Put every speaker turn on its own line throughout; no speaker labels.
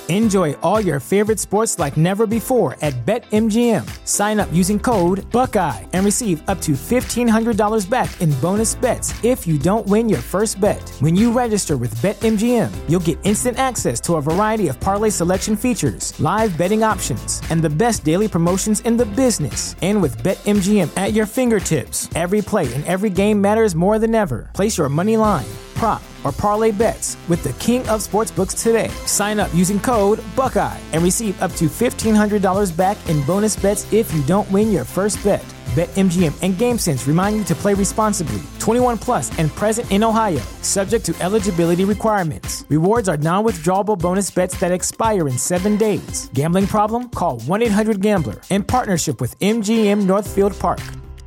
Enjoy all your favorite sports like never before at BetMGM. Sign up using code Buckeye and receive up to $1,500 back in bonus bets if you don't win your first bet. When you register with BetMGM, you'll get instant access to a variety of parlay selection features, live betting options, and the best daily promotions in the business. And with BetMGM at your fingertips, every play and every game matters more than ever. Place your money line, prop, or parlay bets with the king of sportsbooks today. Sign up using code Buckeye and receive up to $1,500 back in bonus bets if you don't win your first bet. BetMGM and GameSense remind you to play responsibly. 21 plus and present in Ohio, subject to eligibility requirements. Rewards are non-withdrawable bonus bets that expire in 7 days. Gambling problem? Call 1-800-GAMBLER. In partnership with MGM Northfield Park.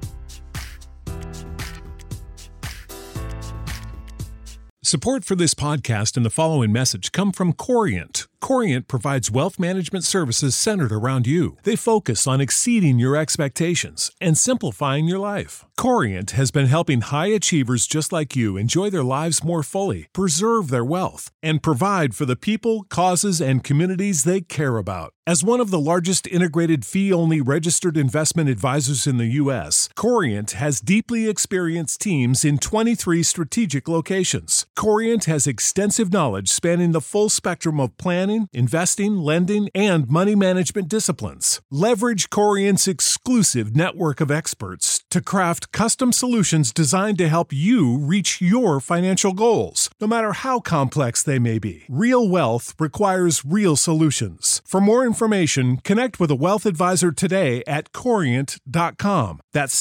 Support for this podcast and the following message come from Corient. Corient provides wealth management services centered around you. They focus on exceeding your expectations and simplifying your life. Corient has been helping high achievers just like you enjoy their lives more fully, preserve their wealth, and provide for the people, causes, and communities they care about. As one of the largest integrated fee-only registered investment advisors in the U.S., Corient has deeply experienced teams in 23 strategic locations. Corient has extensive knowledge spanning the full spectrum of planning, investing, lending, and money management disciplines. Leverage Corient's exclusive network of experts to craft custom solutions designed to help you reach your financial goals, no matter how complex they may be. Real wealth requires real solutions. For more information, connect with a wealth advisor today at Corient.com. That's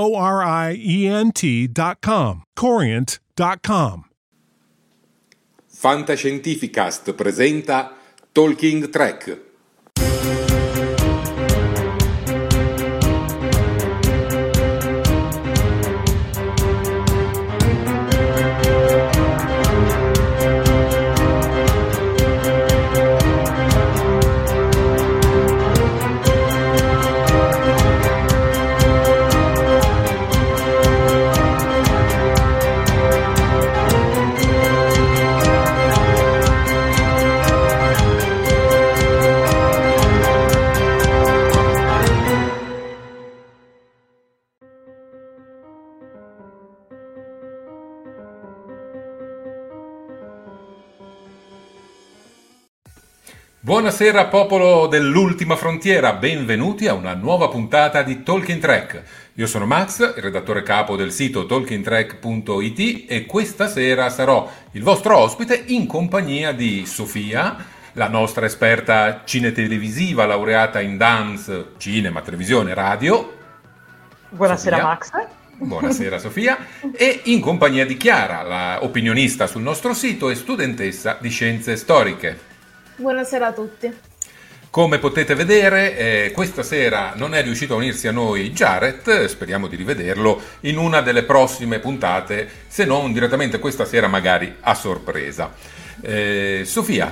Corient.com. Corient.com.
Fantascientificast presenta Talking Track. Buonasera popolo dell'Ultima Frontiera, benvenuti a una nuova puntata di Talking Track. Io sono Max, il redattore capo del sito talkingtrack.it e questa sera sarò il vostro ospite in compagnia di Sofia, la nostra esperta cinetelevisiva laureata in dance, cinema, televisione, radio.
Buonasera
Sofia.
Max.
Buonasera Sofia, e in compagnia di Chiara, la opinionista sul nostro sito e studentessa di scienze storiche.
Buonasera a tutti.
Come potete vedere, questa sera non è riuscito a unirsi a noi Jared, speriamo di rivederlo in una delle prossime puntate, se non direttamente questa sera magari a sorpresa. Sofia.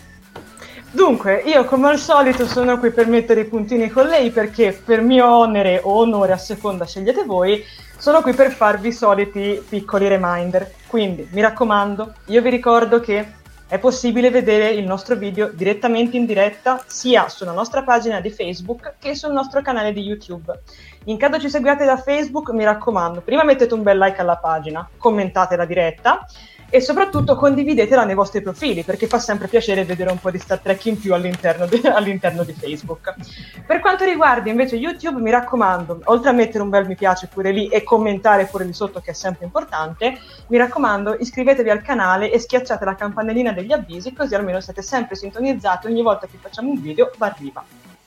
Dunque, io come al solito sono qui per mettere i puntini con lei perché per mio onere o onore, a seconda scegliete voi, sono qui per farvi i soliti piccoli reminder. Quindi, mi raccomando, io vi ricordo che è possibile vedere il nostro video direttamente in diretta sia sulla nostra pagina di Facebook che sul nostro canale di YouTube. In caso ci seguiate da Facebook, mi raccomando, prima mettete un bel like alla pagina, commentate la diretta e soprattutto condividetela nei vostri profili, perché fa sempre piacere vedere un po' di Star Trek in più all'interno di Facebook. Per quanto riguarda invece YouTube, mi raccomando, oltre a mettere un bel mi piace pure lì e commentare pure lì sotto, che è sempre importante, mi raccomando, iscrivetevi al canale e schiacciate la campanellina degli avvisi, così almeno siete sempre sintonizzati, ogni volta che facciamo un video va arriva.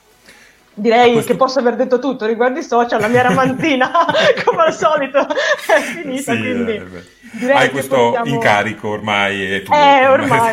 Direi che posso aver detto tutto riguardo i social, la mia ramantina come al solito è finita, sì, quindi direi
hai
che
questo
possiamo...
incarico ormai.
Ormai.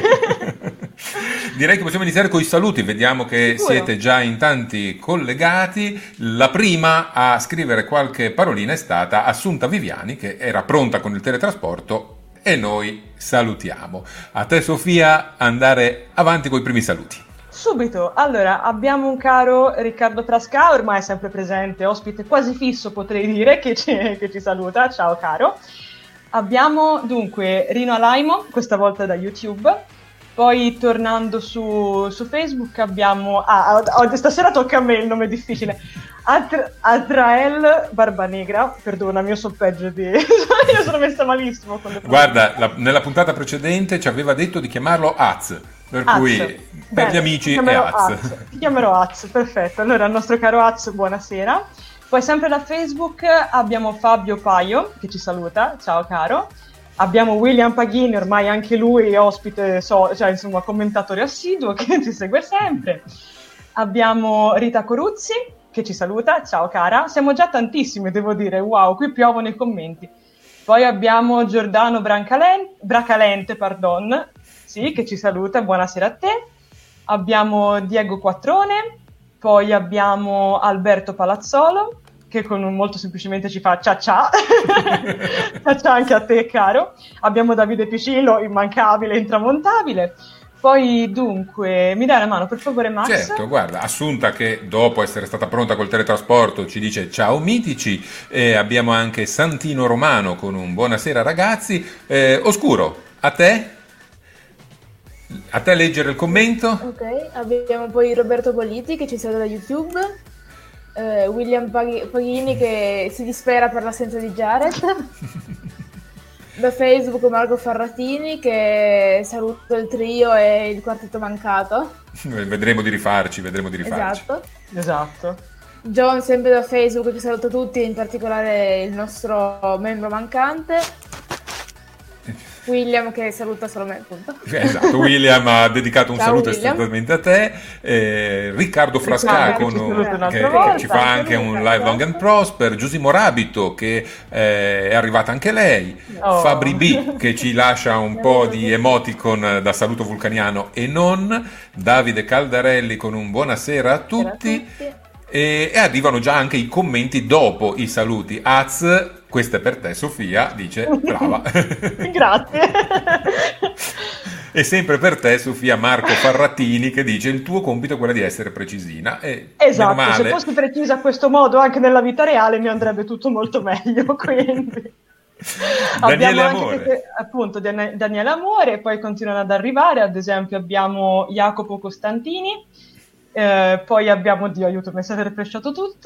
Direi che possiamo iniziare con i saluti, vediamo che siete già in tanti collegati. La prima a scrivere qualche parolina è stata Assunta Viviani, che era pronta con il teletrasporto e noi salutiamo. A te Sofia, andare avanti con i primi saluti.
Subito, allora abbiamo un caro Riccardo Trasca, ormai sempre presente, ospite quasi fisso potrei dire, che ci saluta, ciao caro. Abbiamo dunque Rino Alaimo, questa volta da YouTube, Poi tornando su Facebook abbiamo... stasera tocca a me il nome difficile. Azrael Barbanegra, perdonami, io so peggio di... io sono messa malissimo con le parole.
Guarda, nella puntata precedente ci aveva detto di chiamarlo Az, per cui per
Bene,
gli amici è Az.
Ti chiamerò Az, perfetto. Allora, il nostro caro Az, buonasera. Poi sempre da Facebook abbiamo Fabio Paio, che ci saluta, ciao caro. Abbiamo William Paghini, ormai anche lui ospite, commentatore assiduo che ci segue sempre. Abbiamo Rita Coruzzi, che ci saluta, ciao cara. Siamo già tantissimi, devo dire, wow, qui piovono i commenti. Poi abbiamo Giordano Bracalente, sì, che ci saluta, buonasera a te. Abbiamo Diego Quattrone, poi abbiamo Alberto Palazzolo, che molto semplicemente ci fa ciao ciao anche a te caro. Abbiamo Davide Picillo, immancabile, intramontabile. Poi dunque mi dai una mano per favore Max?
Certo, guarda, Assunta che dopo essere stata pronta col teletrasporto ci dice ciao mitici, abbiamo anche Santino Romano con un buonasera ragazzi. Oscuro, a te leggere il commento.
Ok, abbiamo poi Roberto Politi che ci segue da YouTube. William Paghini che si dispera per l'assenza di Jared. Da Facebook Marco Farratini che saluta il trio e il quartetto mancato.
Vedremo di rifarci.
Esatto. John sempre da Facebook che saluta tutti, in particolare il nostro membro mancante. William che saluta solo me, appunto.
Esatto, William ha dedicato un
Ciao,
saluto
William.
estremamente a te. Riccardo Frasca che ci fa anche un live long and prosper. Giusy Morabito che è arrivata anche lei. Fabri B che ci lascia un po' di emoticon da saluto vulcaniano e non. Davide Caldarelli con un buonasera a tutti. E arrivano già anche i commenti dopo i saluti. Az, questo è per te Sofia, dice brava.
Grazie.
E sempre per te Sofia Marco Farratini che dice il tuo compito è quello di essere precisina.
Esatto, se fossi precisa a questo modo anche nella vita reale mi andrebbe tutto molto meglio, quindi...
Daniele
abbiamo
Amore.
anche, appunto Daniele Amore, poi continuano ad arrivare, ad esempio abbiamo Jacopo Costantini. Poi abbiamo, Dio aiuto, mi è stato refresciato tutto.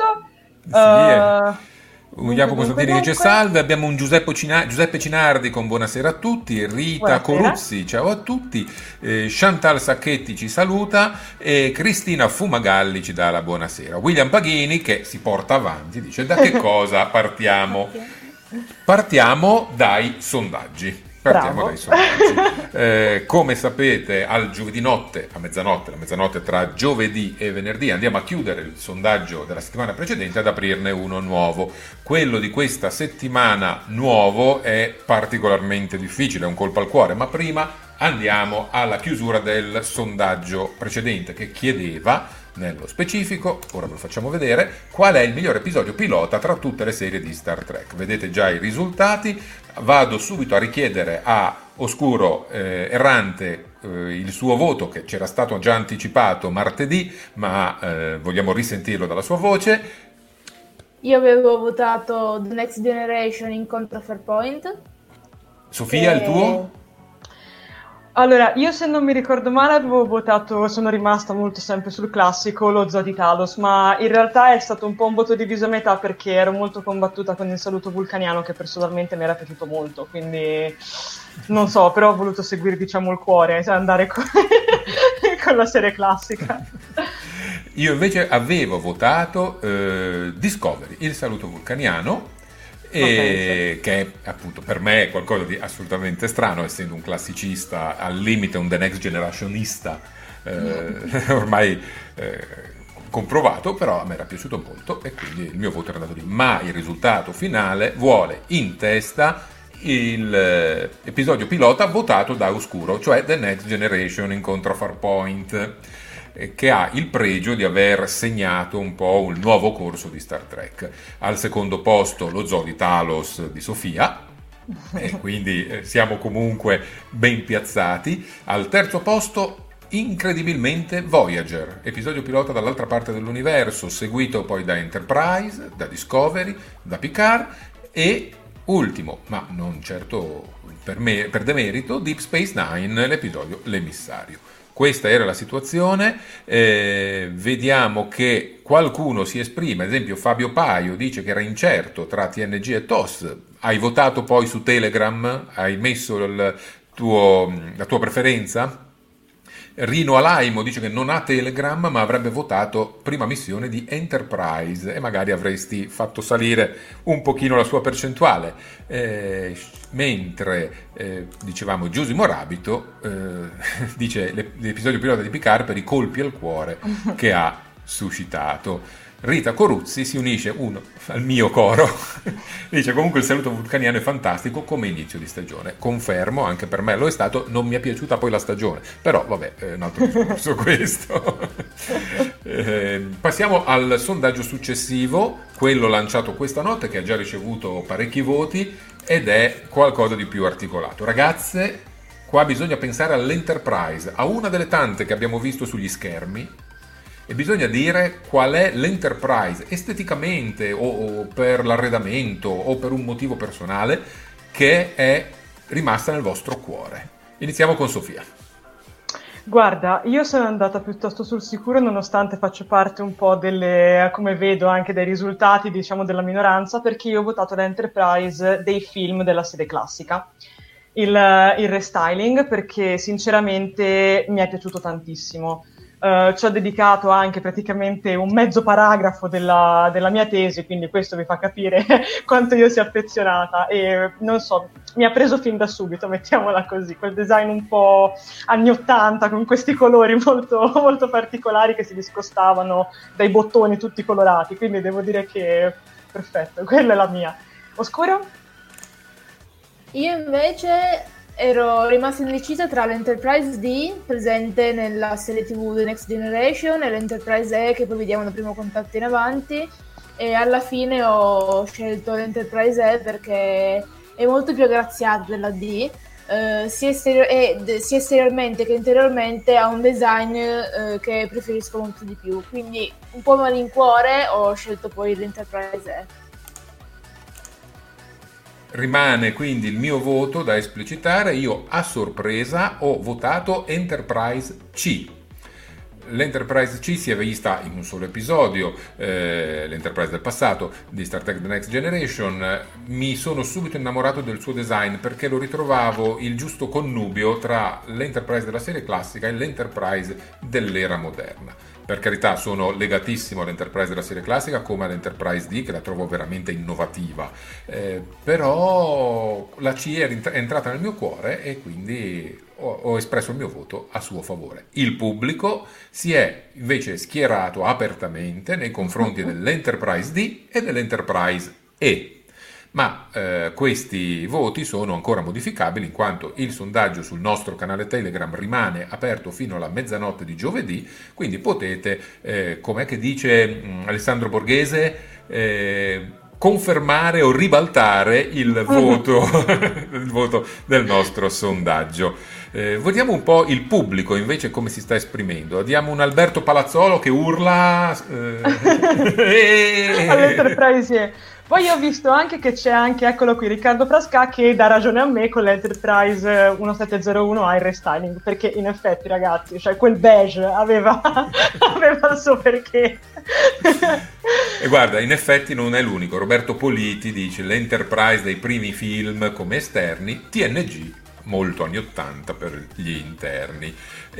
Un Jacopo Costantini che dice salve, abbiamo un Giuseppe Cinardi con buonasera a tutti, Rita Coruzzi, ciao a tutti, Chantal Sacchetti ci saluta e Cristina Fumagalli ci dà la buonasera. William Paghini che si porta avanti, dice da che cosa partiamo? Partiamo dai sondaggi. Come sapete al giovedì notte, a mezzanotte, la mezzanotte tra giovedì e venerdì andiamo a chiudere il sondaggio della settimana precedente ad aprirne uno nuovo. Quello di questa settimana nuovo è particolarmente difficile, è un colpo al cuore, ma prima andiamo alla chiusura del sondaggio precedente che chiedeva nello specifico, ora ve lo facciamo vedere, qual è il migliore episodio pilota tra tutte le serie di Star Trek. Vedete già i risultati, vado subito a richiedere a Oscuro Errante il suo voto che c'era stato già anticipato martedì, ma vogliamo risentirlo dalla sua voce.
Io avevo votato The Next Generation incontro Farpoint.
Sofia, il tuo?
Allora, io se non mi ricordo male avevo votato, sono rimasta molto sempre sul classico, lo Zoo di Talos, ma in realtà è stato un po' un voto diviso a metà perché ero molto combattuta con il saluto vulcaniano che personalmente mi era piaciuto molto, quindi non so, però ho voluto seguire diciamo il cuore, cioè andare con la serie classica.
Io invece avevo votato Discovery, il saluto vulcaniano, che è appunto per me è qualcosa di assolutamente strano, essendo un classicista, al limite un The Next Generationista ormai comprovato, però a me era piaciuto molto e quindi il mio voto era andato lì, ma il risultato finale vuole in testa l'episodio pilota votato da Oscuro, cioè The Next Generation incontro Farpoint, che ha il pregio di aver segnato un po' un nuovo corso di Star Trek. Al secondo posto lo Zoo di Talos di Sofia, e quindi siamo comunque ben piazzati. Al terzo posto, incredibilmente, Voyager, episodio pilota dall'altra parte dell'universo, seguito poi da Enterprise, da Discovery, da Picard e ultimo, ma non certo per demerito, Deep Space Nine, l'episodio L'emissario. Questa era la situazione, vediamo che qualcuno si esprime, ad esempio Fabio Paio dice che era incerto tra TNG e TOS, hai votato poi su Telegram, hai messo la tua preferenza? Rino Alaimo dice che non ha Telegram ma avrebbe votato prima missione di Enterprise e magari avresti fatto salire un pochino la sua percentuale, mentre dicevamo Giusimo Rabito dice l'episodio pilota di Picard per i colpi al cuore che ha suscitato. Rita Coruzzi si unisce al mio coro, dice comunque il saluto vulcaniano è fantastico come inizio di stagione, confermo, anche per me lo è stato, non mi è piaciuta poi la stagione, però vabbè, è un altro discorso questo. Passiamo al sondaggio successivo, quello lanciato questa notte che ha già ricevuto parecchi voti ed è qualcosa di più articolato. Ragazze, qua bisogna pensare all'Enterprise, a una delle tante che abbiamo visto sugli schermi, e bisogna dire qual è l'Enterprise esteticamente o per l'arredamento o per un motivo personale che è rimasta nel vostro cuore. Iniziamo con Sofia.
Guarda, io sono andata piuttosto sul sicuro nonostante faccio parte un po' come vedo anche dai risultati, diciamo, della minoranza, perché io ho votato l'Enterprise dei film della serie classica. Il restyling, perché sinceramente mi è piaciuto tantissimo. Ci ho dedicato anche praticamente un mezzo paragrafo della mia tesi, quindi questo vi fa capire quanto io sia affezionata e non so, mi ha preso fin da subito, mettiamola così, quel design un po' anni 80 con questi colori molto, molto particolari che si discostavano dai bottoni tutti colorati, quindi devo dire che perfetto, quella è la mia. Oscuro?
Io invece ero rimasta indecisa tra l'Enterprise D, presente nella serie TV The Next Generation, e l'Enterprise E, che poi vediamo da Primo Contatto in avanti, e alla fine ho scelto l'Enterprise E perché è molto più aggraziata della D, sia esteriormente che interiormente ha un design che preferisco molto di più, quindi un po' a malincuore ho scelto poi l'Enterprise E.
Rimane quindi il mio voto da esplicitare, io a sorpresa ho votato Enterprise C. L'Enterprise C si è vista in un solo episodio, l'Enterprise del passato di Star Trek The Next Generation. Mi sono subito innamorato del suo design perché lo ritrovavo il giusto connubio tra l'Enterprise della serie classica e l'Enterprise dell'era moderna. Per carità, sono legatissimo all'Enterprise della serie classica come all'Enterprise D, che la trovo veramente innovativa, però la C è entrata nel mio cuore e quindi ho espresso il mio voto a suo favore. Il pubblico si è invece schierato apertamente nei confronti dell'Enterprise D e dell'Enterprise E. Ma questi voti sono ancora modificabili in quanto il sondaggio sul nostro canale Telegram rimane aperto fino alla mezzanotte di giovedì, quindi potete, com'è che dice Alessandro Borghese, confermare o ribaltare il voto del nostro sondaggio. Vediamo un po' il pubblico invece come si sta esprimendo. Abbiamo un Alberto Palazzolo che urla
all'Enterprise. Poi ho visto anche che c'è anche, eccolo qui, Riccardo Frasca che dà ragione a me con l'Enterprise 1701 ha il restyling, perché in effetti ragazzi, cioè quel beige aveva il suo perché.
E guarda, in effetti non è l'unico. Roberto Politi dice l'Enterprise dei primi film come esterni, TNG molto anni 80 per gli interni.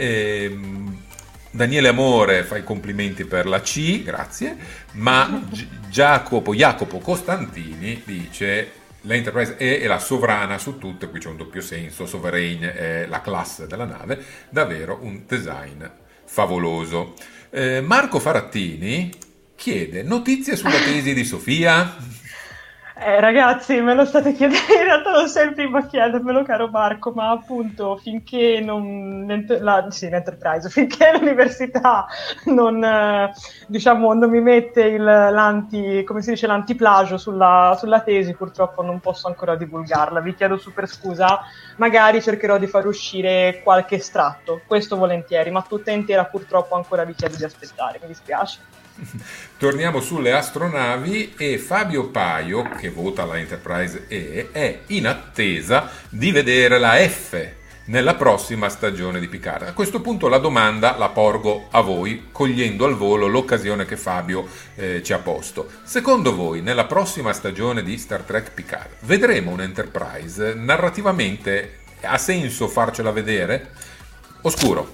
Daniele Amore fa i complimenti per la C, grazie, ma Jacopo Costantini dice l'Enterprise è la sovrana su tutte, qui c'è un doppio senso, Sovereign è la classe della nave, davvero un design favoloso. Marco Farattini chiede notizie sulla tesi di Sofia.
Ragazzi, me lo state chiedendo, in realtà non sei il primo a chiedermelo, caro Marco, ma appunto finché l'Enterprise, finché l'università non mi mette l'antiplagio sulla tesi, purtroppo non posso ancora divulgarla. Vi chiedo super scusa, magari cercherò di far uscire qualche estratto, questo volentieri, ma tutta intera purtroppo ancora vi chiedo di aspettare, mi dispiace.
Torniamo sulle astronavi e Fabio Paio, che vota la Enterprise E, è in attesa di vedere la F nella prossima stagione di Picard. A questo punto la domanda la porgo a voi, cogliendo al volo l'occasione che Fabio ci ha posto. Secondo voi, nella prossima stagione di Star Trek Picard, vedremo un'Enterprise? Narrativamente ha senso farcela vedere? Oscuro.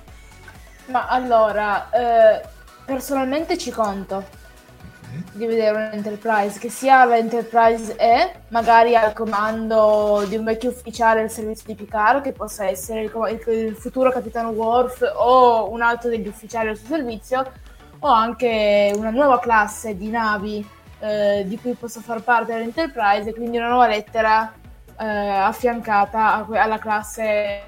Ma allora, personalmente ci conto di vedere un'Enterprise, che sia l'Enterprise E, magari al comando di un vecchio ufficiale del servizio di Picard, che possa essere il futuro capitano Worf o un altro degli ufficiali del suo servizio, o anche una nuova classe di navi di cui possa far parte l'Enterprise, quindi una nuova lettera affiancata alla classe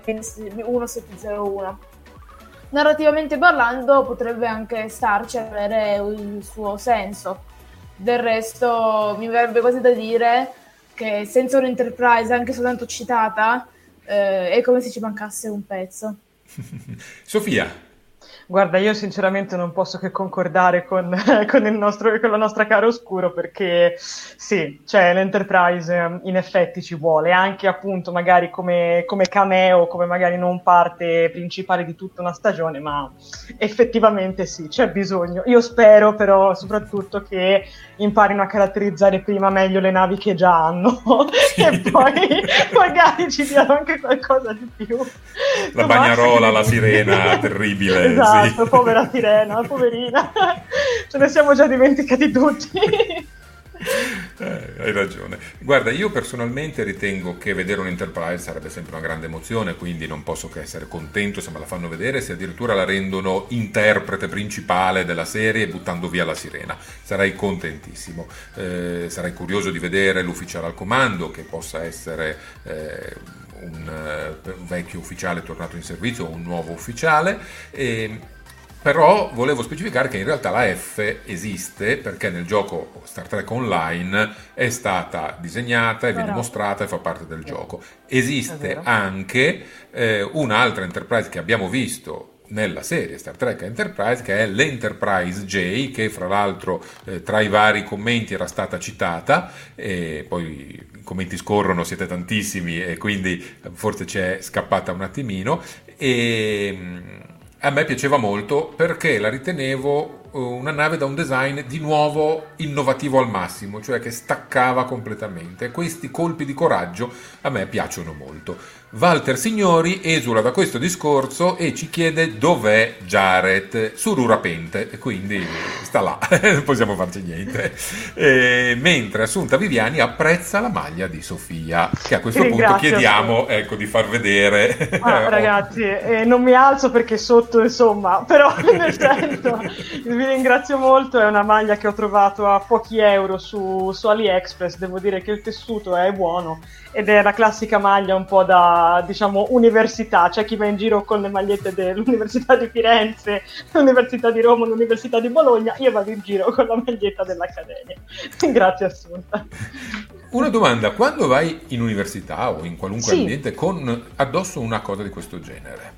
1701. Narrativamente parlando potrebbe anche starci a avere il suo senso. Del resto mi verrebbe quasi da dire che senza un'Enterprise anche soltanto citata è come se ci mancasse un pezzo.
Sofia.
Guarda, io sinceramente non posso che concordare con la nostra cara Oscuro, perché sì, cioè l'Enterprise in effetti ci vuole, anche appunto magari come cameo, come magari non parte principale di tutta una stagione, ma effettivamente sì, c'è bisogno. Io spero però soprattutto che imparino a caratterizzare prima meglio le navi che già hanno e poi magari ci diano anche qualcosa di più.
La bagnarola, la sirena, terribile.
Esatto,
sì.
Povera sirena, poverina. Ce ne siamo già dimenticati tutti.
Hai ragione. Guarda, io personalmente ritengo che vedere un'Enterprise sarebbe sempre una grande emozione, quindi non posso che essere contento se me la fanno vedere, se addirittura la rendono interprete principale della serie buttando via la sirena. Sarei contentissimo. Sarei curioso di vedere l'ufficiale al comando, che possa essere un vecchio ufficiale tornato in servizio o un nuovo ufficiale. Però volevo specificare che in realtà la F esiste perché nel gioco Star Trek Online è stata disegnata e viene mostrata e fa parte del gioco. Esiste anche un'altra Enterprise che abbiamo visto nella serie Star Trek Enterprise, che è l'Enterprise J, che fra l'altro tra i vari commenti era stata citata, e poi i commenti scorrono, siete tantissimi e quindi forse ci è scappata un attimino, e a me piaceva molto perché la ritenevo una nave da un design di nuovo innovativo al massimo, cioè che staccava completamente. Questi colpi di coraggio a me piacciono molto. Walter Signori esula da questo discorso e ci chiede dov'è Jared, sururapente, e quindi sta là, non possiamo farci niente. Mentre Assunta Viviani apprezza la maglia di Sofia, che a questo punto chiediamo di far vedere.
Ragazzi, non mi alzo perché sotto, insomma, però nel senso, vi ringrazio molto, è una maglia che ho trovato a pochi euro su AliExpress, devo dire che il tessuto è buono ed è la classica maglia un po' da, diciamo, università. C'è chi va in giro con le magliette dell'Università di Firenze, l'Università di Roma, l'Università di Bologna, io vado in giro con la maglietta dell'Accademia. Grazie Assunta.
Una domanda, quando vai in università o in qualunque ambiente con addosso una cosa di questo genere,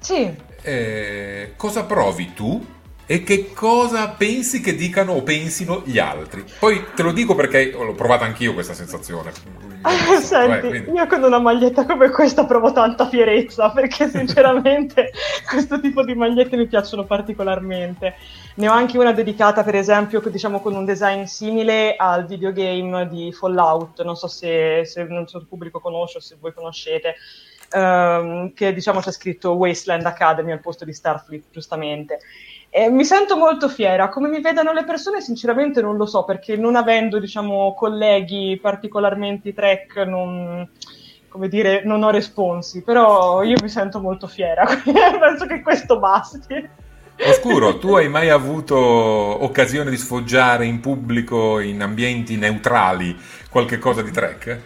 cosa provi tu? E che cosa pensi che dicano o pensino gli altri? Poi te lo dico perché l'ho provata anch'io questa sensazione.
Senti, io con una maglietta come questa provo tanta fierezza, perché sinceramente questo tipo di magliette mi piacciono particolarmente. Ne ho anche una dedicata, per esempio, diciamo con un design simile al videogame di Fallout, non so se non so il pubblico conosce o se voi conoscete, che diciamo c'è scritto Wasteland Academy al posto di Starfleet, giustamente. Mi sento molto fiera. Come mi vedano le persone sinceramente non lo so, perché non avendo, diciamo, colleghi particolarmente Trek non ho responsi, però io mi sento molto fiera. Penso che questo basti.
Oscuro, tu hai mai avuto occasione di sfoggiare in pubblico, in ambienti neutrali, qualche cosa di Trek?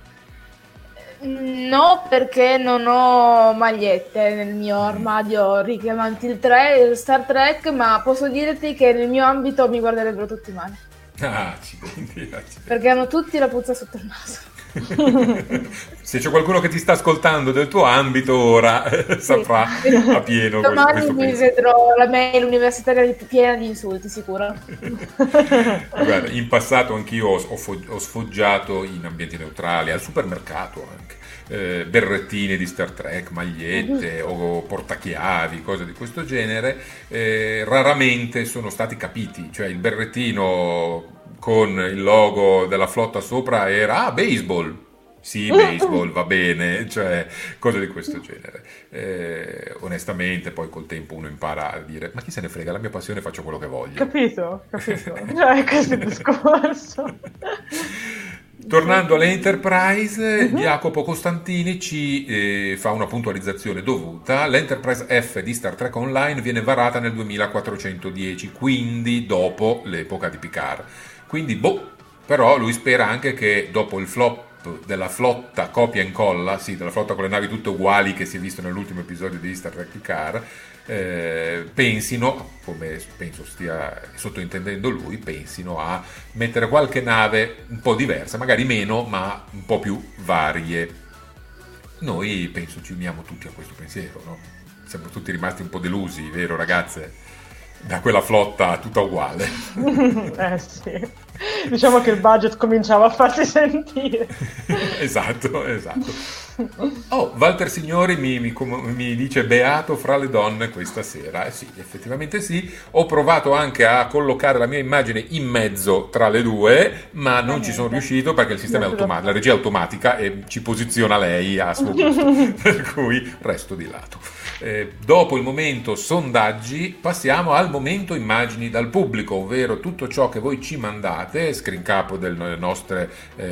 No, perché non ho magliette nel mio armadio richiamanti il Star Trek, ma posso dirti che nel mio ambito mi guarderebbero tutti male.
Accidenti.
Perché hanno tutti la puzza sotto il naso.
Se c'è qualcuno che ti sta ascoltando del tuo ambito ora saprà a pieno
domani mi vedrò la mail universitaria piena di insulti, sicuro.
Guarda, in passato anch'io ho sfoggiato in ambienti neutrali, al supermercato anche, berrettine di Star Trek, magliette o portachiavi, cose di questo genere. Raramente sono stati capiti, cioè il berrettino con il logo della flotta sopra era baseball. Sì, baseball, va bene, cioè cose di questo genere. Onestamente poi col tempo uno impara a dire ma chi se ne frega, la mia passione, faccio quello che voglio.
Capito. Cioè, questo è il discorso.
Tornando all'Enterprise, Jacopo Costantini ci fa una puntualizzazione dovuta. L'Enterprise F di Star Trek Online viene varata nel 2410, quindi dopo l'epoca di Picard. Quindi, però lui spera anche che dopo il flop della flotta copia e incolla, sì, della flotta con le navi tutte uguali che si è visto nell'ultimo episodio di Star Trek Picard, pensino, come penso stia sottointendendo lui, pensino a mettere qualche nave un po' diversa, magari meno, ma un po' più varie. Noi penso ci uniamo tutti a questo pensiero, no? Siamo tutti rimasti un po' delusi, vero ragazze? Da quella flotta tutta uguale.
Sì. Diciamo che il budget cominciava a farsi sentire.
Esatto. Oh, Walter Signori mi dice beato fra le donne questa sera. Sì, effettivamente sì. Ho provato anche a collocare la mia immagine in mezzo tra le due, ma non ci sono riuscito perché il sistema è automatico, la regia è automatica e ci posiziona lei a suo gusto, per cui resto di lato. Dopo il momento sondaggi passiamo al momento immagini dal pubblico, ovvero tutto ciò che voi ci mandate, screen cap delle nostre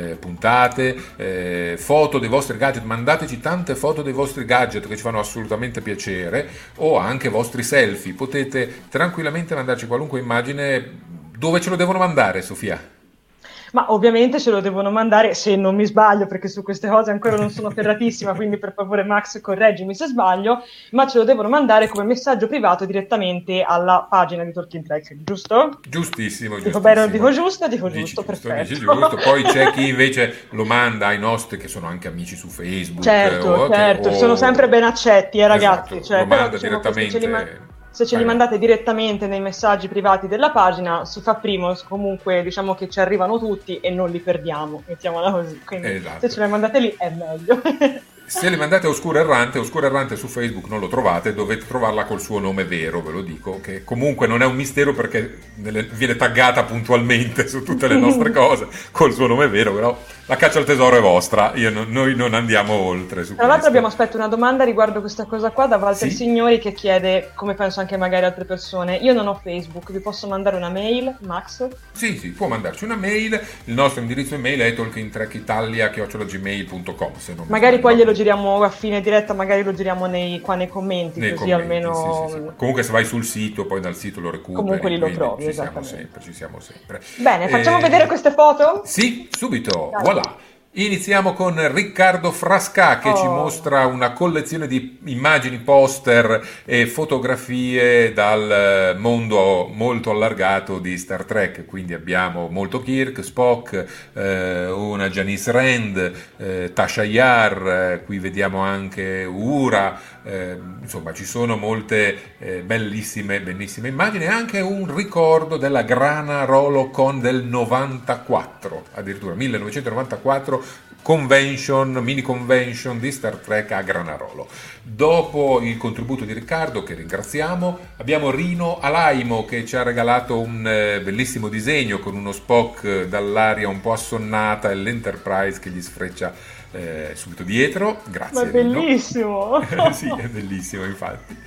puntate, foto dei vostri gadget. Mandateci tante foto dei vostri gadget che ci fanno assolutamente piacere, o anche vostri selfie. Potete tranquillamente mandarci qualunque immagine. Dove ce lo devono mandare, Sofia?
Ma ovviamente ce lo devono mandare, se non mi sbaglio, perché su queste cose ancora non sono ferratissima, quindi per favore Max correggimi se sbaglio, ma ce lo devono mandare come messaggio privato direttamente alla pagina di Talking Trek, giusto?
Giustissimo.
Dico bene, dico giusto, perfetto.
Dici giusto. Poi c'è chi invece lo manda ai nostri, che sono anche amici su Facebook.
Certo, sono sempre ben accetti, ragazzi.
Esatto,
cioè,
lo manda
diciamo
direttamente.
Se ce li mandate direttamente nei messaggi privati della pagina, si fa primo, comunque diciamo che ci arrivano tutti e non li perdiamo, mettiamola così. Quindi
esatto.
Se ce le mandate lì è meglio.
Se le mandate a Oscuro Errante su Facebook non lo trovate, dovete trovarla col suo nome vero, ve lo dico, che comunque non è un mistero perché viene taggata puntualmente su tutte le nostre cose col suo nome vero, però la caccia al tesoro è vostra, noi non andiamo oltre su
Tra l'altro abbiamo una domanda riguardo questa cosa qua da Walter Signori, che chiede, come penso anche magari altre persone, io non ho Facebook, vi posso mandare una mail, Max?
Sì, può mandarci una mail, il nostro indirizzo email è talkingtrekitalia@gmail.com, se non
magari poi glielo giriamo a fine diretta, magari lo giriamo qua nei commenti, così commenti, almeno
sì. Comunque se vai sul sito, poi dal sito lo recuperi,
comunque lì lo trovi,
ci siamo sempre.
Bene, facciamo vedere queste foto?
Sì, subito. Dai. Voilà. Iniziamo con Riccardo Frasca che ci mostra una collezione di immagini, poster e fotografie dal mondo molto allargato di Star Trek, quindi abbiamo molto Kirk, Spock, una Janice Rand, Tasha Yar, qui vediamo anche Uhura, insomma ci sono molte bellissime immagini e anche un ricordo della Grana Rolo Con del 94, addirittura 1994, mini convention di Star Trek a Granarolo. Dopo il contributo di Riccardo, che ringraziamo, abbiamo Rino Alaimo che ci ha regalato un bellissimo disegno con uno Spock dall'aria un po' assonnata e l'Enterprise che gli sfreccia subito dietro. Grazie.
Ma è bellissimo!
Sì, è bellissimo infatti.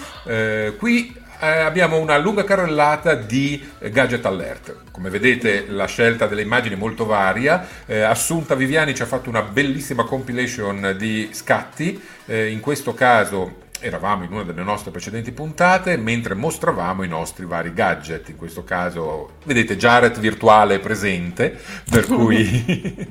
Qui abbiamo una lunga carrellata di gadget alert. Come vedete la scelta delle immagini è molto varia. Assunta Viviani ci ha fatto una bellissima compilation di scatti, in questo caso eravamo in una delle nostre precedenti puntate mentre mostravamo i nostri vari gadget. In questo caso vedete Jared virtuale presente, per cui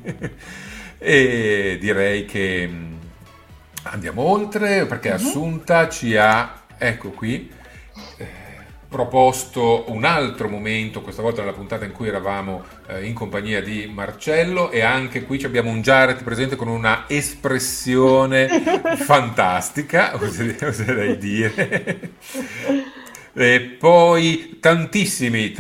e direi che andiamo oltre perché Assunta ci ha, ecco qui, proposto un altro momento, questa volta nella puntata in cui eravamo in compagnia di Marcello, e anche qui abbiamo un Jared presente con una espressione fantastica, oserei dire. E poi tantissimi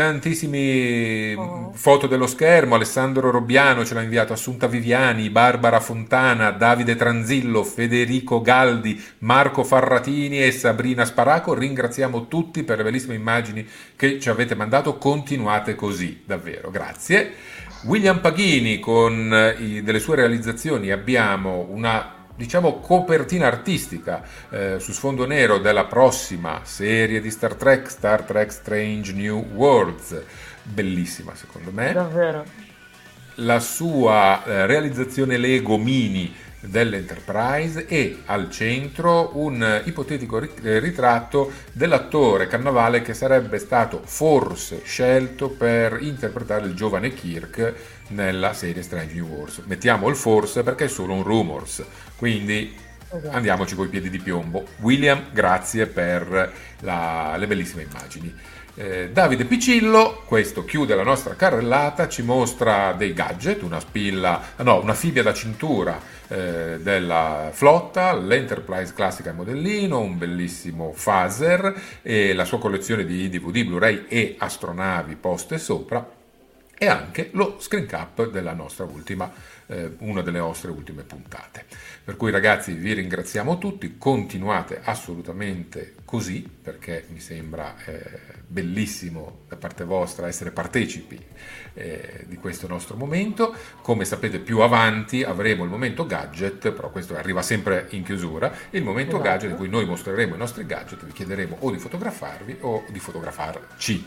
foto dello schermo. Alessandro Robbiano ce l'ha inviato, Assunta Viviani, Barbara Fontana, Davide Tranzillo, Federico Galdi, Marco Farratini e Sabrina Sparaco. Ringraziamo tutti per le bellissime immagini che ci avete mandato, continuate così, davvero, grazie. William Paghini con delle sue realizzazioni, abbiamo una copertina artistica su sfondo nero della prossima serie di Star Trek Strange New Worlds, bellissima secondo me,
davvero.
La sua realizzazione Lego mini dell'Enterprise, e al centro un ipotetico ritratto dell'attore Cannavale che sarebbe stato forse scelto per interpretare il giovane Kirk nella serie Strange New Worlds. Mettiamo il forse perché è solo un rumors, quindi andiamoci coi piedi di piombo. William, grazie per le bellissime immagini. Davide Piccillo, questo chiude la nostra carrellata, ci mostra dei gadget, una fibbia da cintura della flotta, l'Enterprise classica modellino, un bellissimo phaser e la sua collezione di DVD, Blu-ray e astronavi poste sopra, e anche lo screen cap della nostra una delle nostre ultime puntate. Per cui ragazzi vi ringraziamo tutti, continuate assolutamente così, perché mi sembra bellissimo da parte vostra essere partecipi di questo nostro momento. Come sapete, più avanti avremo il momento gadget, però questo arriva sempre in chiusura, il momento gadget in cui noi mostreremo i nostri gadget, vi chiederemo o di fotografarvi o di fotografarci.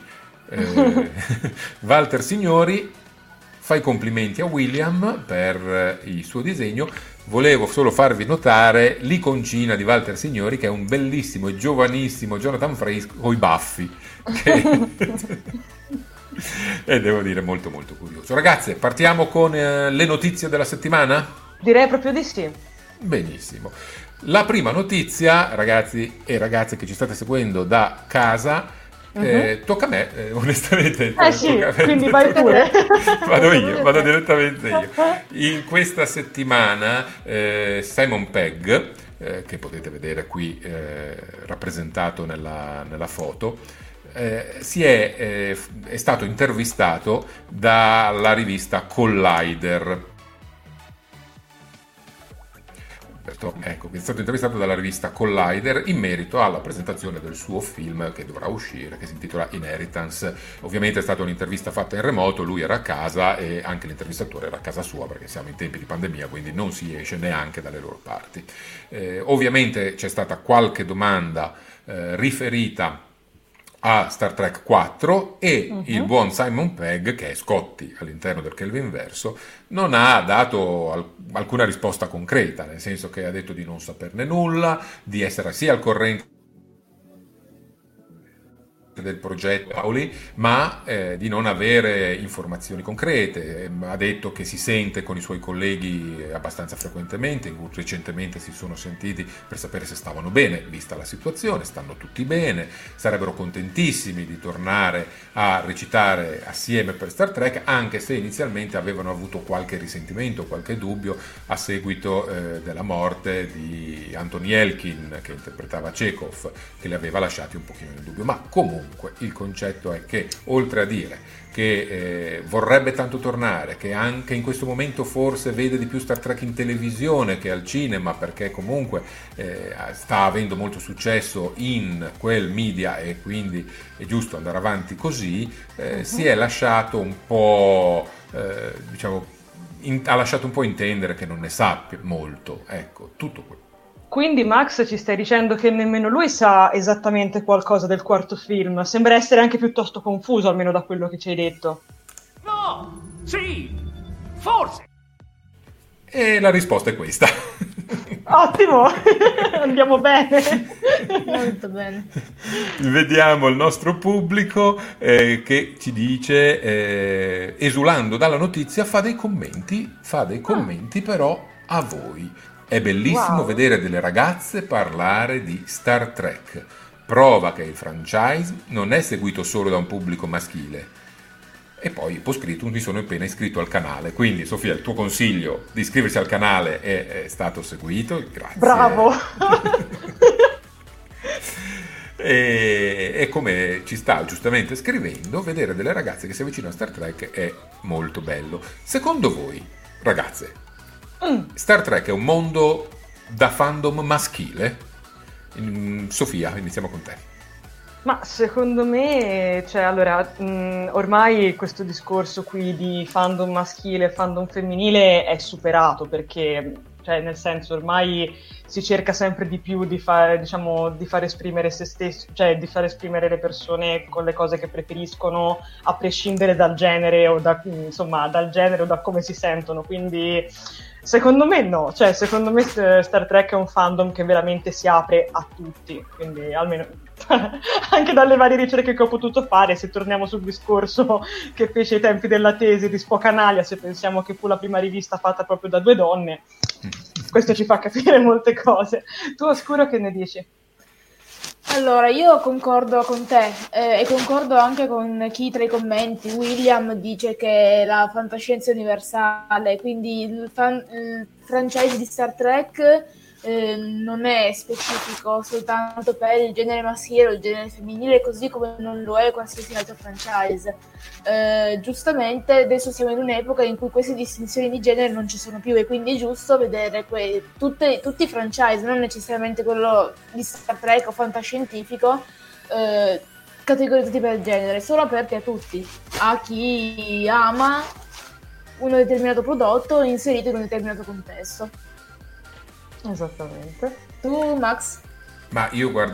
Walter Signori fa i complimenti a William per il suo disegno. Volevo solo farvi notare l'iconcina di Walter Signori, che è un bellissimo e giovanissimo Jonathan Frakes con i baffi e devo dire molto molto curioso. Ragazze, partiamo con le notizie della settimana?
Direi proprio di sì.
Benissimo. La prima notizia, ragazzi e ragazze che ci state seguendo da casa, tocca a me, onestamente.
Sì, quindi vai pure.
Vado direttamente io. In questa settimana Simon Pegg, che potete vedere qui rappresentato nella foto, è stato intervistato dalla rivista Collider. Ecco, è stato intervistato dalla rivista Collider in merito alla presentazione del suo film che dovrà uscire, che si intitola Inheritance. Ovviamente è stata un'intervista fatta in remoto, lui era a casa e anche l'intervistatore era a casa sua, perché siamo in tempi di pandemia, quindi non si esce neanche dalle loro parti. Ovviamente c'è stata qualche domanda riferita a Star Trek 4 e il buon Simon Pegg, che è Scotty all'interno del Kelvinverso, non ha dato alcuna risposta concreta, nel senso che ha detto di non saperne nulla, di essere sia al corrente del progetto Paoli, ma di non avere informazioni concrete. Ha detto che si sente con i suoi colleghi abbastanza frequentemente, recentemente si sono sentiti per sapere se stavano bene, vista la situazione, stanno tutti bene, sarebbero contentissimi di tornare a recitare assieme per Star Trek, anche se inizialmente avevano avuto qualche risentimento, qualche dubbio a seguito della morte di Anton Yelkin, che interpretava Chekhov, che li aveva lasciati un pochino in dubbio. Ma comunque il concetto è che, oltre a dire che vorrebbe tanto tornare, che anche in questo momento forse vede di più Star Trek in televisione che al cinema, perché comunque sta avendo molto successo in quel media e quindi è giusto andare avanti così, si è lasciato un po' ha lasciato un po' intendere che non ne sa molto, ecco, tutto quello.
Quindi Max, ci stai dicendo che nemmeno lui sa esattamente qualcosa del quarto film? Sembra essere anche piuttosto confuso, almeno da quello che ci hai detto.
No! Sì! Forse!
E la risposta è questa.
Ottimo! Andiamo bene.
Molto bene.
Vediamo il nostro pubblico che ci dice, esulando dalla notizia, fa dei commenti però a voi. È bellissimo vedere delle ragazze parlare di Star Trek. prova che il franchise non è seguito solo da un pubblico maschile. E poi poscritto, mi sono appena iscritto al canale, quindi Sofia, il tuo consiglio di iscriversi al canale è stato seguito, grazie.
Bravo!
E come ci sta giustamente scrivendo, vedere delle ragazze che si avvicinano a Star Trek è molto bello. Secondo voi, ragazze, Star Trek è un mondo da fandom maschile? Sofia, iniziamo con te.
Ma secondo me, cioè, allora, ormai questo discorso qui di fandom maschile e fandom femminile è superato, perché, cioè, nel senso, ormai si cerca sempre di più di far esprimere se stessi, cioè di far esprimere le persone con le cose che preferiscono, a prescindere dal genere o dal genere o da come si sentono. Quindi secondo me no, cioè secondo me Star Trek è un fandom che veramente si apre a tutti, quindi almeno anche dalle varie ricerche che ho potuto fare, se torniamo sul discorso che fece ai tempi della tesi di Spocanalia, se pensiamo che fu la prima rivista fatta proprio da 2 donne, questo ci fa capire molte cose. Tu, Oscuro, che ne dici?
Allora, io concordo con te e concordo anche con chi tra i commenti. William dice che la fantascienza è universale, quindi il franchise di Star Trek non è specifico soltanto per il genere maschile o il genere femminile, così come non lo è qualsiasi altro franchise. Giustamente adesso siamo in un'epoca in cui queste distinzioni di genere non ci sono più, e quindi è giusto vedere tutti i franchise, non necessariamente quello di Star Trek o fantascientifico, categorizzati per genere, sono aperti a tutti, a chi ama un determinato prodotto inserito in un determinato contesto.
Esattamente.
Tu, Max?
Ma io, guarda,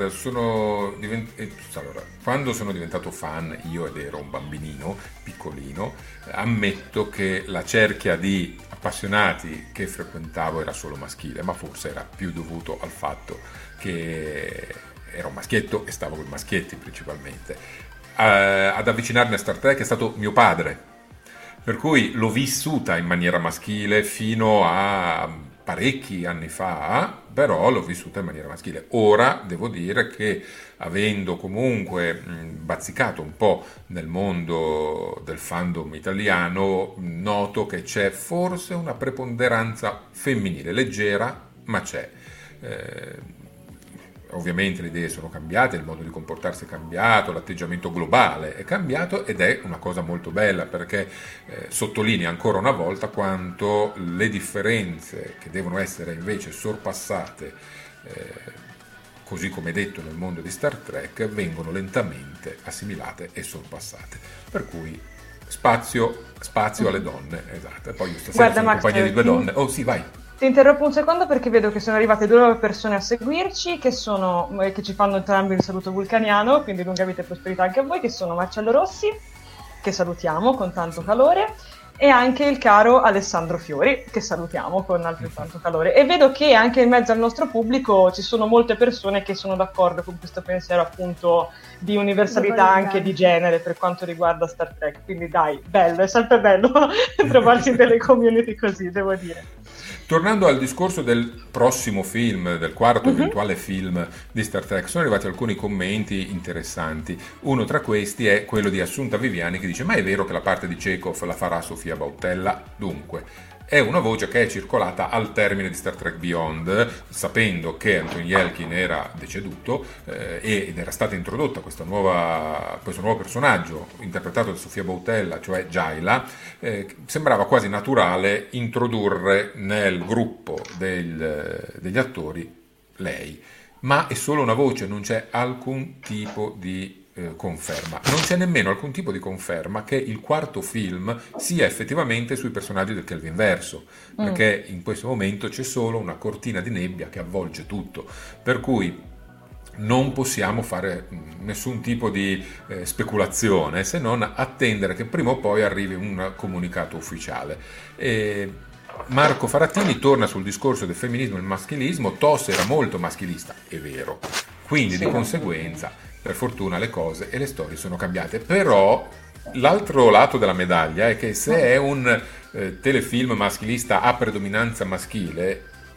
allora, quando sono diventato fan, io ed ero un bambinino piccolino, ammetto che la cerchia di appassionati che frequentavo era solo maschile, ma forse era più dovuto al fatto che ero un maschietto e stavo con i maschietti principalmente. Ad avvicinarmi a Star Trek è stato mio padre, per cui l'ho vissuta in maniera maschile fino a parecchi anni fa, però l'ho vissuta in maniera maschile. Ora devo dire che, avendo comunque bazzicato un po' nel mondo del fandom italiano, noto che c'è forse una preponderanza femminile, leggera, ma c'è. Ovviamente le idee sono cambiate, il modo di comportarsi è cambiato, l'atteggiamento globale è cambiato, ed è una cosa molto bella, perché sottolinea ancora una volta quanto le differenze che devono essere invece sorpassate, così come detto nel mondo di Star Trek, vengono lentamente assimilate e sorpassate. Per cui spazio alle donne, esatto. E poi io stasera sono in compagnia di 2 donne. Oh sì, vai.
Ti interrompo un secondo perché vedo che sono arrivate 2 nuove persone a seguirci, che ci fanno entrambi il saluto vulcaniano, quindi lunga vita e prosperità anche a voi, che sono Marcello Rossi, che salutiamo con tanto calore, e anche il caro Alessandro Fiori, che salutiamo con altrettanto calore. E vedo che anche in mezzo al nostro pubblico ci sono molte persone che sono d'accordo con questo pensiero, appunto, di universalità anche di genere per quanto riguarda Star Trek. Quindi dai, bello, è sempre bello trovarsi in delle community così, devo dire.
Tornando al discorso del prossimo film, del quarto eventuale film di Star Trek, sono arrivati alcuni commenti interessanti. Uno tra questi è quello di Assunta Viviani, che dice: ma è vero che la parte di Chekhov la farà Sofia Bautella? Dunque, è una voce che è circolata al termine di Star Trek Beyond, sapendo che Anton Yelchin era deceduto ed era stata introdotta questo nuovo personaggio interpretato da Sofia Bautella, cioè Jayla. Sembrava quasi naturale introdurre nel gruppo degli attori lei, ma è solo una voce, non c'è alcun tipo di conferma. Non c'è nemmeno alcun tipo di conferma che il quarto film sia effettivamente sui personaggi del Kelvin Verso, perché in questo momento c'è solo una cortina di nebbia che avvolge tutto, per cui non possiamo fare nessun tipo di speculazione, se non attendere che prima o poi arrivi un comunicato ufficiale. Marco Farattini torna sul discorso del femminismo e del maschilismo. TOS era molto maschilista, è vero, quindi di conseguenza per fortuna le cose e le storie sono cambiate. Però l'altro lato della medaglia è che se è un telefilm maschilista a predominanza maschile,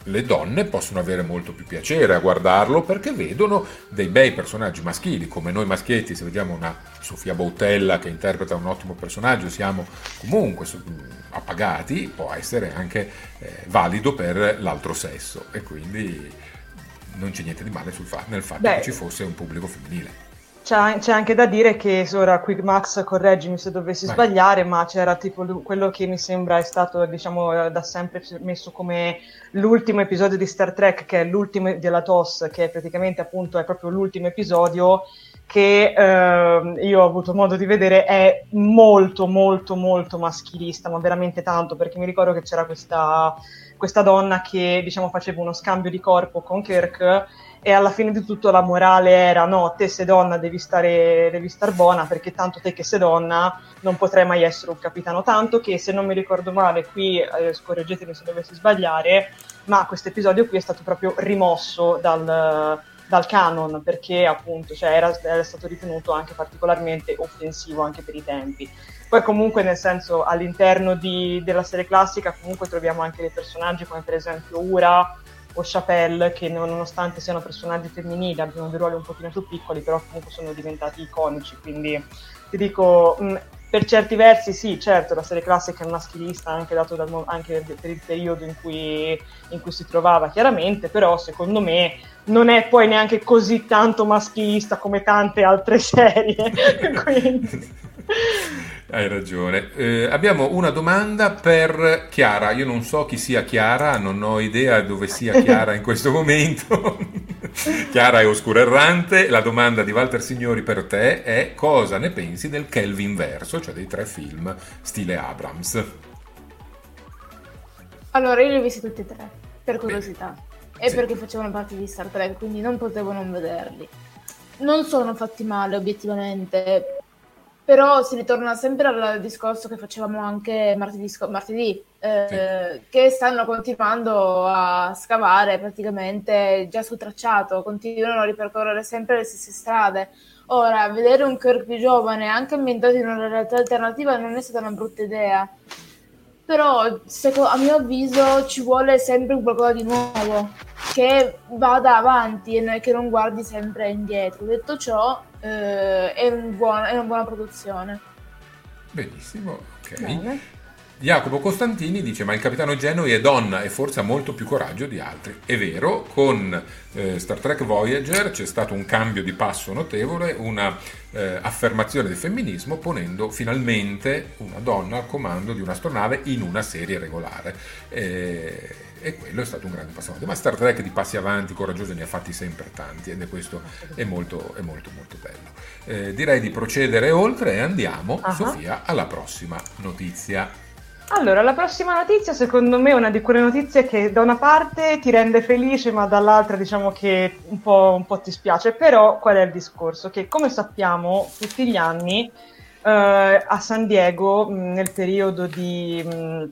le donne possono avere molto più piacere a guardarlo perché vedono dei bei personaggi maschili, come noi maschietti, se vediamo una Sofia Boutella che interpreta un ottimo personaggio, siamo comunque appagati, può essere anche valido per l'altro sesso, e quindi non c'è niente di male nel fatto che ci fosse un pubblico femminile.
C'è anche da dire che, ora qui Max correggimi se dovessi sbagliare, ma c'era tipo quello che mi sembra è stato, diciamo, da sempre messo come l'ultimo episodio di Star Trek, che è l'ultimo della TOS, che è praticamente appunto è proprio l'ultimo episodio che io ho avuto modo di vedere, è molto molto molto maschilista, ma veramente tanto, perché mi ricordo che c'era questa donna che, diciamo, faceva uno scambio di corpo con Kirk, e alla fine di tutto la morale era: no, te sei donna, devi star buona, perché tanto te che sei donna non potrai mai essere un capitano. Tanto che, se non mi ricordo male, qui correggetemi se dovessi sbagliare, ma questo episodio qui è stato proprio rimosso dal canon, perché appunto era stato ritenuto anche particolarmente offensivo anche per i tempi. Poi comunque, nel senso, all'interno della serie classica comunque troviamo anche dei personaggi come per esempio Uhura o Chapelle, che nonostante siano personaggi femminili abbiano dei ruoli un pochino più piccoli, però comunque sono diventati iconici. Quindi ti dico, per certi versi sì, certo, la serie classica è maschilista anche anche per il periodo in cui si trovava, chiaramente, però secondo me non è poi neanche così tanto maschilista come tante altre serie. Quindi...
Hai ragione. Abbiamo una domanda per Chiara. Io non so chi sia Chiara, non ho idea dove sia Chiara in questo momento. Chiara è oscura errante. La domanda di Walter Signori per te è: cosa ne pensi del Kelvin verso, cioè dei 3 film stile Abrams?
Allora, io li ho visti tutti e 3, per curiosità. E perché facevano parte di Star Trek, quindi non potevo non vederli. Non sono fatti male, obiettivamente. Però si ritorna sempre al discorso che facevamo anche martedì, che stanno continuando a scavare praticamente già sul tracciato, continuano a ripercorrere sempre le stesse strade. Ora, vedere un Kirk più giovane, anche ambientato in una realtà alternativa, non è stata una brutta idea. Però, a mio avviso, ci vuole sempre un qualcosa di nuovo, che vada avanti e che non guardi sempre indietro. Detto ciò, è una buona produzione.
Benissimo, ok.
Bene.
Jacopo Costantini dice: ma il capitano Janeway è donna e forse ha molto più coraggio di altri. È vero, con Star Trek Voyager c'è stato un cambio di passo notevole, una affermazione del femminismo, ponendo finalmente una donna al comando di un'astronave in una serie regolare. E quello è stato un grande passo avanti. Ma Star Trek di passi avanti coraggiosi ne ha fatti sempre tanti, ed è questo è molto molto molto bello. Direi di procedere oltre e andiamo, Sofia, alla prossima notizia.
Allora, la prossima notizia secondo me è una di quelle notizie che da una parte ti rende felice, ma dall'altra diciamo che un po' ti spiace. Però qual è il discorso? Che, come sappiamo, tutti gli anni a San Diego, nel periodo di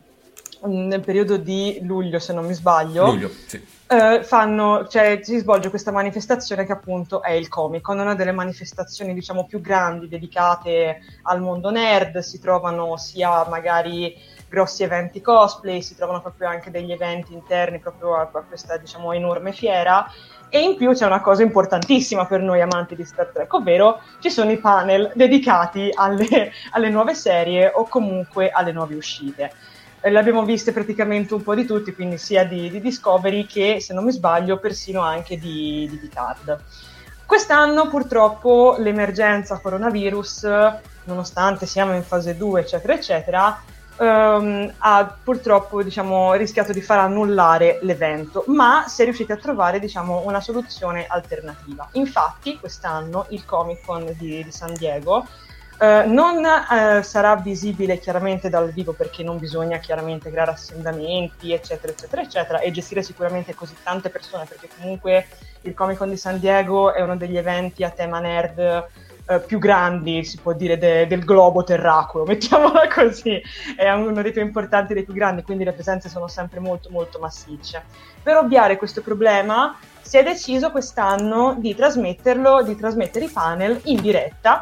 luglio, se non mi sbaglio,
Luglio, sì.
Si svolge questa manifestazione che appunto è il Comic-Con, una delle manifestazioni diciamo più grandi dedicate al mondo nerd. Si trovano sia magari grossi eventi cosplay, si trovano proprio anche degli eventi interni proprio a questa diciamo enorme fiera, e in più c'è una cosa importantissima per noi amanti di Star Trek, ovvero ci sono i panel dedicati alle nuove serie o comunque alle nuove uscite. Le abbiamo viste praticamente un po' di tutti, quindi sia di Discovery che, se non mi sbaglio, persino anche di Picard. Quest'anno purtroppo l'emergenza coronavirus, nonostante siamo in fase 2 eccetera eccetera, ha purtroppo diciamo rischiato di far annullare l'evento, ma si è riusciti a trovare diciamo una soluzione alternativa. Infatti quest'anno il Comic-Con di San Diego non sarà visibile chiaramente dal vivo, perché non bisogna chiaramente creare assembramenti eccetera eccetera eccetera e gestire sicuramente così tante persone, perché comunque il Comic-Con di San Diego è uno degli eventi a tema nerd più grandi, si può dire, del globo terracqueo, mettiamola così. È uno dei più importanti, dei più grandi, quindi le presenze sono sempre molto molto massicce. Per ovviare questo problema si è deciso quest'anno di trasmettere i panel in diretta,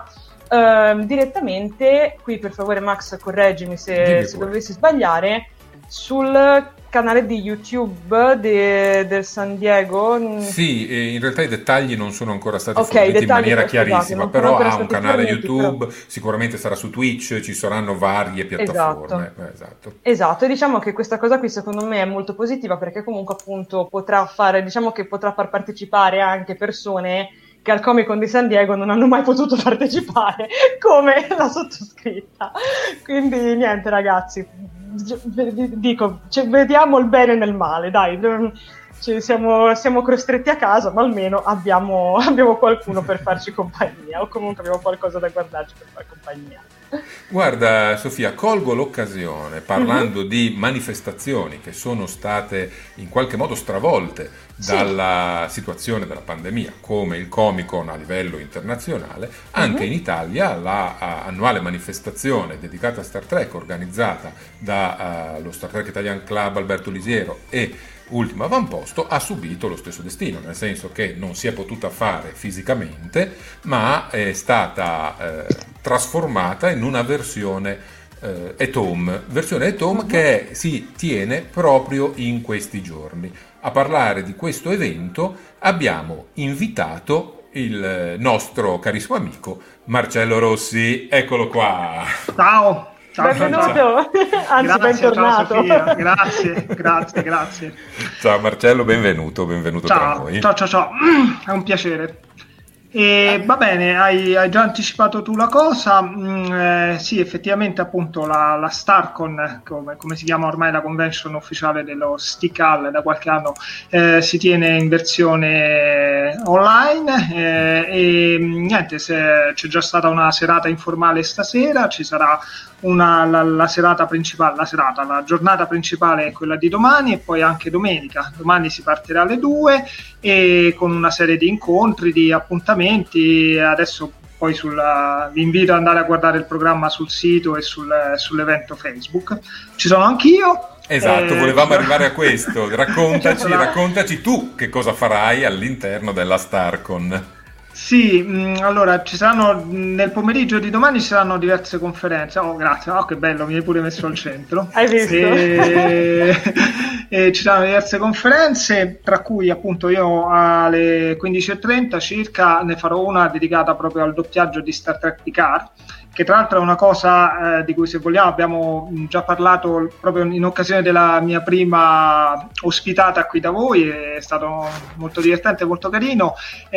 direttamente, qui per favore Max correggimi se dovessi sbagliare, sul canale di YouTube del San Diego.
Sì, in realtà i dettagli non sono ancora stati
Ok,
forniti in
dettagli,
maniera
scusate,
chiarissima,
non sono
però
ancora
ha un
stati
canale
forniti,
YouTube,
però.
sicuramente sarà su Twitch, ci saranno varie piattaforme. Esatto.
Esatto, e diciamo che questa cosa qui secondo me è molto positiva perché comunque appunto potrà far partecipare anche persone che al Comic Con di San Diego non hanno mai potuto partecipare, come la sottoscritta. Quindi niente ragazzi, dico, vediamo il bene nel male, dai, siamo costretti a casa, ma almeno abbiamo qualcuno per farci compagnia, o comunque abbiamo qualcosa da guardarci per far compagnia.
Guarda Sofia, colgo l'occasione parlando di manifestazioni che sono state in qualche modo stravolte dalla situazione della pandemia, come il Comic Con a livello internazionale. Anche in Italia la annuale manifestazione dedicata a Star Trek organizzata dallo Star Trek Italian Club Alberto Lisiero e Ultimo Avamposto ha subito lo stesso destino, nel senso che non si è potuta fare fisicamente, ma è stata trasformata in una versione at home che si tiene proprio in questi giorni. A parlare di questo evento abbiamo invitato il nostro carissimo amico Marcello Rossi, eccolo qua.
Ciao.
Benvenuto,
ciao.
Anzi bentornato.
Ciao Sofia, grazie.
Ciao Marcello, benvenuto tra noi.
Ciao, è un piacere. E va bene, hai già anticipato tu la cosa. Sì, effettivamente appunto la StarCon, come si chiama ormai la convention ufficiale dello Stickal da qualche anno, si tiene in versione online e niente, c'è già stata una serata informale stasera, ci sarà la giornata principale è quella di domani e poi anche domenica. Domani si partirà alle 2 e con una serie di incontri, di appuntamenti. Adesso poi vi invito ad andare a guardare il programma sul sito e sull'evento Facebook. Ci sono anch'io.
Esatto, volevamo arrivare a questo. Raccontaci tu che cosa farai all'interno della StarCon.
Sì, allora nel pomeriggio di domani ci saranno diverse conferenze. Oh, grazie, che bello, mi hai pure messo al centro.
Hai visto?
E ci saranno diverse conferenze, tra cui appunto io alle 15:30 circa ne farò una dedicata proprio al doppiaggio di Star Trek Picard, che tra l'altro è una cosa di cui, se vogliamo, abbiamo già parlato proprio in occasione della mia prima ospitata qui da voi. È stato molto divertente, molto carino,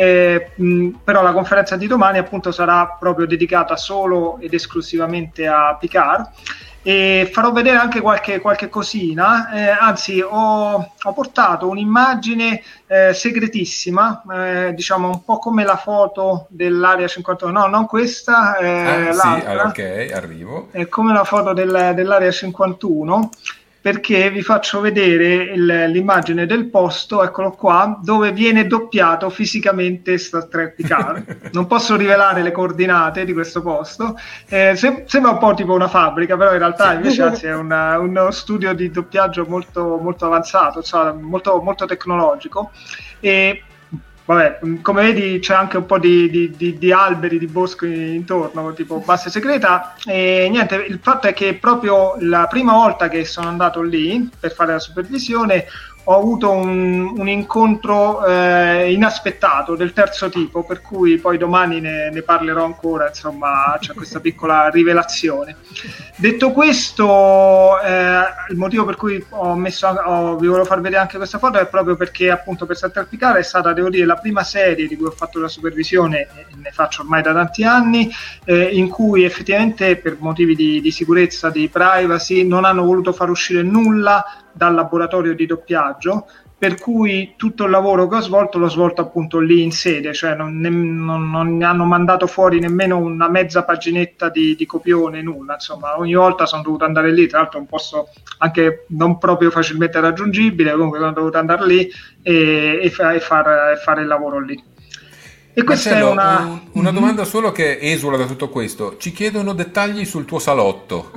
però la conferenza di domani appunto sarà proprio dedicata solo ed esclusivamente a Picard. E farò vedere anche qualche cosina, anzi ho portato un'immagine segretissima, diciamo un po' come la foto dell'Area 51, no, non questa, l'altra.
Sì, ok, arrivo.
È come la foto dell'Area 51, perché vi faccio vedere l'immagine del posto, eccolo qua, dove viene doppiato fisicamente Star Trek Picard. Non posso rivelare le coordinate di questo posto, sembra un po' tipo una fabbrica, però in realtà invece anzi è uno studio di doppiaggio molto, molto avanzato, cioè molto, molto tecnologico. E vabbè, come vedi c'è anche un po' di alberi, di bosco intorno, tipo base segreta. E niente, il fatto è che proprio la prima volta che sono andato lì per fare la supervisione ho avuto un incontro inaspettato del terzo tipo, per cui poi domani ne parlerò ancora, insomma c'è questa piccola rivelazione. Detto questo, il motivo per cui vi volevo far vedere anche questa foto è proprio perché appunto per Star Trek Picard è stata, devo dire, la prima serie di cui ho fatto la supervisione, e ne faccio ormai da tanti anni, in cui effettivamente per motivi di sicurezza, di privacy, non hanno voluto far uscire nulla dal laboratorio di doppiaggio, per cui tutto il lavoro che ho svolto l'ho svolto appunto lì in sede, cioè non ne hanno mandato fuori nemmeno una mezza paginetta di copione, nulla, insomma ogni volta sono dovuto andare lì, tra l'altro un posto anche non proprio facilmente raggiungibile, comunque sono dovuto andare lì e fare il lavoro lì. E questa
Marcello,
è
una domanda solo che esula da tutto questo. Ci chiedono dettagli sul tuo salotto.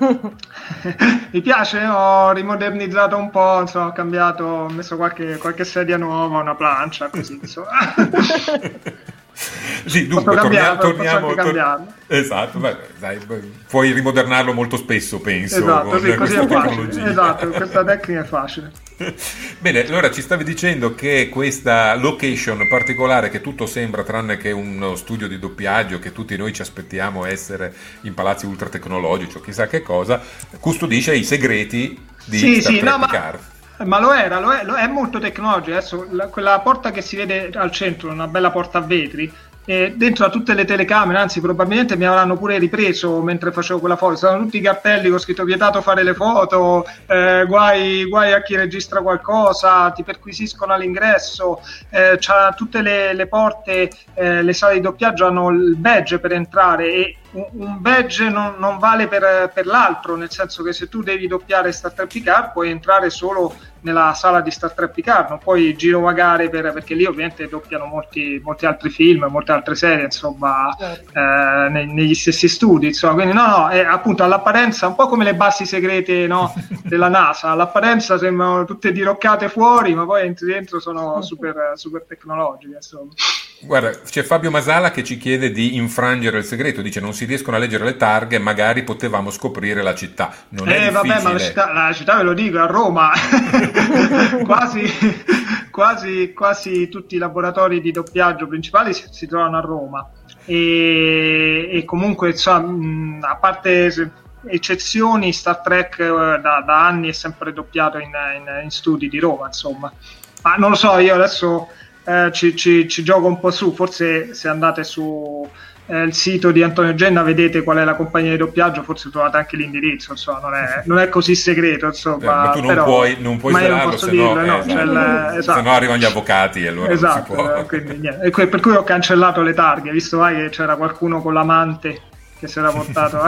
Mi piace, ho rimodernizzato un po', insomma, ho cambiato, ho messo qualche sedia nuova, una plancia, così insomma.
Sì, dunque, torniamo. Esatto, dai, puoi rimodernarlo molto spesso, penso.
Esatto, sì, così è facile. Esatto, questa tecnica è facile.
Bene, allora ci stavi dicendo che questa location particolare, che tutto sembra tranne che uno studio di doppiaggio, che tutti noi ci aspettiamo essere in palazzi ultra tecnologici o chissà che cosa, custodisce i segreti di Star Trek Picard.
Ma lo è molto tecnologico. Adesso quella porta che si vede al centro, una bella porta a vetri, dentro a tutte le telecamere, anzi probabilmente mi avranno pure ripreso mentre facevo quella foto, stavano tutti i cartelli con scritto vietato fare le foto, guai a chi registra qualcosa, ti perquisiscono all'ingresso, c'ha tutte le porte, le sale di doppiaggio hanno il badge per entrare, e un badge non vale per l'altro, nel senso che se tu devi doppiare Star Trek Picard puoi entrare solo nella sala di Star Trek Picard, non puoi girovagare perché lì ovviamente doppiano molti altri film, molte altre serie, insomma, negli stessi studi, insomma, quindi è appunto all'apparenza un po' come le basi segrete, no, della NASA, all'apparenza sembrano tutte diroccate fuori, ma poi dentro sono super tecnologiche, insomma.
Guarda, c'è Fabio Masala che ci chiede di infrangere il segreto, dice non si riescono a leggere le targhe, magari potevamo scoprire la città. Non è difficile.
Vabbè, ma la città ve lo dico, a Roma. quasi tutti i laboratori di doppiaggio principali si trovano a Roma, e comunque insomma, a parte eccezioni, Star Trek da anni è sempre doppiato in studi di Roma, insomma. Ma non lo so, io adesso ci gioco un po' su, forse se andate su il sito di Antonio Genna vedete qual è la compagnia di doppiaggio, forse trovate anche l'indirizzo, insomma, non è così segreto, insomma.
Ma tu non puoi svelarlo, se no arrivano gli avvocati e allora
esatto,
non si può.
Quindi, niente. Per cui ho cancellato le targhe, visto che c'era qualcuno con l'amante che si era portato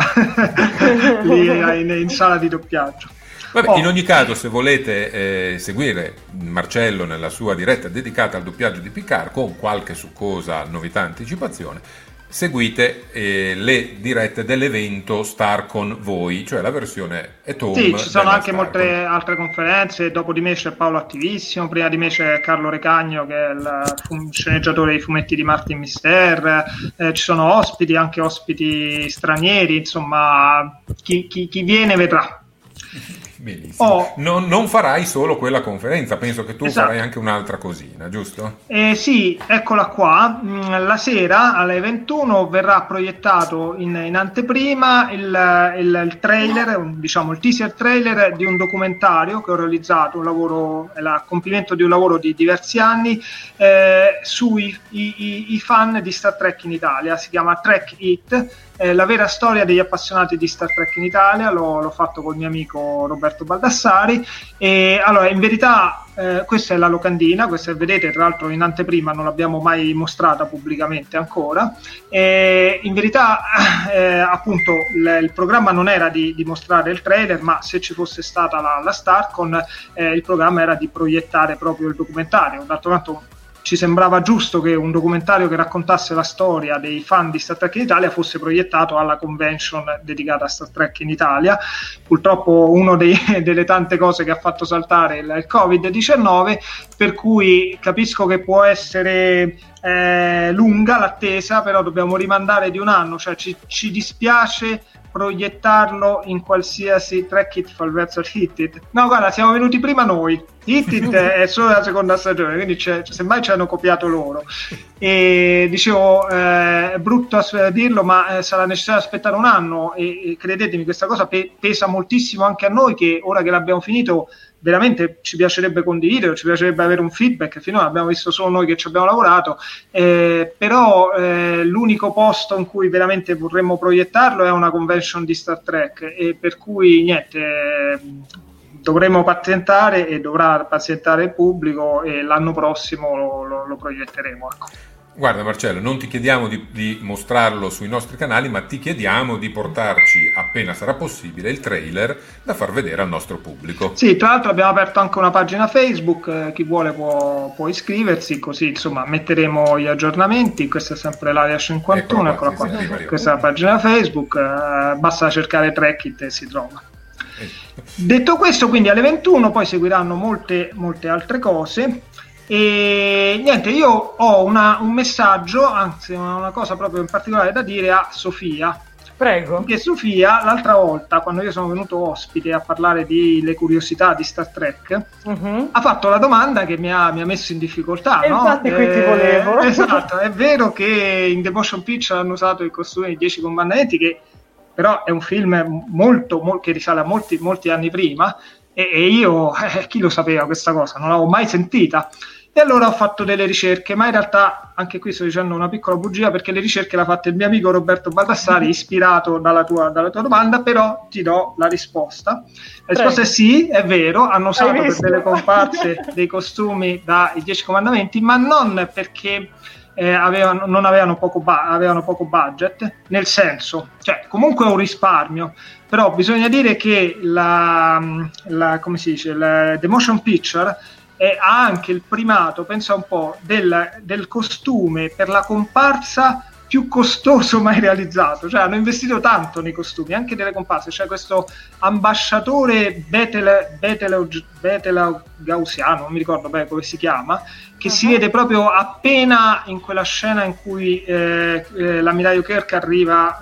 lì in sala di doppiaggio.
Vabbè, in ogni caso, se volete seguire Marcello nella sua diretta dedicata al doppiaggio di Picard con qualche succosa novità, anticipazione, seguite le dirette dell'evento Star con voi, cioè la versione Home.
Sì, ci sono anche molte altre conferenze. Dopo di me c'è Paolo Attivissimo, prima di me c'è Carlo Recagno, che è il sceneggiatore dei fumetti di Martin Mister, ci sono ospiti, anche ospiti stranieri, insomma chi viene vedrà.
Benissimo. Non farai solo quella conferenza, penso che tu farai anche un'altra cosina, giusto?
Sì, eccola qua. La sera alle 21 verrà proiettato in anteprima il trailer, diciamo il teaser trailer di un documentario che ho realizzato, è l'accompimento di un lavoro di diversi anni sui i fan di Star Trek in Italia. Si chiama Trek It. La vera storia degli appassionati di Star Trek in Italia, l'ho fatto col mio amico Roberto Baldassari, e allora in verità questa è la locandina, questa vedete, tra l'altro in anteprima non l'abbiamo mai mostrata pubblicamente ancora, in verità appunto il programma non era di mostrare il trailer, ma se ci fosse stata la Starcon il programma era di proiettare proprio il documentario. D'altro canto ci sembrava giusto che un documentario che raccontasse la storia dei fan di Star Trek in Italia fosse proiettato alla convention dedicata a Star Trek in Italia. Purtroppo una delle tante cose che ha fatto saltare il Covid-19, per cui capisco che può essere lunga l'attesa, però dobbiamo rimandare di un anno, cioè ci dispiace proiettarlo in qualsiasi Trek It fa il verso Hit It. No, guarda, siamo venuti prima noi. Hit It è solo la seconda stagione, quindi semmai ci hanno copiato loro. E dicevo, è brutto dirlo, ma sarà necessario aspettare un anno, e credetemi, questa cosa pesa moltissimo anche a noi, che ora che l'abbiamo finito veramente ci piacerebbe condividere, ci piacerebbe avere un feedback. Finora abbiamo visto solo noi che ci abbiamo lavorato, però l'unico posto in cui veramente vorremmo proiettarlo è una convention di Star Trek, e per cui niente, dovremo pazientare e dovrà pazientare il pubblico, e l'anno prossimo lo proietteremo, ecco.
Guarda Marcello, non ti chiediamo di mostrarlo sui nostri canali, ma ti chiediamo di portarci, appena sarà possibile, il trailer da far vedere al nostro pubblico.
Sì, tra l'altro abbiamo aperto anche una pagina Facebook, chi vuole può iscriversi, così insomma metteremo gli aggiornamenti. Questa è sempre l'Area 51, eccola qua. Questa è la pagina Facebook, basta cercare Trek It e si trova. Detto questo, quindi alle 21 poi seguiranno molte altre cose. E niente, io ho un messaggio, anzi una cosa proprio in particolare da dire a Sofia.
Prego.
Perché Sofia, l'altra volta, quando io sono venuto ospite a parlare di le curiosità di Star Trek, ha fatto la domanda che mi ha messo in difficoltà.
E
no?
infatti qui ti volevo.
Esatto, è vero che in The Motion Picture hanno usato i costumi di 10 Comandamenti, che però è un film molto che risale a molti anni prima, e io, chi lo sapeva questa cosa? Non l'avevo mai sentita. E allora ho fatto delle ricerche, ma in realtà anche qui sto dicendo una piccola bugia, perché le ricerche le ha fatte il mio amico Roberto Baldassari, ispirato dalla tua domanda, però ti do la risposta. La risposta è sì, è vero, hanno usato per delle comparse dei costumi dai 10 Comandamenti, ma non perché avevano poco budget, nel senso, cioè comunque è un risparmio, però bisogna dire che come si dice, The Motion Picture ha anche il primato, pensa un po', del costume per la comparsa più costoso mai realizzato, cioè hanno investito tanto nei costumi, anche delle comparse. C'è questo ambasciatore Betelgausiano, non mi ricordo bene come si chiama, che si vede proprio appena in quella scena in cui l'ammiraglio Kirk arriva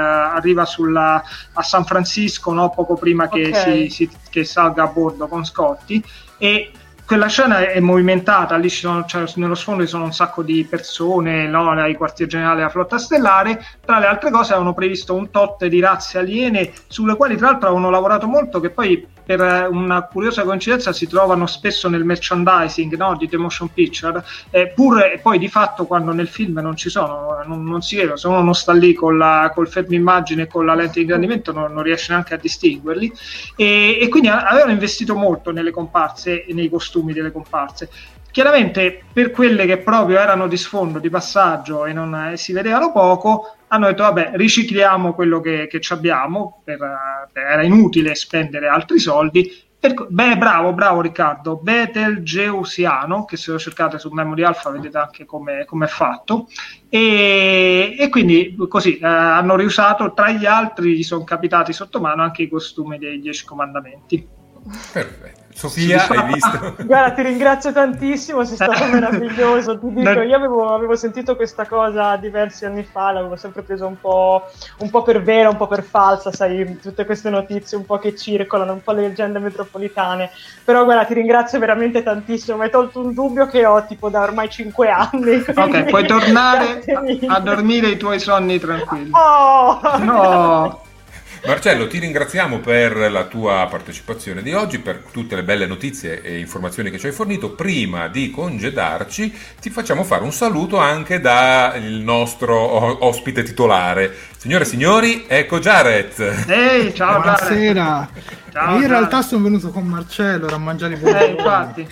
a San Francisco, no? Poco prima che salga a bordo con Scotty, e quella scena è movimentata, lì nello sfondo ci sono un sacco di persone, no? Ai quartier generali della flotta stellare. Tra le altre cose avevano previsto un tot di razze aliene, sulle quali tra l'altro avevano lavorato molto, che poi per una curiosa coincidenza si trovano spesso nel merchandising, no? Di The Motion Picture, pur poi di fatto quando nel film non ci sono, non si vedono, se uno non sta lì col fermo immagine e con la lente di ingrandimento non riesce neanche a distinguerli, e quindi avevano investito molto nelle comparse e nei costumi delle comparse. Chiaramente per quelle che proprio erano di sfondo, di passaggio e non si vedevano poco, hanno detto vabbè, ricicliamo quello che abbiamo, era inutile spendere altri soldi. Bravo Riccardo, Betelgeusiano, che se lo cercate su Memory Alpha vedete anche come è fatto, e quindi così hanno riusato, tra gli altri gli sono capitati sotto mano anche i costumi dei 10 Comandamenti.
Perfetto. Sofia, hai visto?
Guarda, ti ringrazio tantissimo, sei stato meraviglioso. Ti dico, io avevo sentito questa cosa diversi anni fa, l'avevo sempre presa un po' per vera, un po' per falsa, sai, tutte queste notizie un po' che circolano, un po' le leggende metropolitane. Però guarda, ti ringrazio veramente tantissimo, mi hai tolto un dubbio che ho tipo da ormai 5 anni.
Ok, puoi tornare a dormire i tuoi sonni tranquilli.
Oh!
No!
Marcello, ti ringraziamo per la tua partecipazione di oggi, per tutte le belle notizie e informazioni che ci hai fornito. Prima di congedarci, ti facciamo fare un saluto anche dal nostro ospite titolare. Signore e signori, ecco Jared.
Ehi, ciao.
Buonasera.
Ciao,
io in realtà sono venuto con Marcello a mangiare i buoni.
Infatti.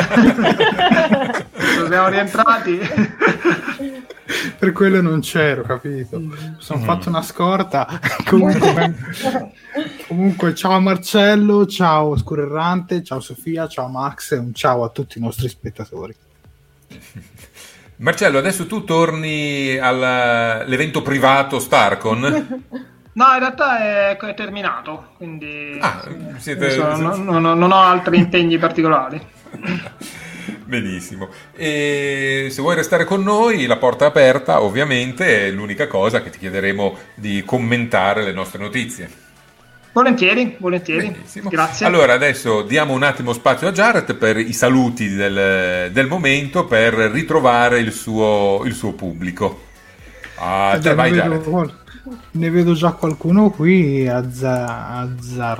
Siamo rientrati.
Per quello non c'ero, capito? Sono fatto una scorta. Comunque ciao Marcello, ciao Oscuro Errante, ciao Sofia, ciao Max e un ciao a tutti i nostri spettatori.
Marcello, adesso tu torni all'evento privato Starcon?
No, in realtà è terminato, quindi non ho altri impegni particolari.
Benissimo, e se vuoi restare con noi la porta è aperta, ovviamente è l'unica cosa che ti chiederemo di commentare le nostre notizie.
Volentieri. Benissimo. Grazie.
Allora adesso diamo un attimo spazio a Jared per i saluti del momento, per ritrovare il suo pubblico. Vai Jared.
Ne vedo già qualcuno qui, Azzaria.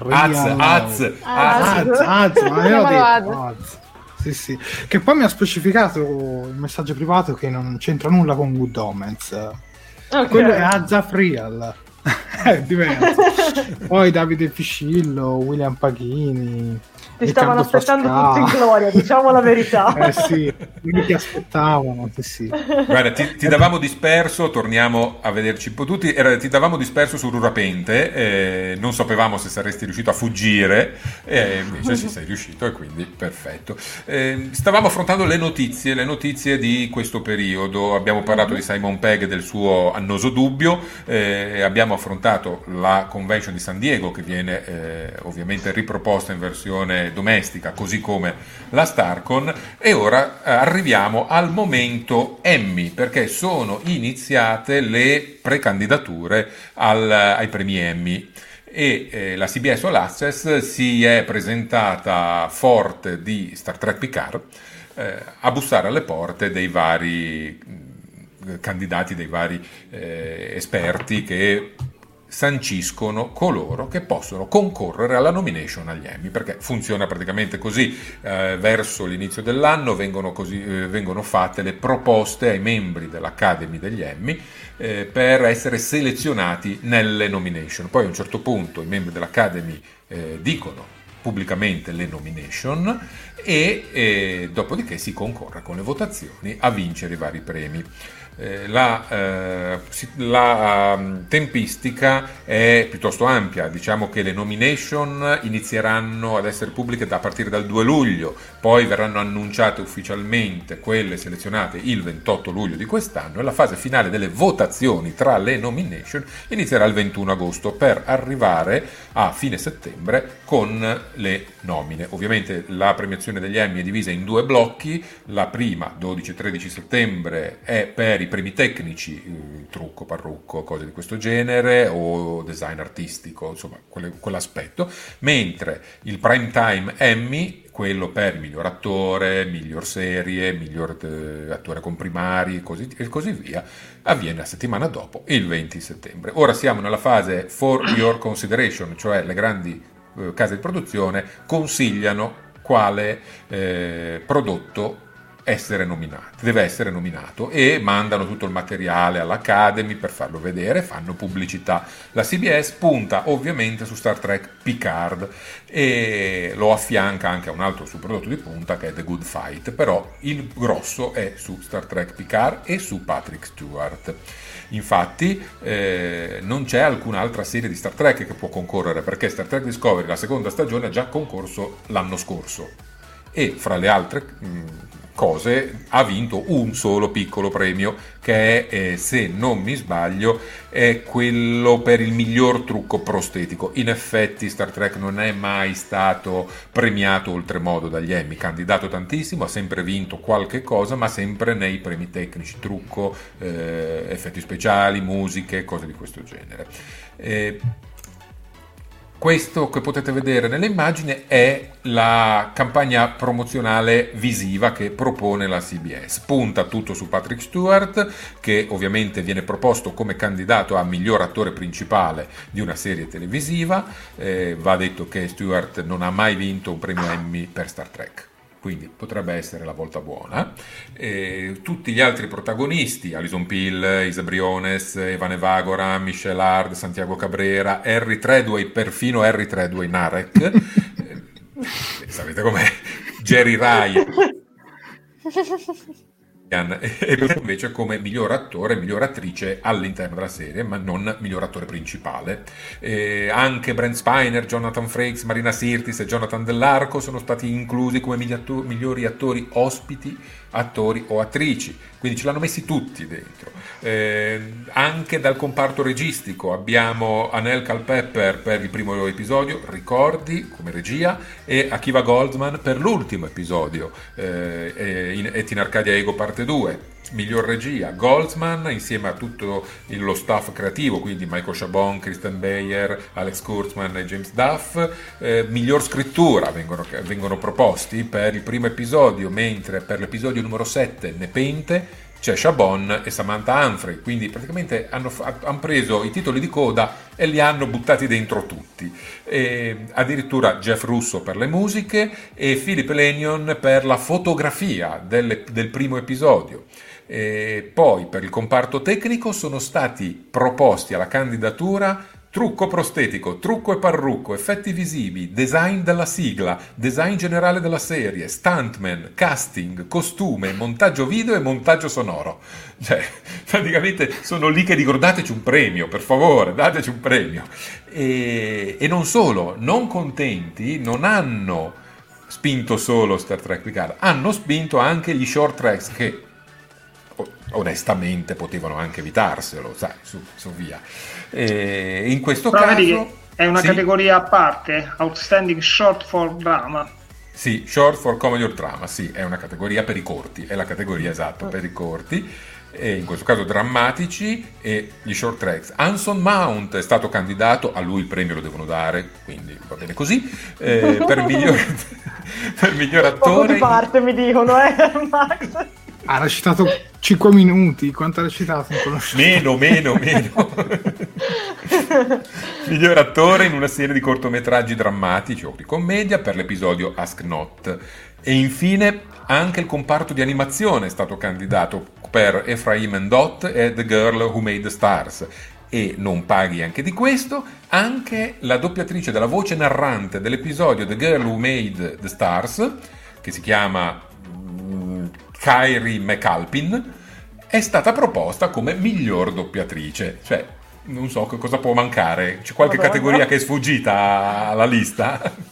Sì. Che poi mi ha specificato il messaggio privato che non c'entra nulla con Good Omens. Okay. Quello è Azafrial. È diverso. Poi Davide Piscillo, William Paghini.
Ti stavano aspettando tutti in gloria, diciamo la verità.
Sì, ti aspettavano. Sì.
Guarda, ti davamo disperso, torniamo a vederci un po' tutti. Ti davamo disperso su Rurapente, non sapevamo se saresti riuscito a fuggire, invece ci sei riuscito e quindi perfetto. Stavamo affrontando le notizie di questo periodo. Abbiamo parlato di Simon Pegg e del suo annoso dubbio, abbiamo affrontato citato la convention di San Diego, che viene ovviamente riproposta in versione domestica, così come la StarCon, e ora arriviamo al momento Emmy, perché sono iniziate le precandidature ai premi Emmy. E la CBS All Access si è presentata forte di Star Trek Picard a bussare alle porte dei vari candidati, dei vari esperti che sanciscono coloro che possono concorrere alla nomination agli Emmy, perché funziona praticamente così: verso l'inizio dell'anno vengono fatte le proposte ai membri dell'Academy degli Emmy per essere selezionati nelle nomination. Poi a un certo punto i membri dell'Academy dicono pubblicamente le nomination e dopodiché si concorre con le votazioni a vincere i vari premi. La tempistica è piuttosto ampia, diciamo che le nomination inizieranno ad essere pubbliche a partire dal 2 luglio, poi verranno annunciate ufficialmente quelle selezionate il 28 luglio di quest'anno, e la fase finale delle votazioni tra le nomination inizierà il 21 agosto per arrivare a fine settembre con le nomine. Ovviamente la premiazione degli Emmy è divisa in 2 blocchi: la prima 12-13 settembre è per i premi tecnici, trucco, parrucco, cose di questo genere, o design artistico, insomma quell'aspetto, mentre il prime time Emmy, quello per miglior attore, miglior serie, miglior attore comprimari e così via, avviene la settimana dopo, il 20 settembre. Ora siamo nella fase for your consideration, cioè le grandi case di produzione consigliano quale prodotto deve essere nominato, e mandano tutto il materiale all'Academy per farlo vedere, fanno pubblicità. La CBS punta ovviamente su Star Trek Picard e lo affianca anche a un altro suo prodotto di punta che è The Good Fight, però il grosso è su Star Trek Picard e su Patrick Stewart. Infatti non c'è alcun'altra serie di Star Trek che può concorrere, perché Star Trek Discovery, la seconda stagione, ha già concorso l'anno scorso e fra le altre cose ha vinto un solo piccolo premio, che è, se non mi sbaglio, è quello per il miglior trucco prostetico. In effetti Star Trek non è mai stato premiato oltremodo dagli Emmy, candidato tantissimo, ha sempre vinto qualche cosa, ma sempre nei premi tecnici, trucco, effetti speciali, musiche, cose di questo genere. Questo che potete vedere nelle immagini è la campagna promozionale visiva che propone la CBS. Punta tutto su Patrick Stewart, che ovviamente viene proposto come candidato a miglior attore principale di una serie televisiva. Va detto che Stewart non ha mai vinto un premio Emmy per Star Trek, quindi potrebbe essere la volta buona. Tutti gli altri protagonisti, Alison Pill, Isa Briones, Evan Evagoran, Michelle Hard, Santiago Cabrera, Harry Treadway, perfino Harry Treadway Narek, sapete com'è, Jerry Ryan, e invece come miglior attore e miglior attrice all'interno della serie, ma non miglior attore principale. Anche Brent Spiner, Jonathan Frakes, Marina Sirtis e Jonathan Dell'Arco sono stati inclusi come migliori attori ospiti, attori o attrici, quindi ce l'hanno messi tutti dentro. Anche dal comparto registico abbiamo Anel Culpepper per il primo episodio, Ricordi, come regia, e Akiva Goldsman per l'ultimo episodio, Et in Arcadia Ego parte 2. Miglior regia Goldsman insieme a tutto lo staff creativo, quindi Michael Chabon, Kristen Beyer, Alex Kurtzman e James Duff. Miglior scrittura vengono proposti per il primo episodio, mentre per l'episodio numero 7, Nepente, c'è Chabon e Samantha Humphrey, quindi praticamente hanno preso i titoli di coda e li hanno buttati dentro tutti. Addirittura Jeff Russo per le musiche e Philip Lenion per la fotografia del primo episodio. Poi per il comparto tecnico sono stati proposti alla candidatura trucco prostetico, trucco e parrucco, effetti visivi, design della sigla, design generale della serie, stuntman, casting, costume, montaggio video e montaggio sonoro. Cioè, praticamente sono lì che dicono: dateci un premio, per favore, dateci un premio. E non solo, non contenti, non hanno spinto solo Star Trek Picard, hanno spinto anche gli short tracks che onestamente potevano anche evitarselo, sai, su via. In questo
però
caso
è una categoria a parte, Outstanding Short Form Drama.
Sì, Short for Comedy or Drama, sì, è una categoria per i corti, è la categoria esatta per i corti, e in questo caso drammatici e gli short tracks. Anson Mount è stato candidato, a lui il premio lo devono dare, quindi va bene così, per miglior attore.
Poco di parte mi dicono, Max.
Ha recitato 5 minuti, quanto ha recitato?
Meno. Miglior attore in una serie di cortometraggi drammatici o di commedia per l'episodio Ask Not. E infine anche il comparto di animazione è stato candidato per Ephraim and Dot e The Girl Who Made the Stars. E non paghi anche di questo, anche la doppiatrice della voce narrante dell'episodio The Girl Who Made the Stars, che si chiama Kyrie McAlpin, è stata proposta come miglior doppiatrice. Cioè, non so che cosa può mancare. C'è qualche categoria che è sfuggita alla lista?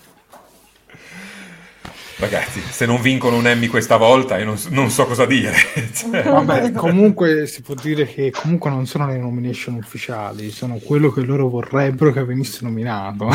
Ragazzi, se non vincono un Emmy questa volta, io non so cosa dire. Cioè...
Vabbè, comunque si può dire che comunque non sono le nomination ufficiali, sono quello che loro vorrebbero che venisse nominato.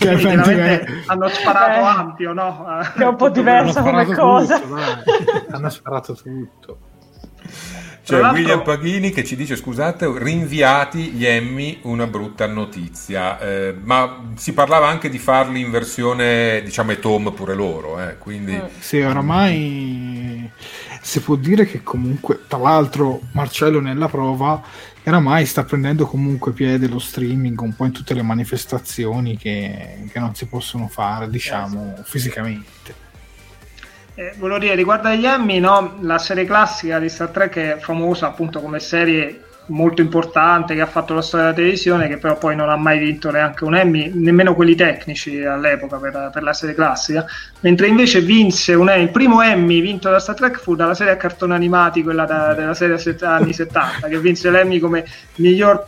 Hanno sparato ampio, no?
Che è un po' diversa come cosa.
Hanno sparato tutto.
C'è William Paghini che ci dice, scusate, rinviati gli Emmy, una brutta notizia, ma si parlava anche di farli in versione, diciamo, Tom pure loro, quindi...
Sì, oramai si può dire che comunque, tra l'altro Marcello nella prova, oramai sta prendendo comunque piede lo streaming un po' in tutte le manifestazioni che non si possono fare, diciamo, fisicamente.
Volevo dire, riguardo agli Emmy, no? La serie classica di Star Trek è famosa appunto come serie molto importante che ha fatto la storia della televisione, che però poi non ha mai vinto neanche un Emmy, nemmeno quelli tecnici all'epoca per la serie classica, mentre invece vinse il primo Emmy vinto da Star Trek fu dalla serie a cartoni animati, quella della serie anni 70, che vinse l'Emmy come miglior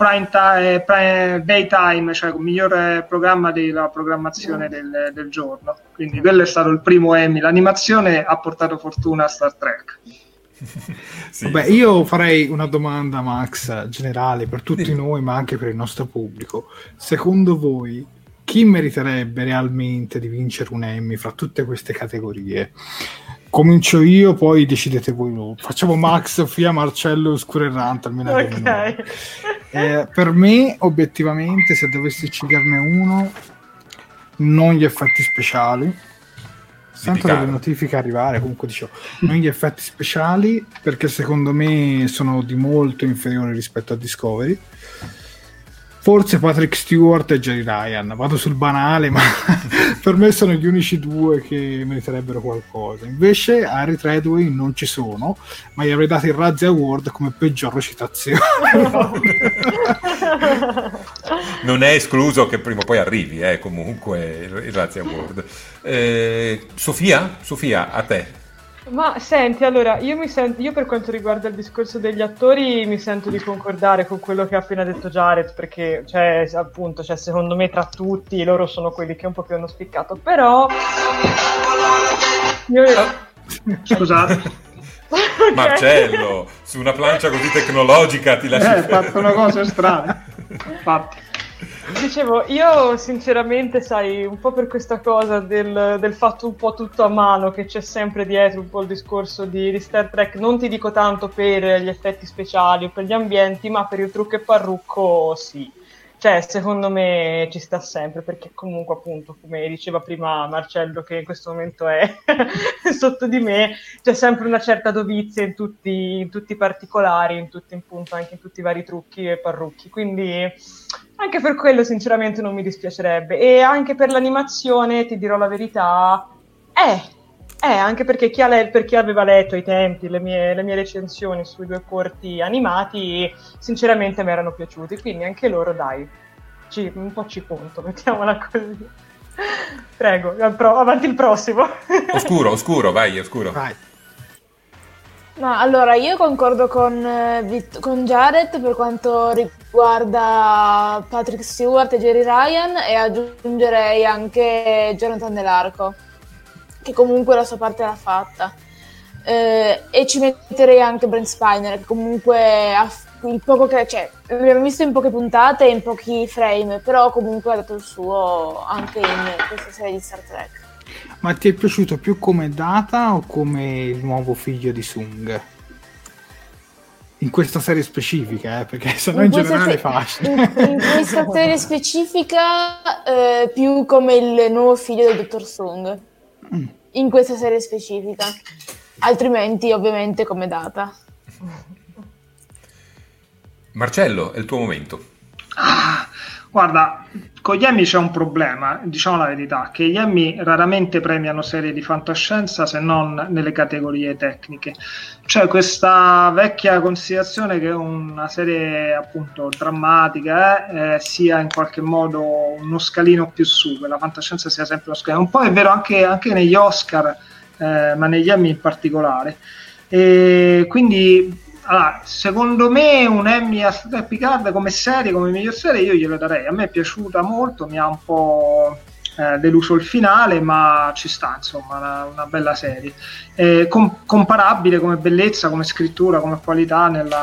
daytime, cioè miglior programma della programmazione del giorno. Quindi quello è stato il primo Emmy. L'animazione ha portato fortuna a Star Trek.
Sì. Vabbè, io farei una domanda, Max, generale per tutti noi, ma anche per il nostro pubblico. Secondo voi chi meriterebbe realmente di vincere un Emmy fra tutte queste categorie? Comincio io, poi decidete voi. Facciamo Max, Sofia, Marcello, Oscuro Errante, almeno per me, obiettivamente, se dovessi sceglierne uno, non gli effetti speciali. Sento delle notifiche arrivare, comunque dicevo, non gli effetti speciali, perché secondo me sono di molto inferiori rispetto a Discovery. Forse Patrick Stewart e Jerry Ryan, vado sul banale, ma per me sono gli unici due che meriterebbero qualcosa. Invece Harry Treadway non ci sono, ma gli avrei dato il Razzie Award come peggior recitazione.
Non è escluso che prima o poi arrivi, comunque il Razzie Award. Sofia, a te.
Ma senti, allora, io per quanto riguarda il discorso degli attori mi sento di concordare con quello che ha appena detto Jared, perché appunto, secondo me tra tutti loro sono quelli che un po' più hanno spiccato, però
scusate.
Okay.
Marcello, su una plancia così tecnologica ti lasci
hai fatto una cosa strana. Infatti.
Dicevo, io sinceramente, sai, un po' per questa cosa del fatto un po' tutto a mano che c'è sempre dietro un po' il discorso di Star Trek, non ti dico tanto per gli effetti speciali o per gli ambienti, ma per il trucco e parrucco sì. Cioè, secondo me ci sta sempre, perché comunque, appunto, come diceva prima Marcello, che in questo momento è sotto di me, c'è sempre una certa dovizia in tutti i particolari, appunto, anche in tutti i vari trucchi e parrucchi. Quindi anche per quello, sinceramente, non mi dispiacerebbe. E anche per l'animazione, ti dirò la verità, anche perché per chi aveva letto ai tempi le mie recensioni sui 2 corti animati, sinceramente mi erano piaciuti, quindi anche loro, dai, un po' ci conto, mettiamola così. Prego, avanti il prossimo.
Oscuro, vai, Oscuro.
Vai.
No, allora, io concordo con Jared per quanto riguarda Patrick Stewart e Jerry Ryan, e aggiungerei anche Jonathan Dell'Arco, che comunque la sua parte l'ha fatta. e ci metterei anche Brent Spiner, che comunque ha il poco che, cioè, l'abbiamo visto in poche puntate e in pochi frame, però comunque ha dato il suo anche in questa serie di Star Trek.
Ma ti è piaciuto più come Data o come il nuovo figlio di Sung? In questa serie specifica, perché sennò in generale è facile.
In questa serie specifica più come il nuovo figlio del dottor Sung. In questa serie specifica. Altrimenti ovviamente come Data.
Marcello, è il tuo momento.
Guarda, con gli Emmy c'è un problema, diciamo la verità, che gli Emmy raramente premiano serie di fantascienza se non nelle categorie tecniche. C'è questa vecchia considerazione che una serie appunto drammatica sia in qualche modo uno scalino più su, che la fantascienza sia sempre uno scalino. Un po' è vero anche negli Oscar, ma negli Emmy in particolare. E quindi... Allora, secondo me un Emmy a Star Trek Picard come serie, come miglior serie, io glielo darei. A me è piaciuta molto, mi ha un po' deluso il finale, ma ci sta, insomma, una bella serie. Comparabile come bellezza, come scrittura, come qualità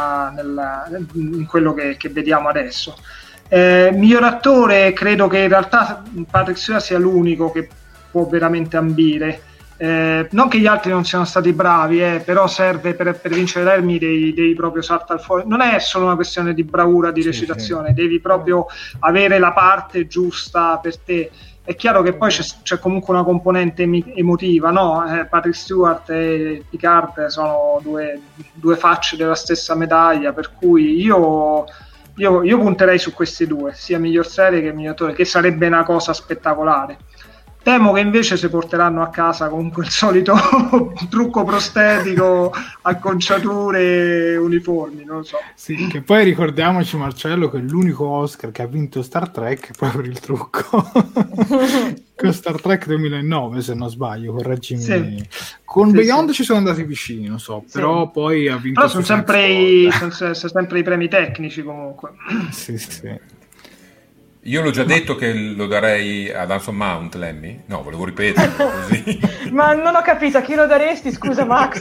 in quello che vediamo adesso. Miglior attore, credo che in realtà Patrick Stewart sia l'unico che può veramente ambire. Non che gli altri non siano stati bravi, però serve per vincere l'Emmy devi proprio saltare fuori. Non è solo una questione di bravura, di recitazione, devi proprio avere la parte giusta per te. È chiaro che poi c'è comunque una componente emotiva, no? Patrick Stewart e Picard sono due facce della stessa medaglia, per cui io punterei su questi due, sia miglior serie che miglior attore, che sarebbe una cosa spettacolare. Temo che invece si porteranno a casa comunque il solito trucco prostetico, acconciature, uniformi, non lo so.
Sì, che poi ricordiamoci, Marcello, che l'unico Oscar che ha vinto Star Trek è proprio il trucco. Con Star Trek 2009, se non sbaglio, correggimi. Sì. Con Beyond ci sono andati vicini, non so, però poi ha vinto...
Però sono sempre i premi tecnici comunque.
Sì, sì.
Io l'ho già detto che lo darei ad Anson Mount, l'Emmy? No, volevo ripeterlo così.
Ma non ho capito, a chi lo daresti, scusa Max?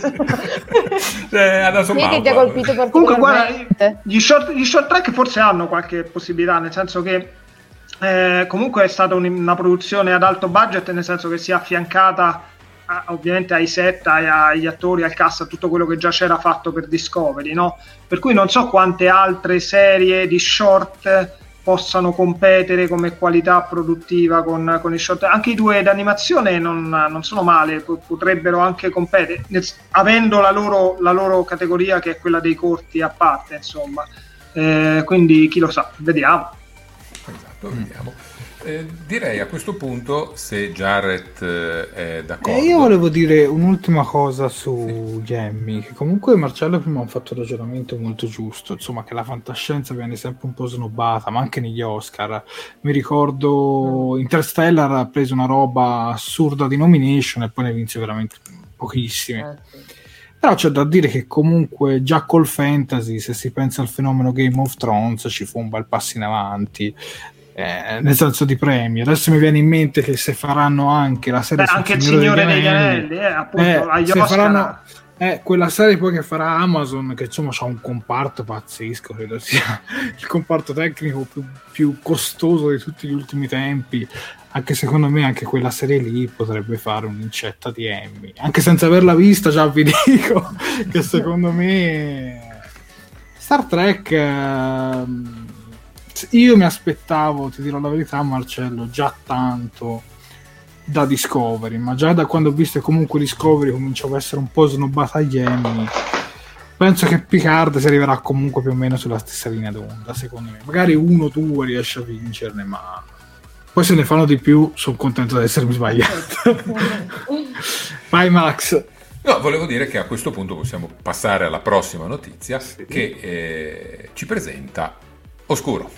Ad Anson Mount.
Che ti ha colpito particolarmente?
Comunque guarda, gli short track forse hanno qualche possibilità, nel senso che comunque è stata una produzione ad alto budget, nel senso che si è affiancata ovviamente ai set, agli attori, al cast, a tutto quello che già c'era fatto per Discovery, no? Per cui non so quante altre serie di short possano competere come qualità produttiva con i short. Anche i due d'animazione non sono male, potrebbero anche competere, avendo la loro categoria, che è quella dei corti a parte, insomma. Quindi chi lo sa, vediamo.
Esatto, vediamo. Direi a questo punto, se Jared è d'accordo.
Io volevo dire un'ultima cosa su Emmy, che comunque Marcello prima ha fatto un ragionamento molto giusto, insomma, che la fantascienza viene sempre un po' snobbata, ma anche negli Oscar. Mi ricordo Interstellar ha preso una roba assurda di nomination e poi ne vinse veramente pochissime. Però c'è da dire che comunque già col fantasy, se si pensa al fenomeno Game of Thrones, ci fu un bel passo in avanti. Nel senso di premi. Adesso mi viene in mente che se faranno anche la serie
anche il Signore degli Anelli, appunto agli Oscar, faranno,
quella serie poi che farà Amazon, che insomma c'ha un comparto pazzesco, credo sia il comparto tecnico più costoso di tutti gli ultimi tempi. Anche secondo me anche quella serie lì potrebbe fare un'incetta di Emmy, anche senza averla vista. Già vi dico che secondo me Star Trek io mi aspettavo, ti dirò la verità Marcello, già tanto da Discovery, ma già da quando ho visto che comunque Discovery cominciava a essere un po' snobbata agli Emmy, penso che Picard si arriverà comunque più o meno sulla stessa linea d'onda, secondo me. Magari 1 o 2 riesce a vincerne, ma poi se ne fanno di più sono contento di essermi sbagliato. Vai Max.
No, volevo dire che a questo punto possiamo passare alla prossima notizia, che ci presenta Oscuro.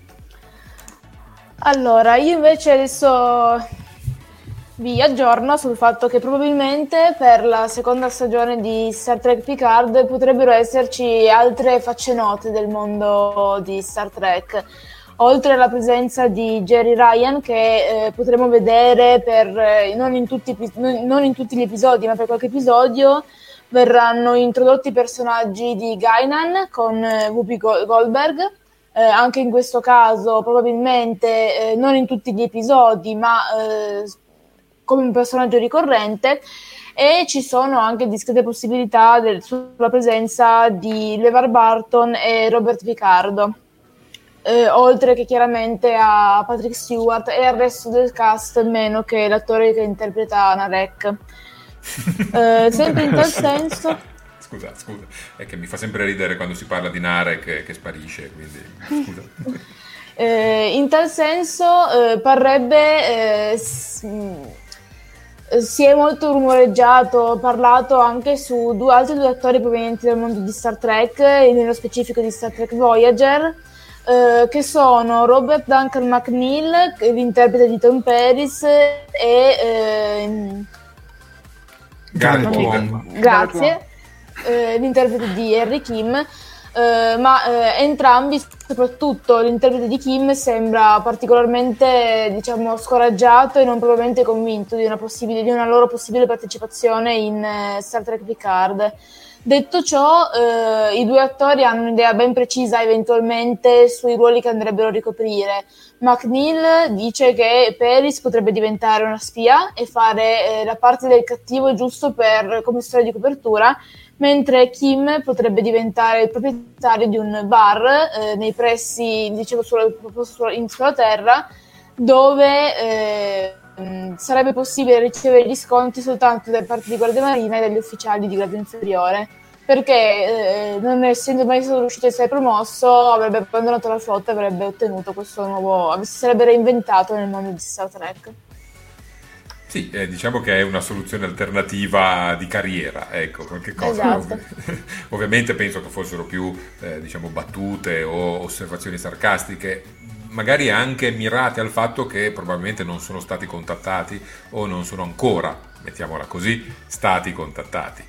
Allora, io invece adesso vi aggiorno sul fatto che probabilmente per la seconda stagione di Star Trek Picard potrebbero esserci altre facce note del mondo di Star Trek, oltre alla presenza di Jeri Ryan, che potremo vedere non in tutti gli episodi, ma per qualche episodio verranno introdotti i personaggi di Guinan con Whoopi Goldberg, anche in questo caso probabilmente non in tutti gli episodi, ma come un personaggio ricorrente, e ci sono anche discrete possibilità sulla presenza di LeVar Burton e Robert Picardo, oltre che chiaramente a Patrick Stewart e al resto del cast, meno che l'attore che interpreta Narek. Sempre in tal senso...
Scusa, è che mi fa sempre ridere quando si parla di Narek che sparisce, quindi scusa.
In tal senso parrebbe... si è molto rumoreggiato, parlato anche su altri due attori provenienti dal mondo di Star Trek, e nello specifico di Star Trek Voyager, che sono Robert Duncan McNeil, l'interprete di Tom Paris, e grazie, l'interprete di Harry Kim, ma entrambi, soprattutto l'interprete di Kim, sembra particolarmente, diciamo, scoraggiato e non probabilmente convinto di una loro possibile partecipazione in Star Trek Picard. Detto ciò, i due attori hanno un'idea ben precisa eventualmente sui ruoli che andrebbero a ricoprire. McNeil dice che Paris potrebbe diventare una spia e fare la parte del cattivo giusto come storia di copertura, mentre Kim potrebbe diventare il proprietario di un bar nei pressi, dicevo, sulla Terra, dove sarebbe possibile ricevere gli sconti soltanto da parte di Guardia Marina e dagli ufficiali di grado inferiore, perché non essendo mai stato riuscito a essere promosso, avrebbe abbandonato la flotta e avrebbe ottenuto questo nuovo, si sarebbe reinventato nel mondo di Star Trek.
Sì, diciamo che è una soluzione alternativa di carriera, ecco, qualche cosa.
Esatto.
Ovviamente penso che fossero più diciamo battute o osservazioni sarcastiche, magari anche mirate al fatto che probabilmente non sono stati contattati o non sono ancora, mettiamola così, stati contattati.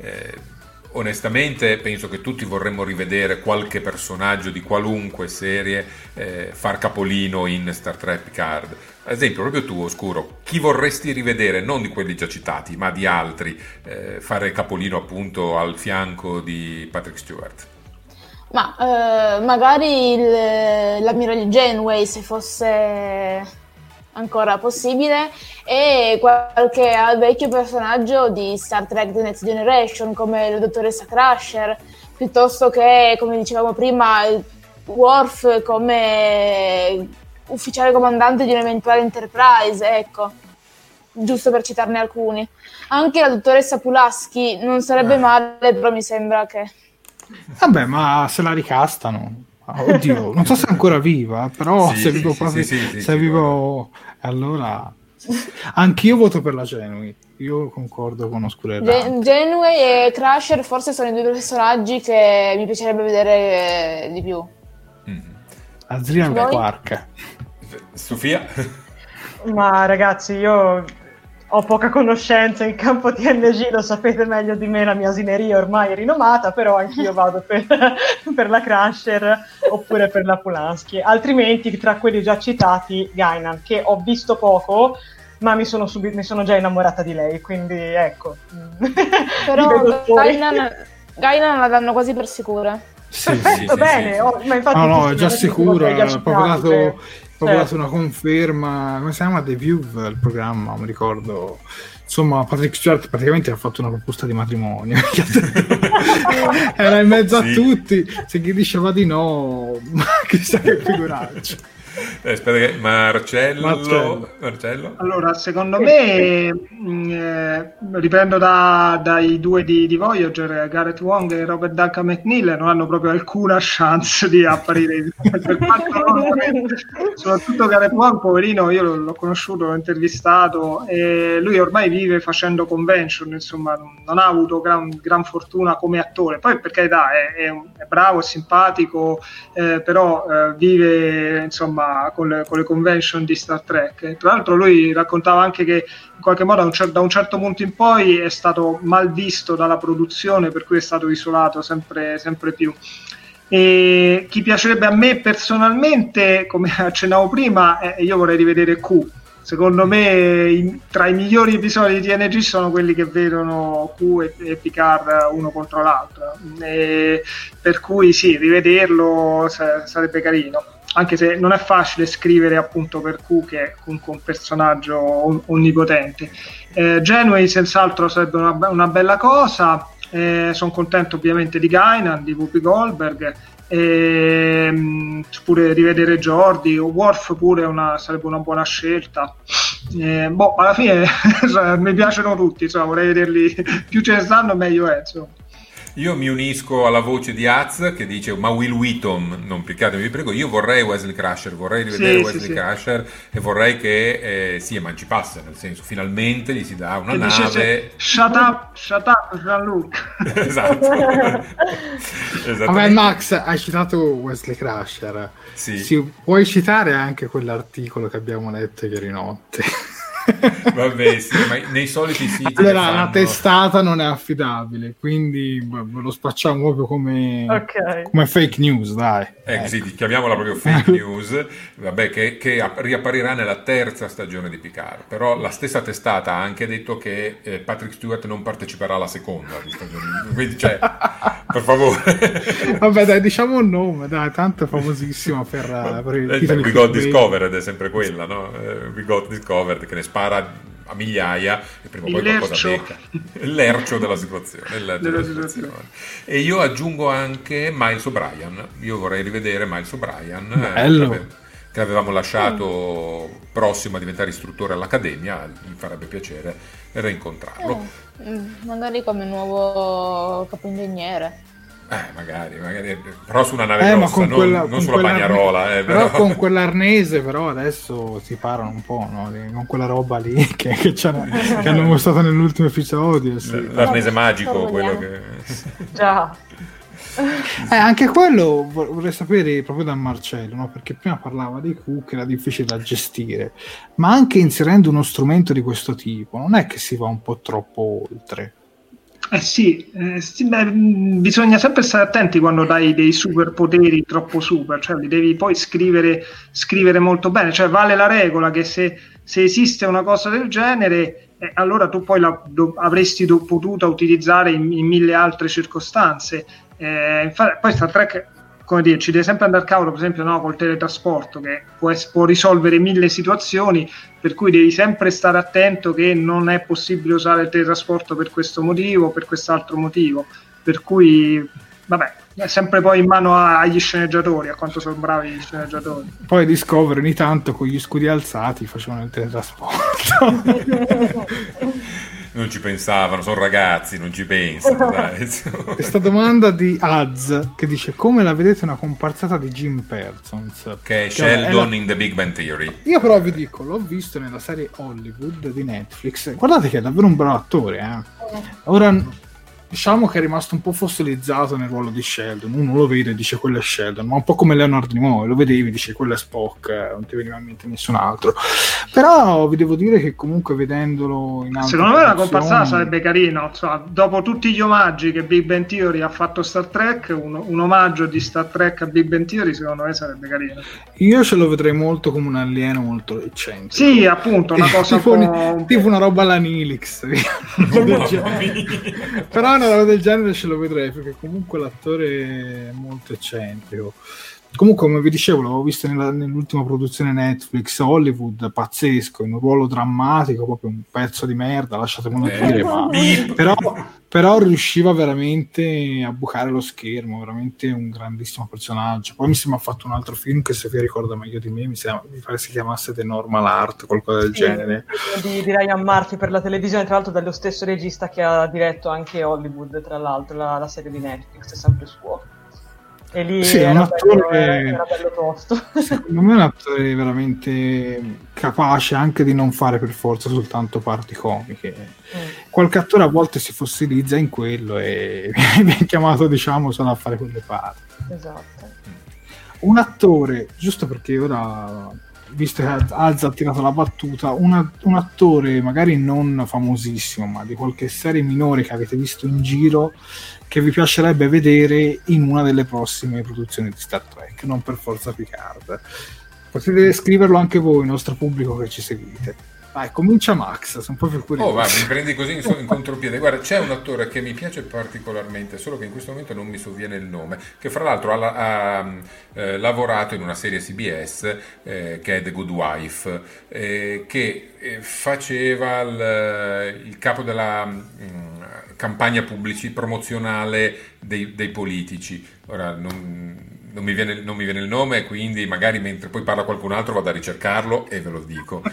Onestamente penso che tutti vorremmo rivedere qualche personaggio di qualunque serie far capolino in Star Trek Picard. Ad esempio, proprio tu, Oscuro, chi vorresti rivedere, non di quelli già citati, ma di altri, fare capolino appunto al fianco di Patrick Stewart?
Ma magari l'ammiraglio Janeway, se fosse ancora possibile, e qualche vecchio personaggio di Star Trek The Next Generation, come la dottoressa Crusher, piuttosto che, come dicevamo prima, Worf come ufficiale comandante di un'eventuale Enterprise, ecco, giusto per citarne alcuni. Anche la dottoressa Pulaski non sarebbe male, però mi sembra che...
Vabbè, ma se la ricastano. Oddio, non so se è ancora viva, però se vivo proprio, se vivo, allora anch'io voto per la Janeway. Io concordo con Oscuro.
Janeway e Crusher forse sono i due personaggi che mi piacerebbe vedere di più.
Azriel Quark.
Sofia?
Ma ragazzi, io ho poca conoscenza in campo TNG, lo sapete meglio di me, la mia asineria ormai è rinomata, però anch'io vado per la Crusher oppure per la Pulaski. Altrimenti, tra quelli già citati, Guinan, che ho visto poco, ma mi sono già innamorata di lei, quindi ecco.
Però Guinan la danno quasi per sicura.
Perfetto, bene. Ma infatti
no, è già sicura, proprio dato una conferma. Come si chiama? The View, il programma, non mi ricordo. Insomma, Patrick Stewart praticamente ha fatto una proposta di matrimonio. Era in mezzo a tutti. Se chi diceva di no, chissà che figuraggio.
Aspetta che Marcello.
Allora, secondo me riprendo dai due di Voyager, Gareth Wong e Robert Duncan McNeil non hanno proprio alcuna chance di apparire per quanto soprattutto Gareth Wong, poverino, io l'ho conosciuto, l'ho intervistato e lui ormai vive facendo convention, insomma non ha avuto gran fortuna come attore, poi per carità è bravo, è simpatico, però vive insomma con le convention di Star Trek. Tra l'altro lui raccontava anche che in qualche modo da un certo punto in poi è stato mal visto dalla produzione, per cui è stato isolato sempre più. E chi piacerebbe a me personalmente, come accennavo prima, io vorrei rivedere Q, secondo me tra i migliori episodi di TNG sono quelli che vedono Q e Picard uno contro l'altro, per cui sì, rivederlo sarebbe carino, anche se non è facile scrivere appunto per Q, che è comunque un personaggio onnipotente. Janeway senz'altro sarebbe una bella cosa. Sono contento ovviamente di Guinan, di Whoopi Goldberg, pure rivedere Geordi o Worf pure sarebbe una buona scelta. Alla fine mi piacciono tutti, insomma, vorrei vederli, più ce ne stanno meglio è, insomma.
Io mi unisco alla voce di Az che dice ma Will Wheaton, non piccatemi vi prego, io vorrei Wesley Crusher, vorrei rivedere Wesley Crusher e vorrei che si emancipasse, nel senso finalmente gli si dà una nave.
Shut up Jean-Luc.
Esatto.
Vabbè, Max, hai citato Wesley Crusher, sì. Puoi citare anche quell'articolo che abbiamo letto ieri notte.
Vabbè, sì, ma nei soliti siti
allora la testata non è affidabile, quindi ve lo spacciamo proprio come fake news, dai.
Sì, chiamiamola proprio fake news. Vabbè, che riapparirà nella terza stagione di Picard, però la stessa testata ha anche detto che Patrick Stewart non parteciperà alla seconda di stagione, quindi per favore. Vabbè,
dai, diciamo un nome, dai, tanto è famosissimo per il
We Got Discovered è sempre quella, no? We Got Discovered, che ne spara a migliaia e prima o poi qualcosa becca. L'ercio della situazione, E io aggiungo anche Miles O'Brien. Io vorrei rivedere Miles O'Brien, che avevamo lasciato prossimo a diventare istruttore all'Accademia. Mi farebbe piacere rincontrarlo,
magari come nuovo capoingegnere.
Magari, però su una nave grossa, non sulla bagnarola.
Però con quell'arnese, però adesso si parano un po', no? Con quella roba lì che hanno mostrato nell'ultimo episodio.
L'arnese magico, quello che...
Già.
Anche quello vorrei sapere proprio da Marcello, no? Perché prima parlava di Q che era difficile da gestire, ma anche inserendo uno strumento di questo tipo, non è che si va un po' troppo oltre?
Bisogna sempre stare attenti quando dai dei superpoteri troppo super, cioè li devi poi scrivere molto bene, cioè vale la regola che se esiste una cosa del genere, allora tu poi avresti potuto utilizzare in mille altre circostanze. Infatti, poi Star Trek, come dire, ci deve sempre andare cavolo, per esempio, no, col teletrasporto, che può risolvere mille situazioni, per cui devi sempre stare attento che non è possibile usare il teletrasporto per questo motivo o per quest'altro motivo, per cui vabbè, è sempre poi in mano agli sceneggiatori, a quanto sono bravi gli sceneggiatori.
Poi Discovery ogni tanto con gli scudi alzati facevano il teletrasporto.
Non ci pensavano, sono ragazzi, non ci pensano. Dai.
Questa domanda di Az che dice: come la vedete una comparsata di Jim Parsons?
Che è Sheldon in The Big Bang Theory.
Io però vi dico, l'ho visto nella serie Hollywood di Netflix. Guardate che è davvero un bravo attore, Ora diciamo che è rimasto un po' fossilizzato nel ruolo di Sheldon. Uno lo vede e dice quello è Sheldon, ma un po' come Leonard Nimoy, lo vedevi e dice quello è Spock, non ti veniva in mente nessun altro. Però vi devo dire che comunque vedendolo in altre
secondo me la comparsata sarebbe carino, insomma, dopo tutti gli omaggi che Big Bang Theory ha fatto a Star Trek, un omaggio di Star Trek a Big Bang Theory secondo me sarebbe carino.
Io ce lo vedrei molto come un alieno molto eccentrico.
Sì, appunto, una cosa
tipo una roba alla Nilix. Però una roba del genere ce lo vedrei, perché comunque l'attore è molto eccentrico. Comunque, come vi dicevo, l'avevo visto nell'ultima produzione Netflix Hollywood, pazzesco, in un ruolo drammatico, proprio un pezzo di merda, lasciatemelo dire, ma però riusciva veramente a bucare lo schermo, veramente un grandissimo personaggio. Poi mi sembra ha fatto un altro film che, se vi ricorda meglio di me, mi pare si chiamasse The Normal Art, qualcosa del genere.
Di Ryan Murphy per la televisione, tra l'altro dallo stesso regista che ha diretto anche Hollywood, tra l'altro, la serie di Netflix, è sempre suo. E lì
sì,
era bello tosto.
Secondo me è un attore veramente capace anche di non fare per forza soltanto parti comiche. Qualche attore a volte si fossilizza in quello e viene chiamato, diciamo, solo a fare quelle parti.
Esatto.
Un attore, giusto perché ora, visto che Alza ha tirato la battuta, un attore magari non famosissimo, ma di qualche serie minore che avete visto in giro, che vi piacerebbe vedere in una delle prossime produzioni di Star Trek, non per forza Picard. Potete scriverlo anche voi, il nostro pubblico che ci seguite. Vai, comincia Max, sono proprio curioso.
Oh, va, mi prendi così in contropiede. Guarda, c'è un attore che mi piace particolarmente, solo che in questo momento non mi sovviene il nome, che fra l'altro ha lavorato in una serie CBS che è The Good Wife, che faceva il capo della campagna promozionale dei politici. Ora non mi viene il nome, quindi magari mentre poi parla qualcun altro vado a ricercarlo e ve lo dico.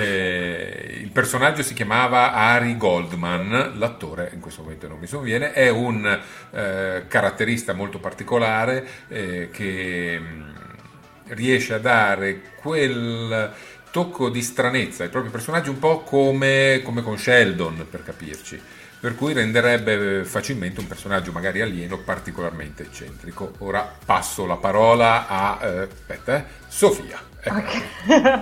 Il personaggio si chiamava Ari Goldman, l'attore in questo momento non mi sovviene, è un caratterista molto particolare che riesce a dare quel tocco di stranezza ai propri personaggi, un po' come con Sheldon, per capirci. Per cui renderebbe facilmente un personaggio magari alieno particolarmente eccentrico. Ora passo la parola a Sofia.
Okay.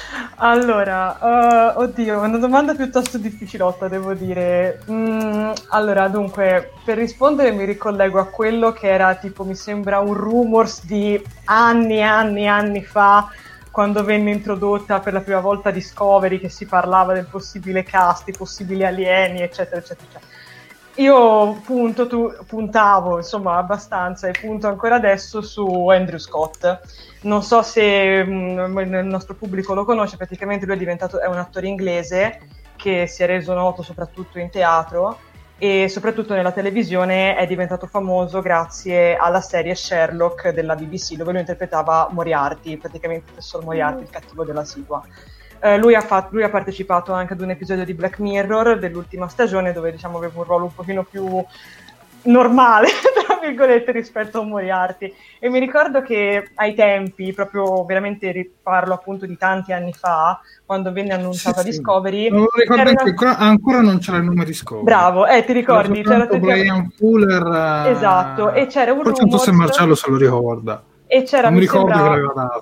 Allora, oddio, è una domanda piuttosto difficilotta, devo dire. Allora, dunque, per rispondere mi ricollego a quello che era tipo, mi sembra un rumors di anni fa, quando venne introdotta per la prima volta Discovery, che si parlava del possibile cast, i possibili alieni, eccetera, eccetera, eccetera. Io puntavo, insomma, abbastanza, e punto ancora adesso su Andrew Scott. Non so se il nostro pubblico lo conosce, praticamente lui è un attore inglese che si è reso noto soprattutto in teatro, e soprattutto nella televisione è diventato famoso grazie alla serie Sherlock della BBC, dove lui interpretava Moriarty, praticamente il professor Moriarty, il cattivo della sigla. Lui ha partecipato anche ad un episodio di Black Mirror dell'ultima stagione, dove diciamo aveva un ruolo un pochino più normale, tra virgolette, rispetto a Moriarty. E mi ricordo che ai tempi, proprio veramente parlo appunto di tanti anni fa, quando venne annunciata Discovery,
non ricordo ancora non c'era il nome Discovery.
Bravo, ti ricordi?
C'era Brian Fuller,
esatto, e c'era un rumor,
non so se Marcello se lo ricorda.
E c'era,
non mi ricordo che l'aveva dato.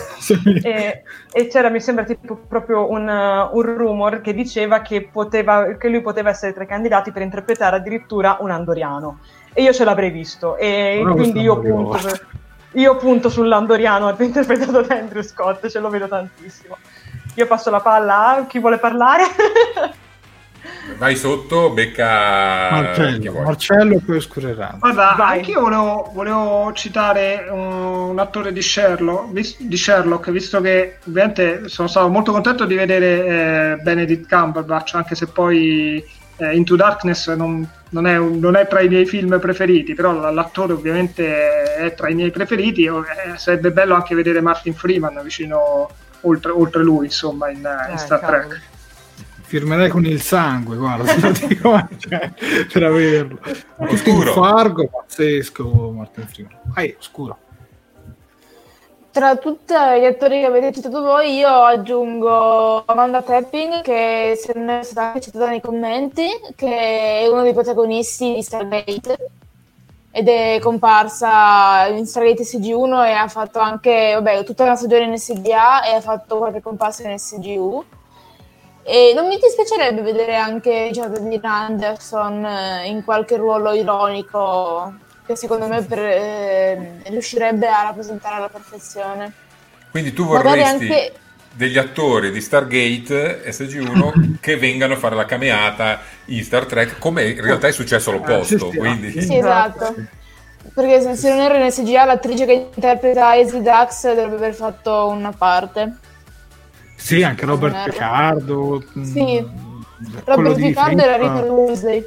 E c'era, mi sembra, tipo proprio un rumor che diceva che lui poteva essere tra i candidati per interpretare addirittura un andoriano, e io ce l'avrei visto, e quindi io punto sull'andoriano interpretato da Andrew Scott, ce lo vedo tantissimo. Io passo la palla a chi vuole parlare.
Vai sotto, becca
Marcello e poi oscurerà.
Guarda, anche io volevo citare un attore di Sherlock, visto che ovviamente sono stato molto contento di vedere Benedict Cumberbatch, anche se poi Into Darkness non è tra i miei film preferiti, però l'attore ovviamente è tra i miei preferiti. Sarebbe bello anche vedere Martin Freeman vicino, oltre lui, insomma, in Star Trek.
Firmerei con il sangue, guarda, per averlo. Tutto un Fargo pazzesco, Martin Freeman. Oscuro.
Tra tutti gli attori che avete citato voi, io aggiungo Amanda Tapping, che se non è stata anche citata nei commenti, che è uno dei protagonisti di Stargate, ed è comparsa in Stargate SG1 e ha fatto anche, tutta una stagione in SGA, e ha fatto qualche comparsa in SGU. E non mi dispiacerebbe vedere anche Jordan Anderson in qualche ruolo ironico, che secondo me riuscirebbe a rappresentare alla perfezione.
Quindi tu vorresti degli attori di Stargate SG1 che vengano a fare la cameata in Star Trek, come in realtà è successo l'opposto. Quindi.
Sì, esatto. Perché se non ero in SGA, l'attrice che interpreta Hazel Dax dovrebbe aver fatto una parte.
Sì, anche Robert Picardo.
Sì, Robert Picardo era Rita Weasley.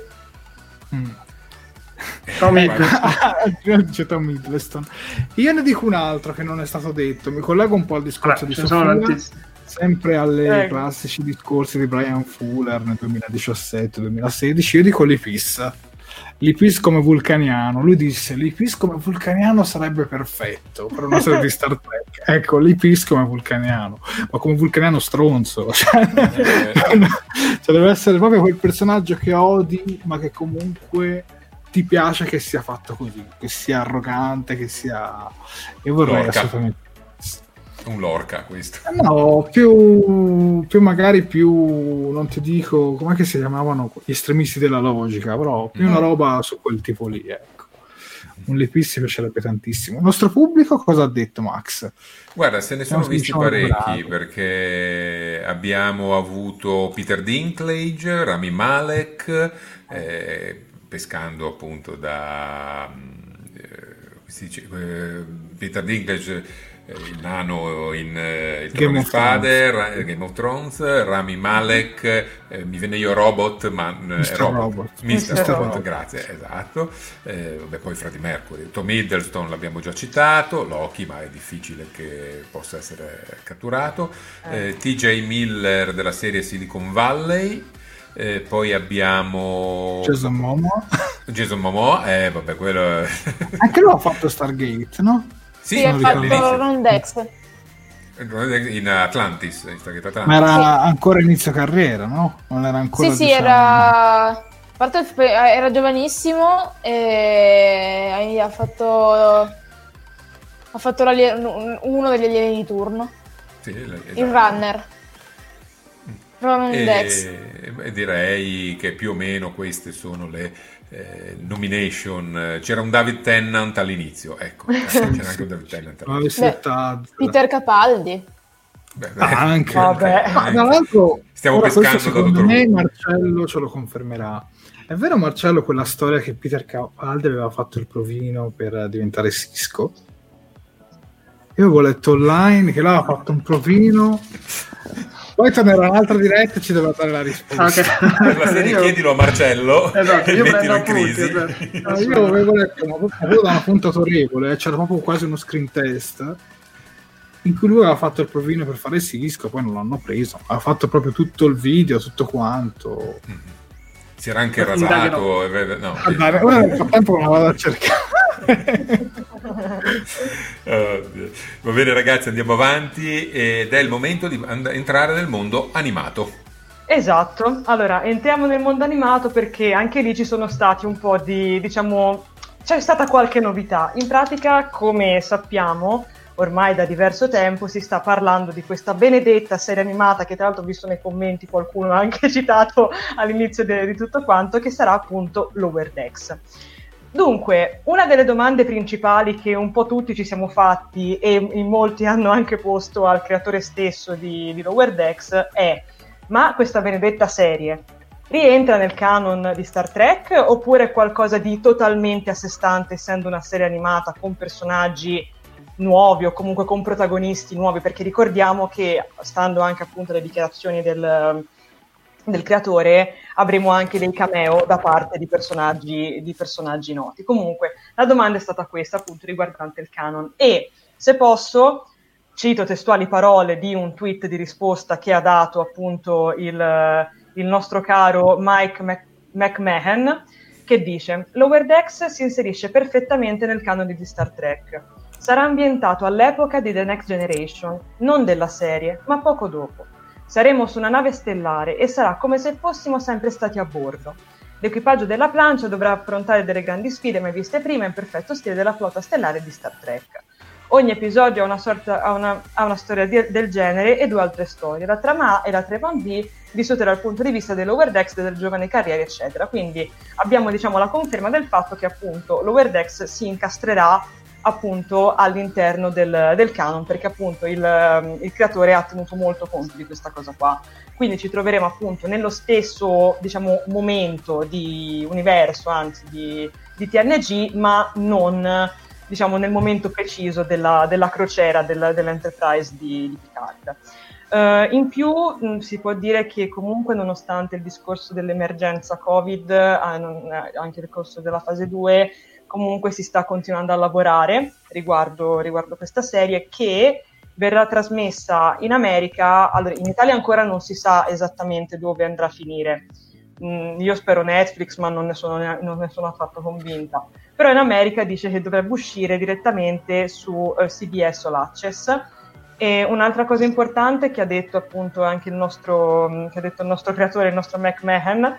C'è Tom Hiddleston. Io ne dico un altro che non è stato detto. Mi collego un po' al discorso di Sofia, sempre alle classici discorsi di Brian Fuller nel 2017-2016. Io dico L'Ipis come vulcaniano. Lui disse l'Ipis come vulcaniano sarebbe perfetto per una serie di Star Trek. Ecco, l'Ipis come vulcaniano, ma come vulcaniano stronzo, cioè deve essere proprio quel personaggio che odi, ma che comunque ti piace che sia fatto così, che sia arrogante, che sia... Io vorrei assolutamente
un Lorca questo.
No, più magari non ti dico com'è che si chiamavano gli estremisti della logica, però più una roba su quel tipo lì, ecco. Un Lipis piacerebbe tantissimo. Il nostro pubblico cosa ha detto, Max?
Guarda, se ne sono visti parecchi, perché abbiamo avuto Peter Dinklage, Rami Malek, pescando appunto da Peter Dinklage, il nano in il Trono di Spade, Game of Thrones, Rami Malek, mi viene io Robot, ma
Mr. Robot,
grazie, esatto. Vabbè, poi Freddie Mercury, Tom Hiddleston l'abbiamo già citato, Loki, ma è difficile che possa essere catturato, TJ Miller della serie Silicon Valley. Poi abbiamo
Jason
Momoa, vabbè, quello
anche lui ha fatto Stargate, no?
Sì, ha fatto Ron Dex
in Atlantis,
ma era ancora inizio carriera, no? Non era ancora,
sì, era giovanissimo e ha fatto uno degli alieni di turno, esatto. Il runner Ron Dex.
E direi che più o meno queste sono le nomination. C'era un David Tennant all'inizio, ecco, c'era anche un David Tennant all'inizio.
Peter Capaldi.
Anche.
Vabbè.
Tra l'altro,
stiamo pescando
secondo me Marcello ce lo confermerà. È vero, Marcello, quella storia che Peter Capaldi aveva fatto il provino per diventare Cisco? Io avevo letto online che lui aveva fatto un provino, poi tornerà un'altra diretta e ci dovrà dare la risposta.
Per la serie chiedilo a Marcello,
esatto,
e mettilo in crisi.
Io avevo letto da una fonte autorevole, c'era proprio quasi uno screen test in cui lui aveva fatto il provino per fare Cisco, poi non l'hanno preso, aveva fatto proprio tutto il video, tutto quanto.
Si era anche rasato.
Ora nel frattempo non la vado a cercare.
Va bene ragazzi, andiamo avanti ed è il momento di entrare nel mondo animato.
Esatto, allora entriamo nel mondo animato perché anche lì ci sono stati un po' di, diciamo, c'è stata qualche novità. In pratica, come sappiamo, ormai da diverso tempo si sta parlando di questa benedetta serie animata che tra l'altro ho visto nei commenti qualcuno ha anche citato all'inizio di tutto quanto, che sarà appunto Lower Decks. Dunque, una delle domande principali che un po' tutti ci siamo fatti e in molti hanno anche posto al creatore stesso di Lower Decks è: ma questa benedetta serie rientra nel canon di Star Trek oppure è qualcosa di totalmente a sé stante, essendo una serie animata con personaggi nuovi o comunque con protagonisti nuovi? Perché ricordiamo che, stando anche appunto alle dichiarazioni del creatore, avremo anche dei cameo da parte di personaggi noti. Comunque la domanda è stata questa, appunto, riguardante il canon, e se posso cito testuali parole di un tweet di risposta che ha dato appunto il nostro caro Mike McMahon, che dice: Lower Decks si inserisce perfettamente nel canon di Star Trek. Sarà ambientato all'epoca di The Next Generation, non della serie, ma poco dopo. Saremo su una nave stellare e sarà come se fossimo sempre stati a bordo. L'equipaggio della plancia dovrà affrontare delle grandi sfide mai viste prima in perfetto stile della flotta stellare di Star Trek. Ogni episodio ha una storia del genere e 2 altre storie, la trama A e la trama B, vissute dal punto di vista dei Lower Decks, del giovane carriere, eccetera. Quindi abbiamo, diciamo, la conferma del fatto che appunto Lower Decks si incastrerà appunto all'interno del canon, perché appunto il creatore ha tenuto molto conto di questa cosa qua. Quindi ci troveremo appunto nello stesso, diciamo, momento di universo, anzi di TNG, ma non, diciamo, nel momento preciso della crociera dell'Enterprise di Picard. In più si può dire che comunque, nonostante il discorso dell'emergenza Covid, anche il corso della fase 2, comunque si sta continuando a lavorare riguardo questa serie, che verrà trasmessa in America. Allora, in Italia ancora non si sa esattamente dove andrà a finire. Io spero Netflix, ma non ne sono affatto convinta. Però in America dice che dovrebbe uscire direttamente su CBS All Access. E un'altra cosa importante che ha detto appunto anche il nostro creatore, il nostro McMahon,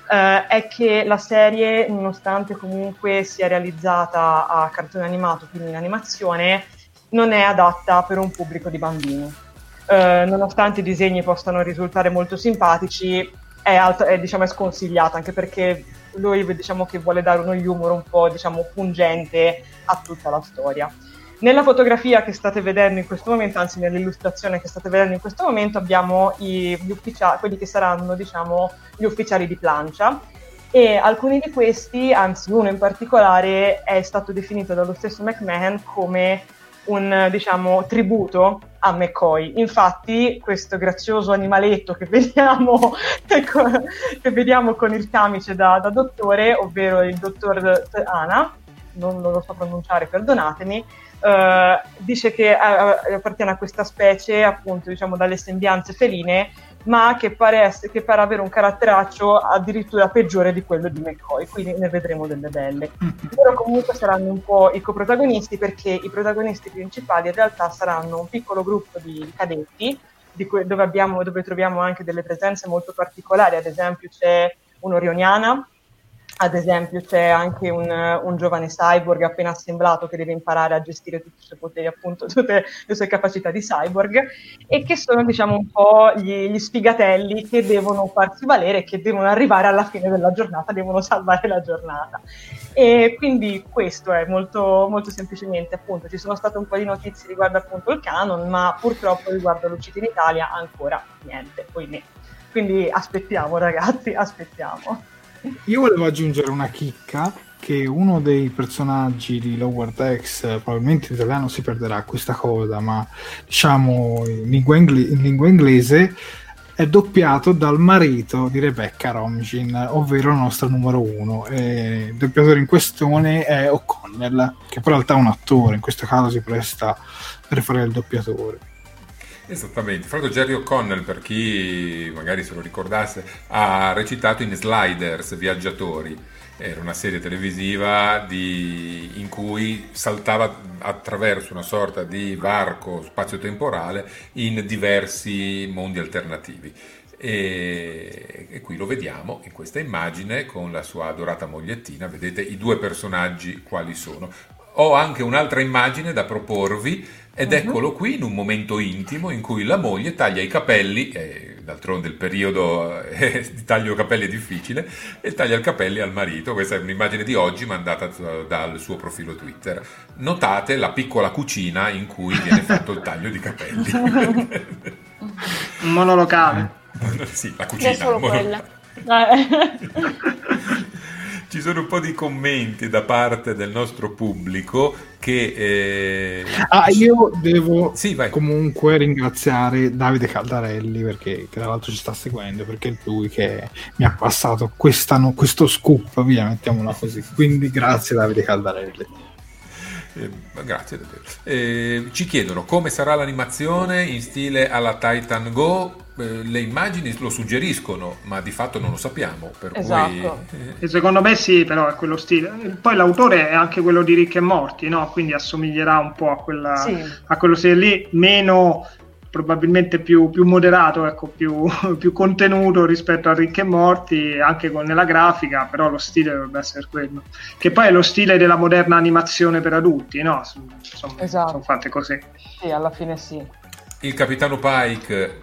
è che la serie, nonostante comunque sia realizzata a cartone animato, quindi in animazione, non è adatta per un pubblico di bambini. Nonostante i disegni possano risultare molto simpatici, è sconsigliata, anche perché lui diciamo che vuole dare uno humor un po' pungente a tutta la storia. Nella fotografia che state vedendo in questo momento, anzi nell'illustrazione che state vedendo in questo momento, abbiamo quelli che saranno gli ufficiali di plancia, e alcuni di questi, anzi uno in particolare, è stato definito dallo stesso McMahon come un tributo a McCoy. Infatti questo grazioso animaletto che vediamo con il camice da dottore, ovvero il dottor Ana, non lo so pronunciare, perdonatemi, dice che appartiene a questa specie appunto dalle sembianze feline, ma che pare avere un caratteraccio addirittura peggiore di quello di McCoy, quindi ne vedremo delle belle. Loro comunque saranno un po' i coprotagonisti, perché i protagonisti principali in realtà saranno un piccolo gruppo di cadetti, dove troviamo anche delle presenze molto particolari. Ad esempio c'è un'orioniana, ad esempio c'è anche un giovane cyborg appena assemblato che deve imparare a gestire tutti i suoi poteri, appunto tutte le sue capacità di cyborg, e che sono un po' gli sfigatelli che devono farsi valere e che devono arrivare alla fine della giornata, devono salvare la giornata. E quindi questo è molto, molto semplicemente, appunto, ci sono state un po' di notizie riguardo appunto il canon, ma purtroppo riguardo l'uscita in Italia ancora niente, quindi aspettiamo ragazzi, aspettiamo.
Io volevo aggiungere una chicca, che uno dei personaggi di Lower Decks, probabilmente in italiano si perderà questa cosa, ma in lingua inglese è doppiato dal marito di Rebecca Romijn, ovvero la nostra numero 1. Il doppiatore in questione è O'Connell, che poi in realtà è un attore, in questo caso si presta per fare il doppiatore.
Esattamente, fra l'altro Jerry O'Connell, per chi magari se lo ricordasse, ha recitato in Sliders Viaggiatori. Era una serie televisiva in cui saltava attraverso una sorta di varco spazio-temporale in diversi mondi alternativi. E qui lo vediamo in questa immagine con la sua adorata mogliettina. Vedete i due personaggi quali sono. Ho anche un'altra immagine da proporvi, ed eccolo qui in un momento intimo in cui la moglie taglia i capelli, d'altronde il periodo di taglio capelli è difficile, e taglia i capelli al marito. Questa è un'immagine di oggi mandata dal suo profilo Twitter. Notate la piccola cucina in cui viene fatto il taglio di capelli.
Un monolocale.
Sì, la cucina.
È solo quella.
Ci sono un po' di commenti da parte del nostro pubblico che...
io devo comunque ringraziare Davide Caldarelli, perché tra l'altro ci sta seguendo, perché è lui che mi ha passato questo scoop, via, mettiamola così. Quindi grazie Davide Caldarelli.
Grazie davvero. Ci chiedono come sarà l'animazione in stile alla Titan Go. Le immagini lo suggeriscono, ma di fatto non lo sappiamo, per
esatto.
cui
e secondo me sì, però è quello stile. Poi l'autore è anche quello di Rick e Morty, no? Quindi assomiglierà un po' a quello stile lì, meno, probabilmente più moderato, ecco, più contenuto rispetto a Rick e Morty, anche nella grafica, però lo stile dovrebbe essere quello, che poi è lo stile della moderna animazione per adulti, no? Insomma, sono fatte così.
Sì, alla fine sì.
Il capitano Pike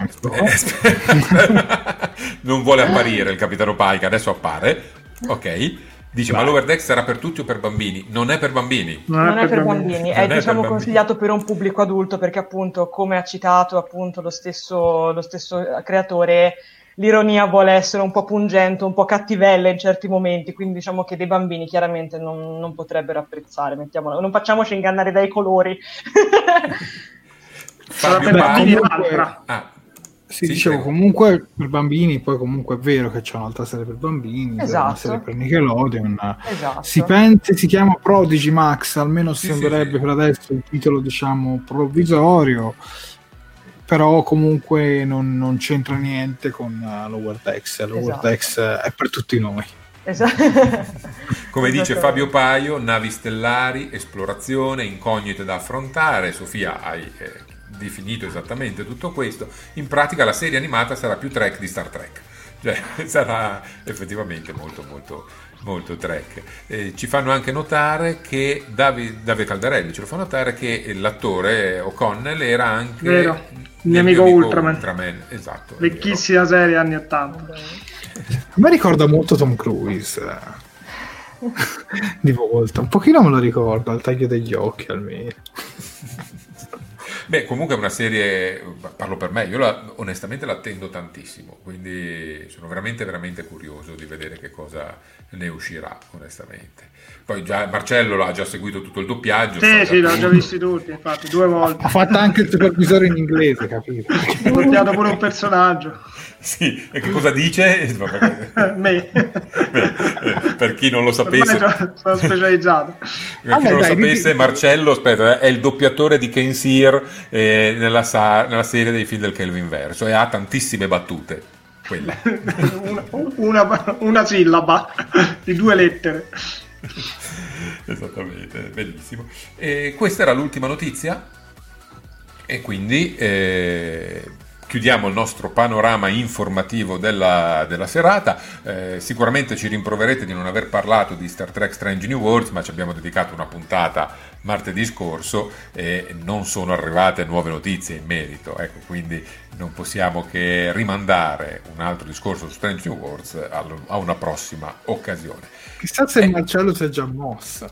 non vuole apparire, il capitano Pike adesso appare, ok, dice ma Lower Decks sarà per tutti o per bambini? Non è per bambini,
non è per bambini, è consigliato per un pubblico adulto, perché appunto, come ha citato appunto lo stesso creatore, l'ironia vuole essere un po' pungente, un po' cattivella in certi momenti, quindi diciamo che dei bambini chiaramente non potrebbero apprezzare, mettiamola, non facciamoci ingannare dai colori.
Dicevo, comunque per bambini, poi comunque è vero che c'è un'altra serie per bambini, una serie per Nickelodeon, si chiama Prodigy Max, almeno sembrerebbe per adesso il titolo provvisorio, però comunque non c'entra niente con Lower Decks. Lower Decks è per tutti noi.
Come dice Fabio Paio, navi stellari, esplorazione, incognite da affrontare. Sofia, hai definito esattamente tutto questo. In pratica la serie animata sarà più Trek di Star Trek, cioè sarà effettivamente molto molto molto Trek. Ci fanno anche notare che Davide Caldarelli ce lo fa notare che l'attore O'Connell era anche
Nemico Ultraman.
Esatto.
Vecchissima serie anni 80.
A me ricorda molto Tom Cruise. Di volta. Un pochino me lo ricordo, al taglio degli occhi almeno.
Beh, comunque è una serie, parlo per me, io onestamente l'attendo tantissimo, quindi sono veramente veramente curioso di vedere che cosa ne uscirà, onestamente. Poi già Marcello l'ha già seguito tutto il doppiaggio.
Sì, l'ho già visti tutti, infatti, 2 volte.
Ha fatto anche il supervisore in inglese, capito?
Ho doppiato pure un personaggio.
Sì, e che cosa dice?
Me.
Per chi non lo sapesse,
sono specializzato.
Per chi non lo sapesse, Marcello, aspetta, è il doppiatore di Ken Sear nella serie dei film del Kelvinverso e ha tantissime battute. Quella.
una sillaba di 2 lettere.
Esattamente, bellissimo. E questa era l'ultima notizia e quindi chiudiamo il nostro panorama informativo della serata. Sicuramente ci rimproverete di non aver parlato di Star Trek Strange New Worlds, ma ci abbiamo dedicato una puntata martedì scorso e non sono arrivate nuove notizie in merito, ecco, quindi non possiamo che rimandare un altro discorso su Strange New Worlds a una prossima occasione.
Chissà se Marcello si è già mossa.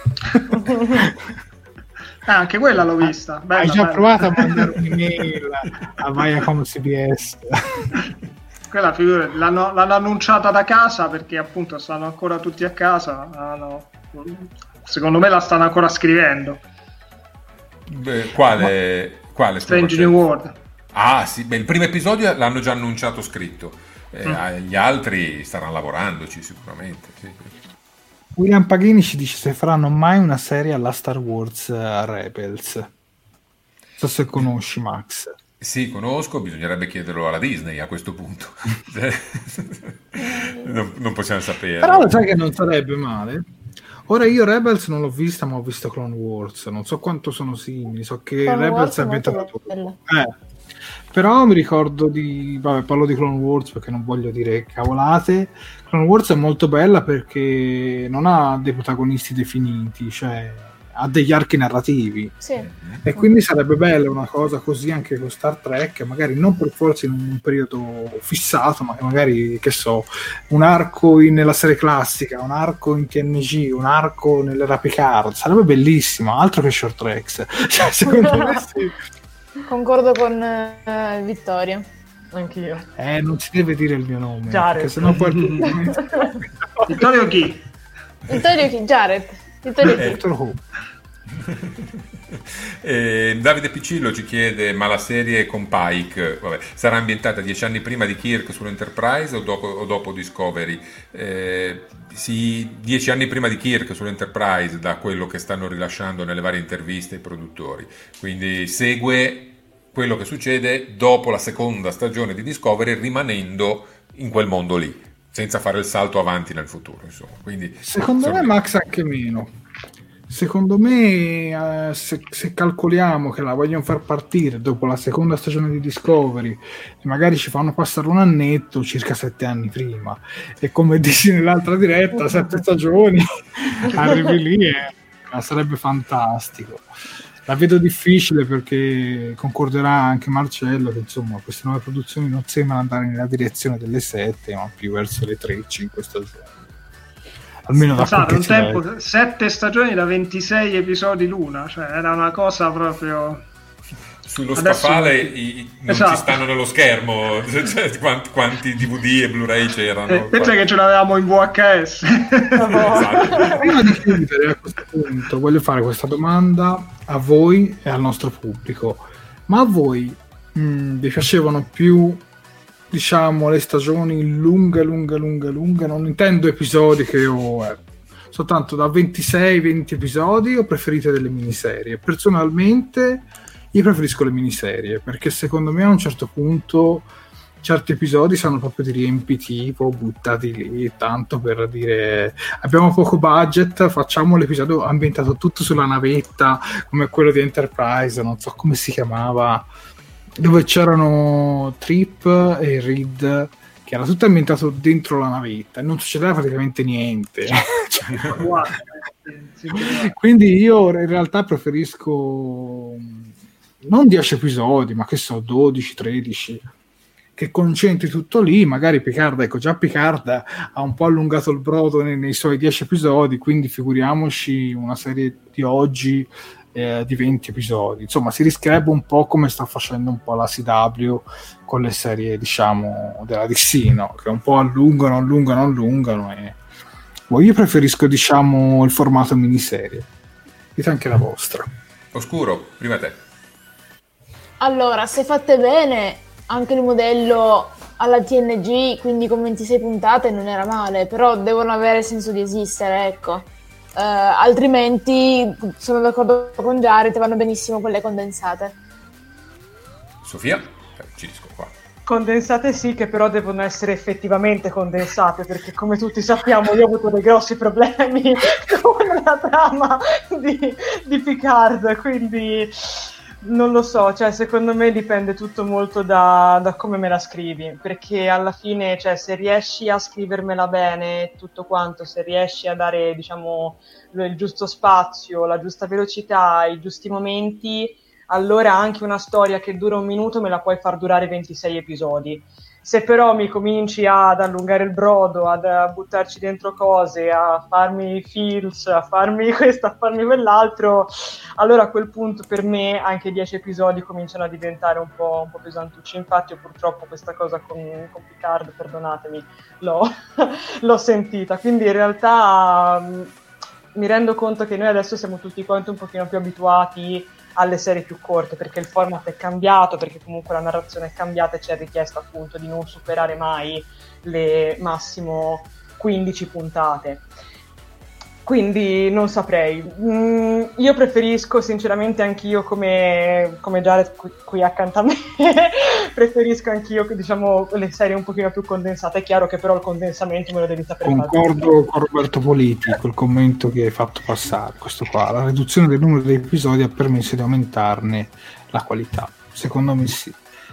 Anche quella l'ho vista. Bella,
hai già provato a mandare un'email a Viacom CBS?
Quella figura l'hanno annunciata da casa perché appunto stanno ancora tutti a casa. Secondo me la stanno ancora scrivendo.
Quale
Strange New World.
Ah sì, il primo episodio l'hanno già annunciato scritto, gli altri staranno lavorandoci sicuramente, sì.
William Paghini ci dice se faranno mai una serie alla Star Wars Rebels. Non so se conosci, Max.
Sì, conosco, bisognerebbe chiederlo alla Disney a questo punto. non possiamo sapere.
Però lo sai che non sarebbe male. Ora io Rebels non l'ho vista, ma ho visto Clone Wars. Non so quanto sono simili, so che
Clone
Rebels
Wars
è ambientato. Però mi ricordo parlo di Clone Wars perché non voglio dire cavolate. Clone Wars è molto bella perché non ha dei protagonisti definiti, cioè ha degli archi narrativi,
sì.
E quindi sarebbe bella una cosa così anche con Star Trek, magari non per forza in un periodo fissato, ma magari, che so, un arco nella serie classica, un arco in TNG, un arco nell'era Picard, sarebbe bellissimo, altro che Short Tracks. Cioè, secondo me sì.
Concordo con Vittorio.
Anch'io.
Non si deve dire il mio nome,
Jared.
perché sennò poi
Vittorio chi?
Vittorio chi? Jared. Vittorio chi?
Davide Piccillo ci chiede: ma la serie con Pike sarà ambientata 10 anni prima di Kirk sull'Enterprise o dopo Discovery? Sì, 10 anni prima di Kirk sull'Enterprise, da quello che stanno rilasciando nelle varie interviste i produttori, quindi segue quello che succede dopo la seconda stagione di Discovery, rimanendo in quel mondo lì, senza fare il salto avanti nel futuro, insomma. Quindi,
secondo me Max anche meno. Secondo me se calcoliamo che la vogliono far partire dopo la seconda stagione di Discovery e magari ci fanno passare un annetto, circa 7 anni prima, e come dici nell'altra diretta 7 stagioni arrivi lì sarebbe fantastico. La vedo difficile perché concorderà anche Marcello che insomma queste nuove produzioni non sembrano andare nella direzione delle 7 ma più verso le 3-5 stagioni. Almeno da
un tempo 7 stagioni da 26 episodi l'una, cioè era una cosa proprio.
Sullo scaffale non ci stanno nello schermo, cioè, quanti DVD e Blu-ray c'erano.
Pensa che ce l'avevamo in VHS.
Esatto. Prima di chiudere a questo punto voglio fare questa domanda a voi e al nostro pubblico: ma a voi vi piacevano più, diciamo, le stagioni lunghe, non intendo episodiche soltanto da 26-20 episodi, o preferite delle miniserie? Personalmente io preferisco le miniserie perché secondo me a un certo punto certi episodi sono proprio di riempitivo, buttati lì tanto per dire abbiamo poco budget, facciamo l'episodio ambientato tutto sulla navetta come quello di Enterprise, non so come si chiamava, dove c'erano Trip e Reed, che era tutto ambientato dentro la navetta e non succedeva praticamente niente. Quindi io in realtà preferisco non 10 episodi, ma che so, 12, 13, che concentri tutto lì. Magari Picard, ecco, già Picard ha un po' allungato il brodo nei suoi 10 episodi, quindi figuriamoci una serie di oggi di 20 episodi. Insomma, si rischierebbe un po' come sta facendo un po' la CW con le serie, diciamo, della DC, no? Che un po' allungano e io preferisco, diciamo, il formato miniserie. Dite anche la vostra.
Oscuro, prima te.
Allora, se fatte bene, anche il modello alla TNG, quindi con 26 puntate, non era male, però devono avere senso di esistere, ecco. Altrimenti, sono d'accordo con Jared, vanno benissimo quelle condensate.
Sofia? Ci disco qua.
Condensate sì, che però devono essere effettivamente condensate, perché come tutti sappiamo io ho avuto dei grossi problemi con la trama di Picard, quindi non lo so, cioè secondo me dipende tutto molto da come me la scrivi, perché alla fine, cioè, se riesci a scrivermela bene tutto quanto, se riesci a dare, diciamo, il giusto spazio, la giusta velocità, i giusti momenti, allora anche una storia che dura 1 minuto me la puoi far durare 26 episodi. Se però mi cominci ad allungare il brodo, ad buttarci dentro cose, a farmi feels, a farmi questo, a farmi quell'altro, allora a quel punto per me anche 10 episodi cominciano a diventare un po' pesantucci. Infatti io purtroppo questa cosa con Picard, perdonatemi, l'ho sentita. Quindi in realtà mi rendo conto che noi adesso siamo tutti quanti un pochino più abituati alle serie più corte, perché il format è cambiato, perché comunque la narrazione è cambiata e c'è richiesta appunto di non superare mai le massimo 15 puntate. Quindi non saprei. Io preferisco sinceramente anch'io, come Jared qui accanto a me, preferisco anch'io, diciamo, le serie un pochino più condensate. È chiaro che però il condensamento me lo devi sapere.
Concordo con Roberto Politi, col commento che hai fatto passare, questo qua. La riduzione del numero degli episodi ha permesso di aumentarne la qualità. Secondo me sì.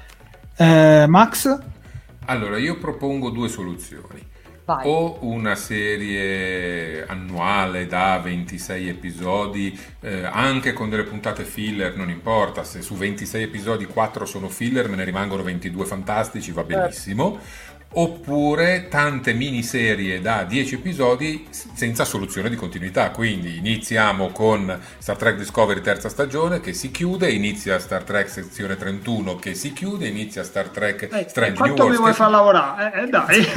Max?
Allora, io propongo 2 soluzioni.
Vai.
O una serie annuale da 26 episodi, anche con delle puntate filler, non importa, se su 26 episodi 4 sono filler, me ne rimangono 22 fantastici, va benissimo. Oppure tante miniserie da 10 episodi senza soluzione di continuità. Quindi iniziamo con Star Trek Discovery terza stagione che si chiude, inizia Star Trek sezione 31 che si chiude, inizia Star Trek Strange New Worlds.
Quanto mi vuoi far lavorare? Dai.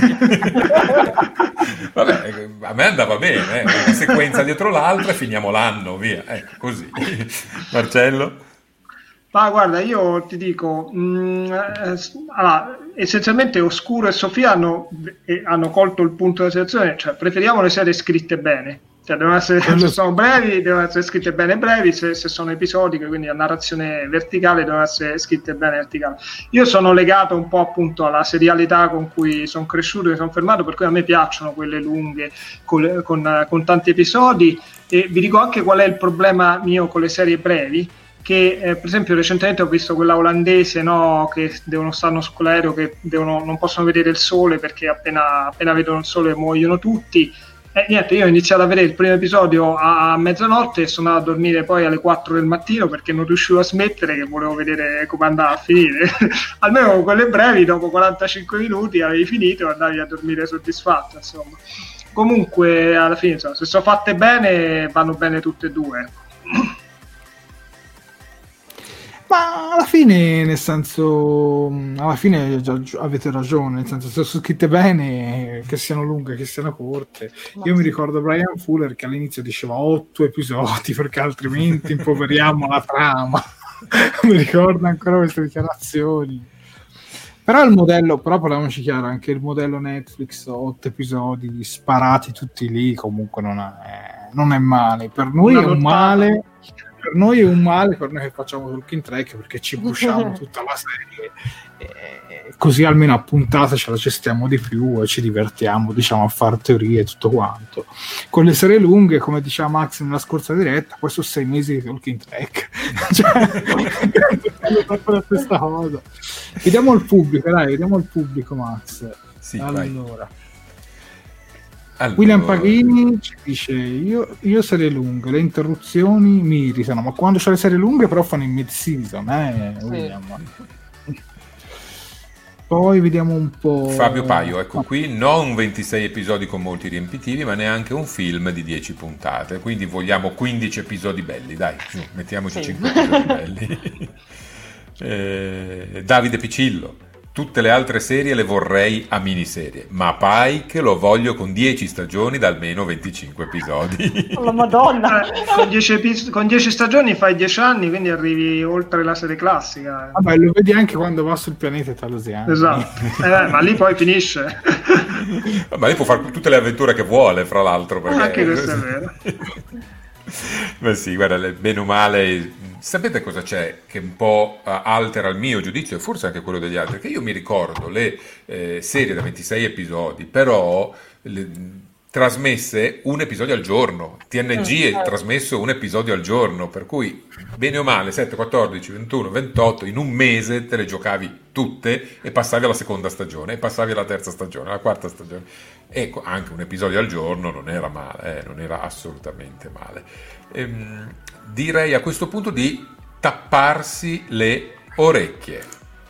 Vabbè, a me andava bene, una sequenza dietro l'altra e finiamo l'anno, via, ecco, così. Marcello?
Ma guarda, io ti dico, allora, essenzialmente Oscuro e Sofia hanno colto il punto della situazione, cioè preferiamo le serie scritte bene, cioè devono essere, se sono brevi devono essere scritte bene brevi, se sono episodiche, quindi a narrazione verticale, devono essere scritte bene verticali. Io sono legato un po' appunto alla serialità con cui sono cresciuto e sono fermato, per cui a me piacciono quelle lunghe con tanti episodi. E vi dico anche qual è il problema mio con le serie brevi, che per esempio recentemente ho visto quella olandese, no, che stanno sull'aereo, che non possono vedere il sole perché appena vedono il sole muoiono tutti. Niente, io ho iniziato a vedere il primo episodio a mezzanotte e sono andato a dormire poi alle 4 del mattino perché non riuscivo a smettere, che volevo vedere come andava a finire. Almeno con quelle brevi, dopo 45 minuti avevi finito e andavi a dormire soddisfatto, insomma. Comunque alla fine, insomma, se sono fatte bene vanno bene tutte e due.
Ma alla fine, nel senso, alla fine avete ragione, nel senso, se sono scritte bene, che siano lunghe, che siano corte. Io mi ricordo Brian Fuller che all'inizio diceva 8 episodi perché altrimenti impoveriamo la trama. Mi ricordo ancora queste dichiarazioni. Però il modello, però parliamoci chiaro, anche il modello Netflix, 8 episodi sparati tutti lì, comunque non è male. Per noi è un male. Per noi è un male, per noi che facciamo Talking Trek, perché ci busciamo tutta la serie e così almeno a puntate ce la gestiamo di più e ci divertiamo, diciamo, a fare teorie e tutto quanto. Con le serie lunghe, come diceva Max nella scorsa diretta, poi sono 6 mesi di Talking Trek, cioè la stessa cosa. Vediamo il pubblico, Max.
Sì,
allora
Allora...
William Paghini ci dice io serie lunghe, le interruzioni mi irritano, ma quando c'è le serie lunghe però fanno in mid-season, William. Poi vediamo un po'...
Fabio Paio, ecco qui, non 26 episodi con molti riempitivi, ma neanche un film di 10 puntate, quindi vogliamo 15 episodi belli, dai, giù, mettiamoci 5 episodi belli. Davide Picillo, tutte le altre serie le vorrei a miniserie, ma Pike lo voglio con 10 stagioni da almeno 25 episodi.
Oh, Madonna!
Con 10 stagioni fai 10 anni, quindi arrivi oltre la serie classica.
Vabbè, lo vedi anche quando va sul pianeta Talosiano.
Esatto, ma lì poi finisce.
Ma lì può fare tutte le avventure che vuole, fra l'altro. Perché...
Anche questo è vero.
Beh sì, guarda, bene o male... Sapete cosa c'è che un po' altera il mio giudizio e forse anche quello degli altri? Che io mi ricordo le serie da 26 episodi, però trasmesse un episodio al giorno. TNG è trasmesso un episodio al giorno, per cui bene o male 7, 14, 21, 28 in un mese te le giocavi tutte e passavi alla seconda stagione, e passavi alla terza stagione, alla quarta stagione. Ecco, anche un episodio al giorno non era male, non era assolutamente male. Direi a questo punto di tapparsi le orecchie.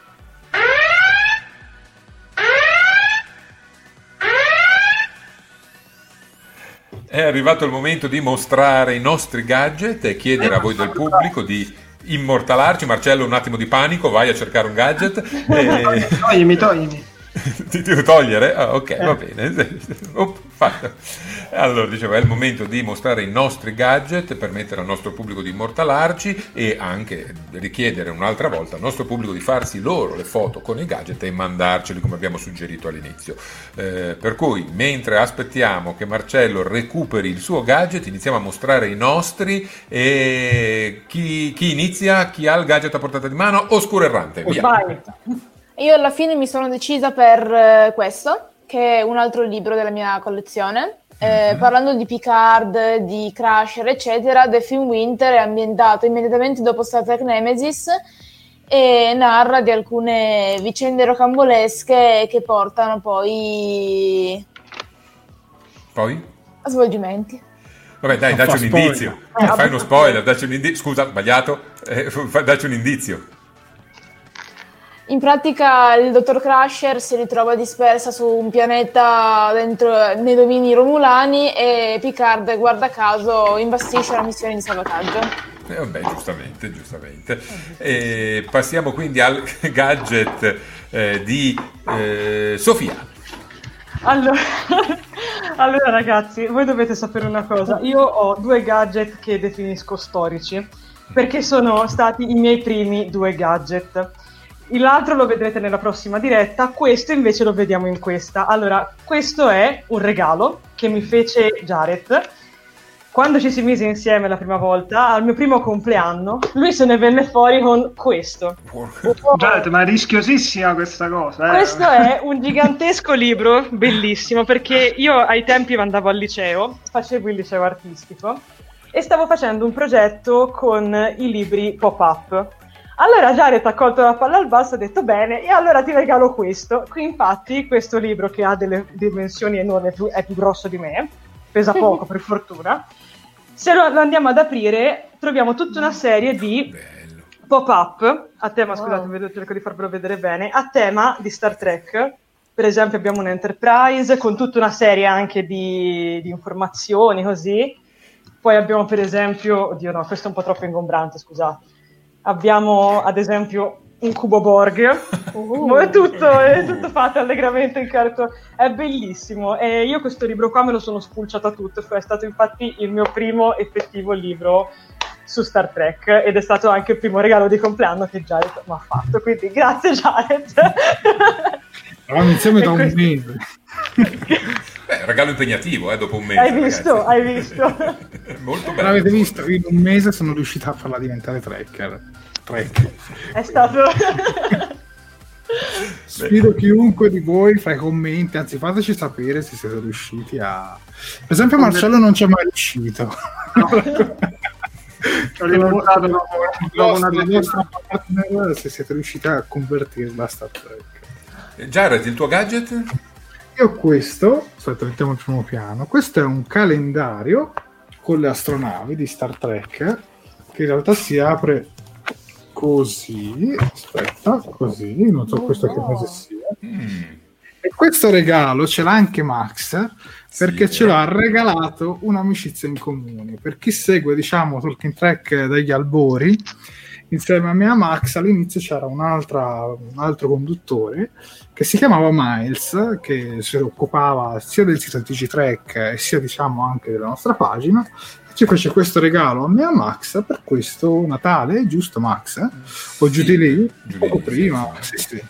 È arrivato il momento di mostrare i nostri gadget e chiedere a voi del pubblico di immortalarci. Marcello, un attimo di panico, vai a cercare un gadget.
Toglimi.
Ti devo togliere? Ah, ok, va bene. Fatto. Allora, dicevo, è il momento di mostrare i nostri gadget, permettere al nostro pubblico di immortalarci e anche richiedere un'altra volta al nostro pubblico di farsi loro le foto con i gadget e mandarceli come abbiamo suggerito all'inizio. Per cui, mentre aspettiamo che Marcello recuperi il suo gadget, iniziamo a mostrare i nostri. E chi inizia? Chi ha il gadget a portata di mano? Oscuro Errante, via.
Vai.
Io alla fine mi sono decisa per questo, che è un altro libro della mia collezione. Parlando di Picard, di Crusher, eccetera, The Film Winter è ambientato immediatamente dopo Star Trek Nemesis e narra di alcune vicende rocambolesche che portano poi a svolgimenti.
Vabbè, dai, dacci un indizio. Fai uno spoiler, dacci un indizio. Scusa, sbagliato. Dacci un indizio.
In pratica il dottor Crusher si ritrova dispersa su un pianeta dentro nei domini romulani e Picard, guarda caso, imbastisce la missione di salvataggio.
Vabbè, giustamente. Passiamo quindi al gadget di Sofia.
Allora ragazzi, voi dovete sapere una cosa. Io ho 2 gadget che definisco storici, perché sono stati i miei primi 2 gadget. L'altro lo vedrete nella prossima diretta, questo invece lo vediamo in questa. Allora, questo è un regalo che mi fece Jared quando ci si mise insieme la prima volta, al mio primo compleanno. Lui se ne venne fuori con questo.
Jared, ma è rischiosissima questa cosa.
Questo è un gigantesco libro, bellissimo, perché io ai tempi andavo al liceo, facevo il liceo artistico, e stavo facendo un progetto con i libri pop-up. Allora Jared ha colto la palla al balzo e ha detto bene, e allora ti regalo questo. Qui infatti questo libro, che ha delle dimensioni enormi, è più grosso di me, pesa poco per fortuna. Se lo andiamo ad aprire troviamo tutta una serie di pop-up a tema, scusate, cerco di farvelo vedere bene, a tema di Star Trek. Per esempio abbiamo un Enterprise con tutta una serie anche di informazioni così. Poi abbiamo per esempio, oddio no, questo è un po' troppo ingombrante, scusate. Abbiamo ad esempio un cubo Borg, è tutto fatto allegramente in cartone, è bellissimo. E io questo libro qua me lo sono spulciata tutto, è stato infatti il mio primo effettivo libro su Star Trek ed è stato anche il primo regalo di compleanno che Jared mi ha fatto, quindi grazie Jared.
Eravamo insieme da un mese.
Regalo impegnativo, dopo un mese.
Hai visto?
Molto bello.
L'avete visto? In un mese sono riuscita a farla diventare trekker.
È stato...
Sfido chiunque di voi fra i commenti, anzi fateci sapere se siete riusciti a... Per esempio Marcello non c'è mai riuscito. Se siete riusciti a convertirla a Star Trek.
Jared, il tuo gadget?
Io ho questo, aspetta, mettiamo il primo piano. Questo è un calendario con le astronavi di Star Trek, che in realtà si apre così, aspetta, così, non so questo che cosa sia. E questo regalo ce l'ha anche Max, perché ce l'ha regalato un'amicizia in comune. Per chi segue, diciamo, Talking Trek dagli albori, insieme a me e a Max all'inizio c'era un altro conduttore che si chiamava Miles, che si occupava sia del sito Digitrek e sia, diciamo, anche della nostra pagina. Ci fece questo regalo a me e a Max per questo Natale, giusto Max? O giù di lì? Poco prima. Sì.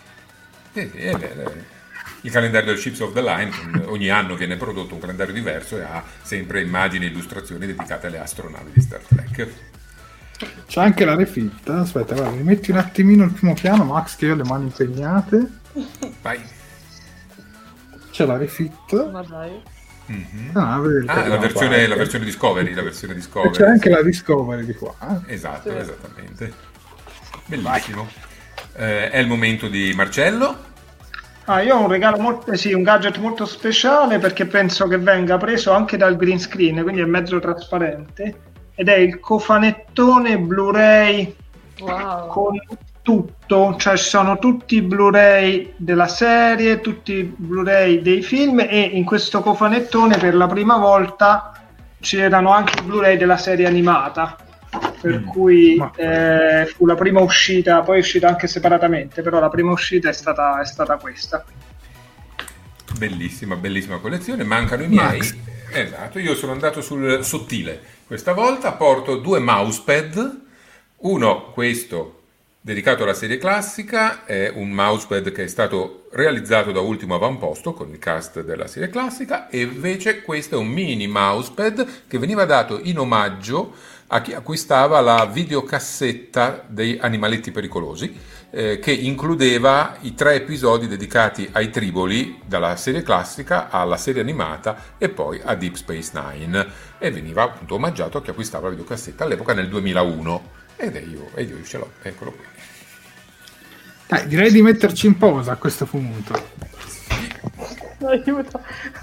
Il calendario del Ships of the Line, ogni anno viene prodotto un calendario diverso e ha sempre immagini e illustrazioni dedicate alle astronavi di Star Trek.
C'è anche la refit. Aspetta, guarda, mi metti un attimino il primo piano, Max, che io ho le mani impegnate.
Vai.
C'è la refit.
Ma dai.
La versione Discovery,
E c'è anche la Discovery di qua.
Esatto, esattamente. Bellissimo. È il momento di Marcello.
Io ho un regalo un gadget molto speciale, perché penso che venga preso anche dal green screen, quindi è mezzo trasparente, ed è il cofanettone Blu-ray con tutto, cioè ci sono tutti i Blu-ray della serie, tutti i Blu-ray dei film, e in questo cofanettone per la prima volta c'erano anche i Blu-ray della serie animata, per cui fu la prima uscita, poi è uscita anche separatamente, però la prima uscita è stata questa.
Bellissima collezione. Mancano i miei. Esatto, io sono andato sul sottile questa volta, porto 2 mousepad, uno, questo dedicato alla serie classica, è un mousepad che è stato realizzato da Ultimo Avamposto con il cast della serie classica, e invece questo è un mini mousepad che veniva dato in omaggio a chi acquistava la videocassetta dei Animaletti Pericolosi, che includeva i 3 episodi dedicati ai triboli, dalla serie classica alla serie animata e poi a Deep Space Nine, e veniva appunto omaggiato a chi acquistava la videocassetta all'epoca nel 2001, ed io ce l'ho, eccolo qui.
Direi di metterci in posa a questo punto.
Aiuto.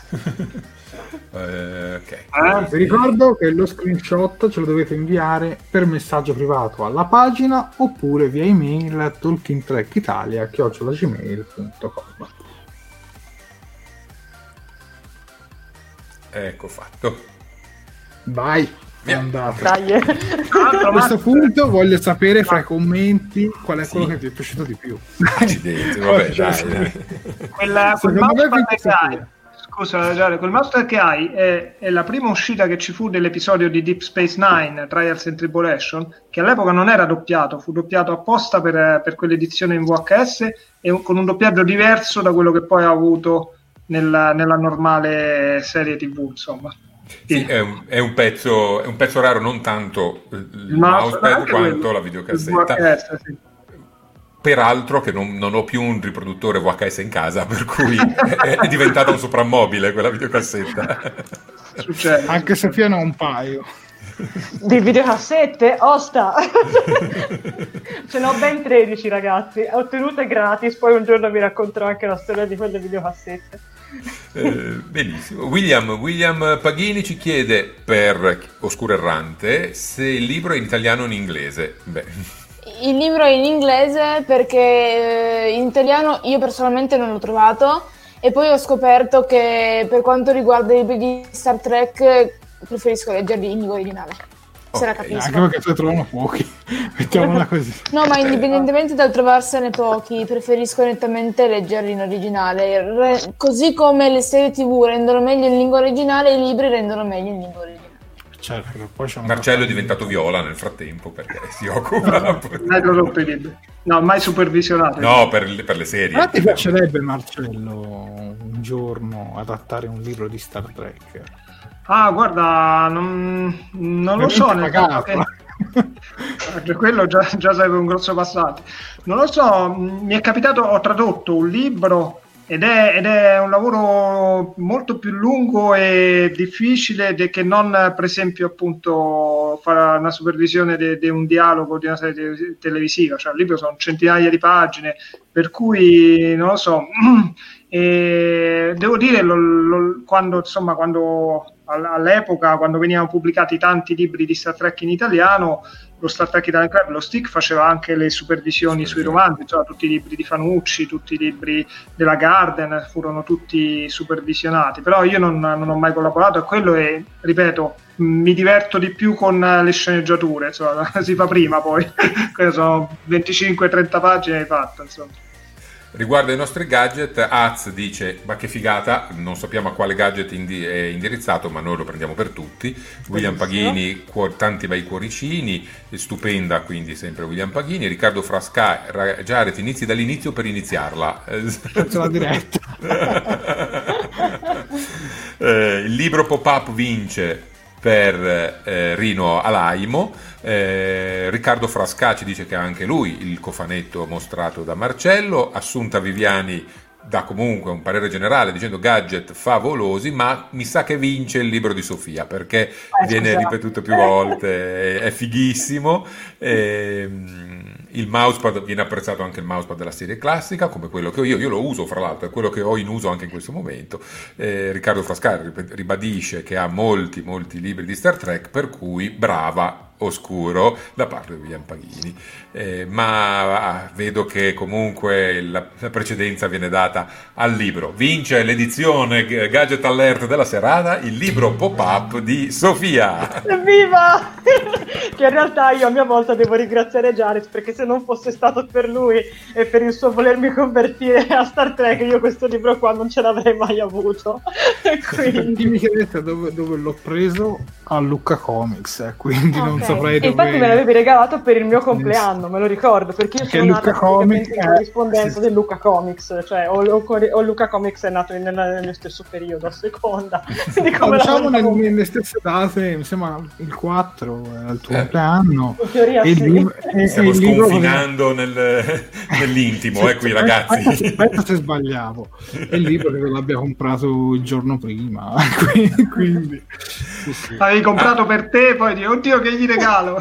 Okay.
Vi ricordo che lo screenshot ce lo dovete inviare per messaggio privato alla pagina oppure via email talkingtrekitalia@gmail.com.
Ecco fatto.
Vai, è andato.
Dai.
A questo punto voglio sapere fra i commenti qual è quello che ti è piaciuto di più.
Accidenti, vabbè, dai.
Quel mouse che hai è la prima uscita che ci fu dell'episodio di Deep Space Nine, Trials and Tribulation, che all'epoca non era doppiato, fu doppiato apposta per quell'edizione in VHS, e con un doppiaggio diverso da quello che poi ha avuto nella normale serie TV, insomma.
Sì, è un pezzo raro, non tanto il mousepad quanto la videocassetta.
VHS, sì.
Peraltro che non ho più un riproduttore VHS in casa, per cui è diventata un soprammobile quella videocassetta.
Succede.
Anche se più ne ho un paio.
Di videocassette? Osta! Ce n'ho ben 13, ragazzi. Ottenute gratis, poi un giorno vi racconterò anche la storia di quelle videocassette.
Benissimo. William Paghini ci chiede, per Oscuro Errante, se il libro è in italiano o in inglese.
Il libro è in inglese perché in italiano io personalmente non l'ho trovato, e poi ho scoperto che per quanto riguarda i libri di Star Trek preferisco leggerli in lingua originale. Se la capisco.
Anche perché se ne trovano pochi, mettiamola così.
No, ma indipendentemente dal trovarsene pochi, preferisco nettamente leggerli in originale. Così come le serie TV rendono meglio in lingua originale, i libri rendono meglio in lingua originale.
Certo, poi
Marcello è diventato viola nel frattempo perché si occupa.
No, mai supervisionato.
No, per le serie.
Ma ti piacerebbe, Marcello, un giorno adattare un libro di Star Trek?
Guarda, non lo so, per quello già sarebbe un grosso passaggio. Non lo so, mi è capitato, ho tradotto un libro ed è un lavoro molto più lungo e difficile che non, per esempio, appunto fare una supervisione di un dialogo di una serie televisiva. Cioè il libro sono centinaia di pagine, per cui non lo so. E devo dire, quando all'epoca, quando venivano pubblicati tanti libri di Star Trek in italiano, lo Star Trek Italian Club, lo STIC faceva anche le supervisioni sui romanzi, cioè tutti i libri di Fanucci, tutti i libri della Garden furono tutti supervisionati, però io non ho mai collaborato a quello e, ripeto, mi diverto di più con le sceneggiature, insomma, si fa prima poi, sono 25-30 pagine hai fatto, insomma.
Riguardo ai nostri gadget, Az dice: ma che figata, non sappiamo a quale gadget è indirizzato, ma noi lo prendiamo per tutti. William Paghini, tanti bei cuoricini, stupenda, quindi sempre William Paghini. Riccardo Frasca: Jared, inizi dall'inizio per iniziarla.
Faccio la diretta.
Il libro pop-up vince per Rino Alaimo. Riccardo Frasca ci dice che anche lui il cofanetto mostrato da Marcello. Assunta Viviani dà comunque un parere generale dicendo gadget favolosi, ma mi sa che vince il libro di Sofia perché viene ripetuto più volte, è fighissimo. Il mousepad, viene apprezzato anche il mousepad della serie classica, come quello che ho io lo uso fra l'altro, è quello che ho in uso anche in questo momento. Riccardo Frasca ribadisce che ha molti libri di Star Trek, per cui brava oscuro da parte di William Paghini, ma vedo che comunque la precedenza viene data al libro. Vince l'edizione Gadget Alert della serata il libro pop-up di Sofia.
Evviva! Che in realtà io a mia volta devo ringraziare Jared, perché se non fosse stato per lui e per il suo volermi convertire a Star Trek, io questo libro qua non ce l'avrei mai avuto. Quindi
dimmi dove l'ho preso, a Lucca Comics, quindi non saprei dove.
Infatti me l'avevi regalato per il mio compleanno, me lo ricordo, perché io sono nata praticamente in corrispondenza del Lucca Comics, cioè o Lucca Comics è nato nel mio stesso periodo, a seconda.
Diciamo nelle stesse date, mi sembra il 4 è il tuo compleanno.
In teoria
stiamo sconfinando nell'intimo, qui ragazzi.
Aspetta se sbagliavo. È il libro che l'abbia comprato il giorno prima, quindi sì.
Avevi comprato per te, poi dico, oddio che gli regalo.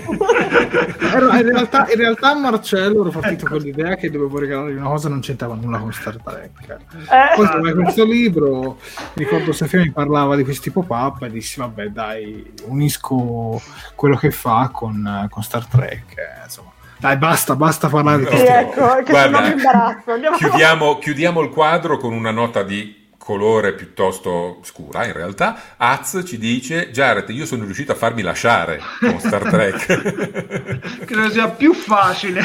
In realtà Marcello ero partito con l'idea che dovevo regalargli una cosa che non c'entrava nulla con Star Trek. Poi trovai questo libro, ricordo Sofia mi parlava di questi pop-up e dissi vabbè dai, unisco quello che fa con Star Trek, insomma. Dai, basta parlare di questo.
Ecco, che
guarda,
sono in imbarazzo.
Chiudiamo il quadro con una nota di colore piuttosto scura. In realtà Az ci dice: Jared, io sono riuscito a farmi lasciare con Star Trek.
Credo sia più facile.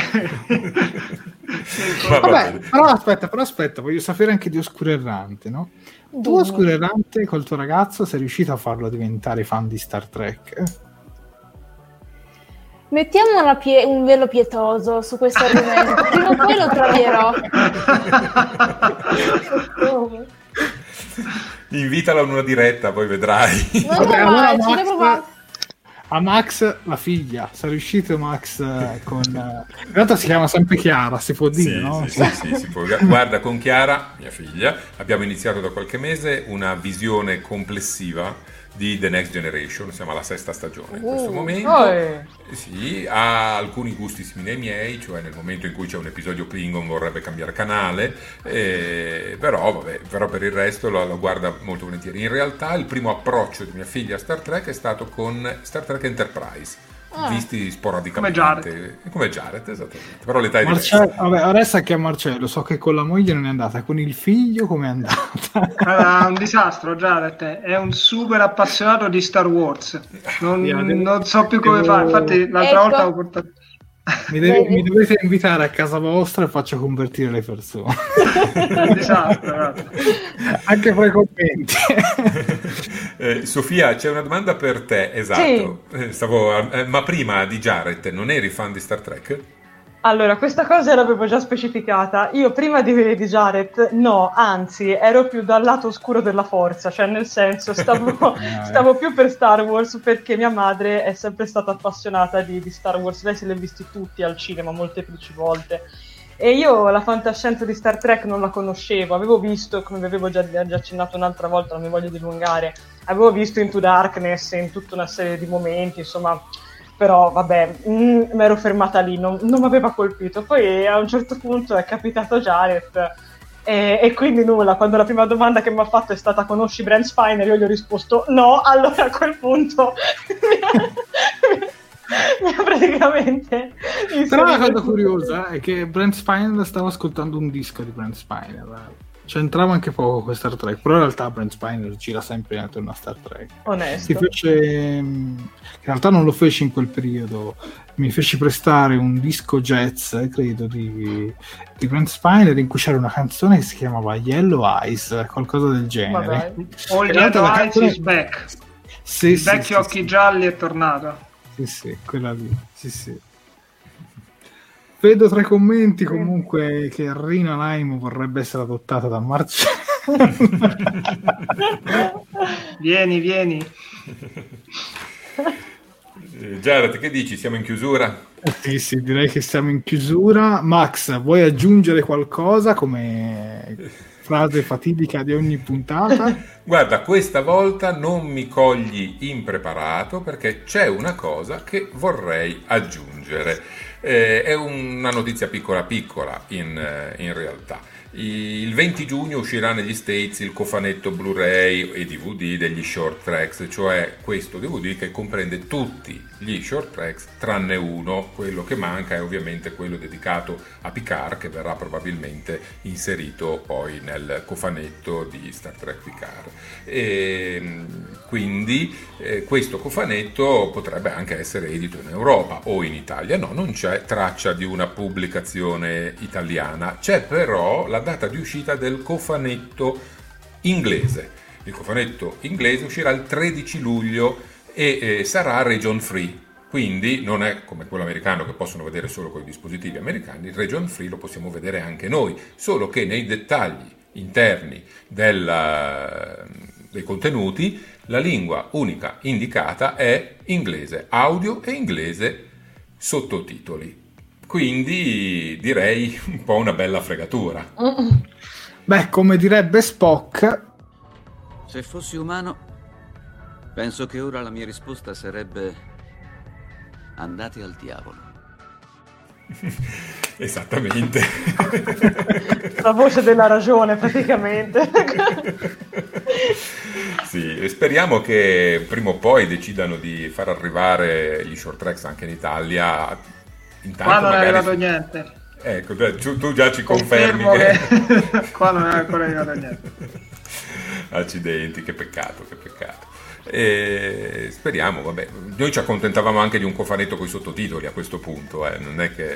Vabbè, però aspetta, voglio sapere anche di Oscuro Errante, no? Tu Oscuro Errante col tuo ragazzo sei riuscito a farlo diventare fan di Star Trek?
Mettiamo un velo pietoso su questo argomento, prima o poi lo troverò.
Invitala a una diretta, poi vedrai.
A Max la figlia, sei riuscito Max con in realtà si chiama sempre Chiara, si può dire, no?
Sì, si può. Guarda, con Chiara, mia figlia, abbiamo iniziato da qualche mese una visione complessiva di The Next Generation, siamo alla 6ª stagione in questo momento. Sì, ha alcuni gusti simili ai miei, cioè nel momento in cui c'è un episodio Klingon vorrebbe cambiare canale, però per il resto lo guarda molto volentieri. In realtà il primo approccio di mia figlia a Star Trek è stato con Star Trek Enterprise, visti sporadicamente come Jared, esattamente, però l'età è diversa.
Vabbè, adesso anche a Marcello, so che con la moglie non è andata, con il figlio come è andata?
È un disastro. Jared è un super appassionato di Star Wars, non so più come fare, infatti l'altra volta ho portato.
Mi dovete invitare a casa vostra e faccio convertire le persone.
Esatto.
Anche fra i commenti.
Sofia, c'è una domanda per te. Esatto. Sì. Ma prima di Jared non eri fan di Star Trek?
Allora, questa cosa l'avevo già specificata. Io prima di Jared, no, anzi, ero più dal lato oscuro della forza, cioè nel senso stavo più per Star Wars, perché mia madre è sempre stata appassionata di Star Wars. Lei se li ha visti tutti al cinema, molteplici volte. E io la fantascienza di Star Trek non la conoscevo, avevo visto, come vi avevo già accennato un'altra volta, non mi voglio dilungare, avevo visto Into Darkness in tutta una serie di momenti, insomma, però vabbè, mi ero fermata lì, non mi aveva colpito. Poi a un certo punto è capitato Jared e quindi nulla, quando la prima domanda che mi ha fatto è stata conosci Brent Spiner, io gli ho risposto no, allora a quel punto mi ha praticamente
però la cosa curiosa è che Brent Spiner stava ascoltando un disco di Brent Spiner, c'entrava anche poco con Star Trek, però in realtà Brent Spiner gira sempre intorno a Star Trek.
Onesto.
In realtà non lo feci in quel periodo, mi feci prestare un disco jazz, credo, di Brent Spiner, in cui c'era una canzone che si chiamava Yellow Eyes, qualcosa del genere.
O Yellow Eyes is back.
Sì,
il vecchio occhi gialli è tornato.
Sì, quella lì. Sì. Vedo tra i commenti comunque che Rina Naimo vorrebbe essere adottata da Marcello.
Vieni.
Jared, che dici? Siamo in chiusura?
Sì, direi che siamo in chiusura. Max, vuoi aggiungere qualcosa come frase fatidica di ogni puntata?
Guarda, questa volta non mi cogli impreparato perché c'è una cosa che vorrei aggiungere. È una notizia piccola in realtà. Il 20 giugno uscirà negli States il cofanetto Blu-ray e DVD degli Short Tracks, cioè questo DVD che comprende tutti gli Short Tracks tranne uno. Quello che manca è ovviamente quello dedicato a Picard, che verrà probabilmente inserito poi nel cofanetto di Star Trek Picard. E quindi questo cofanetto potrebbe anche essere edito in Europa o in Italia. No, non c'è traccia di una pubblicazione italiana, c'è però la data di uscita del cofanetto inglese. Il cofanetto inglese uscirà il 13 luglio e sarà region free, quindi non è come quello americano che possono vedere solo con i dispositivi americani. Il region free lo possiamo vedere anche noi, solo che nei dettagli interni dei contenuti la lingua unica indicata è inglese audio e inglese sottotitoli. Quindi direi un po' una bella fregatura.
Beh, come direbbe Spock,
se fossi umano, penso che ora la mia risposta sarebbe andate al diavolo.
Esattamente.
La voce della ragione, praticamente.
Sì, e speriamo che prima o poi decidano di far arrivare gli Short Tracks anche in Italia. Intanto
qua non
magari...
è arrivato niente.
Ecco, tu già ci confermi
che qua non è ancora arrivato niente.
Accidenti, che peccato. E speriamo, vabbè, noi ci accontentavamo anche di un cofanetto con i sottotitoli a questo punto, non è che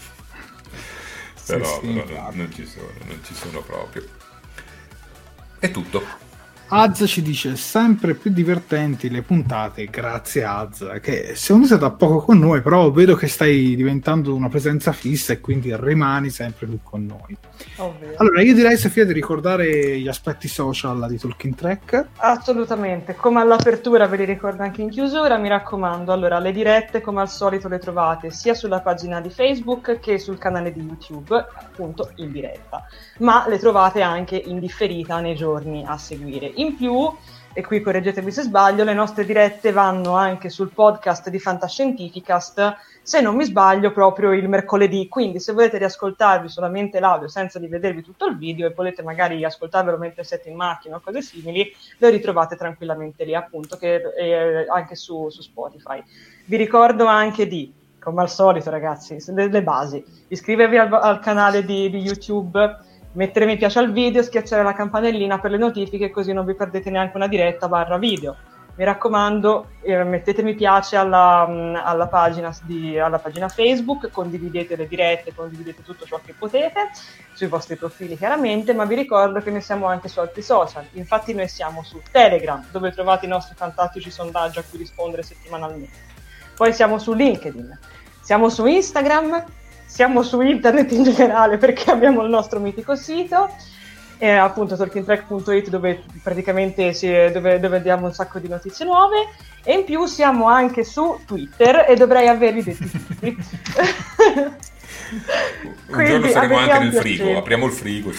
però non ci sono proprio. È tutto.
Az ci dice sempre più divertenti le puntate, grazie Az, che sei venuto da poco con noi, però vedo che stai diventando una presenza fissa e quindi rimani sempre più con noi.
Ovvio.
Allora io direi, Sofia, di ricordare gli aspetti social di Talking Trek.
Assolutamente, come all'apertura ve li ricordo anche in chiusura, mi raccomando. Allora, le dirette come al solito le trovate sia sulla pagina di Facebook che sul canale di YouTube, appunto in diretta, ma le trovate anche in differita nei giorni a seguire. In più, e qui correggetemi se sbaglio, le nostre dirette vanno anche sul podcast di Fantascientificast, se non mi sbaglio proprio il mercoledì, quindi se volete riascoltarvi solamente l'audio senza di vedervi tutto il video e volete magari ascoltarvelo mentre siete in macchina o cose simili, lo ritrovate tranquillamente lì, appunto, che anche su Spotify. Vi ricordo anche di, come al solito ragazzi, le basi, iscrivervi al canale di YouTube, mettere mi piace al video, schiacciare la campanellina per le notifiche, così non vi perdete neanche una diretta / video. Mi raccomando, mettete mi piace alla pagina Facebook, condividete le dirette, condividete tutto ciò che potete sui vostri profili chiaramente, ma vi ricordo che noi siamo anche su altri social. Infatti noi siamo su Telegram, dove trovate i nostri fantastici sondaggi a cui rispondere settimanalmente. Poi siamo su LinkedIn, siamo su Instagram, siamo su internet in generale perché abbiamo il nostro mitico sito, appunto talkingtrek.it, dove praticamente dove diamo un sacco di notizie nuove, e in più siamo anche su Twitter e dovrei avervi detti tutti.
Un giorno saremo anche nel frigo, apriamo il frigo.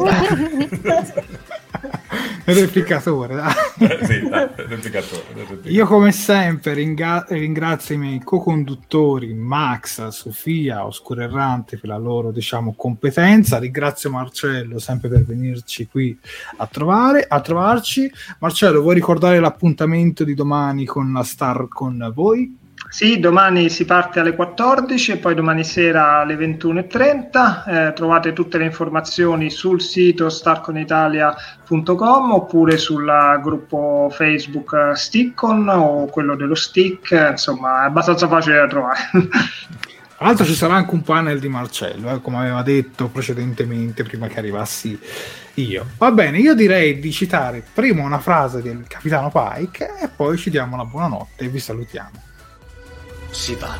Il replicatore, dai.
Sì, dai, replicatore.
Io come sempre ringrazio i miei co-conduttori Max, Sofia, Oscuro Errante per la loro, diciamo, competenza. Ringrazio Marcello sempre per venirci qui a trovarci. Marcello, vuoi ricordare l'appuntamento di domani con la Star con voi?
Sì, domani si parte alle 14 e poi domani sera alle 21:30. Trovate tutte le informazioni sul sito starconitalia.com oppure sul gruppo Facebook Stickon o quello dello Stick, insomma è abbastanza facile da trovare.
Tra l'altro ci sarà anche un panel di Marcello, come aveva detto precedentemente prima che arrivassi io. Va bene, io direi di citare prima una frase del capitano Pike e poi ci diamo la buonanotte e vi salutiamo.
Si va.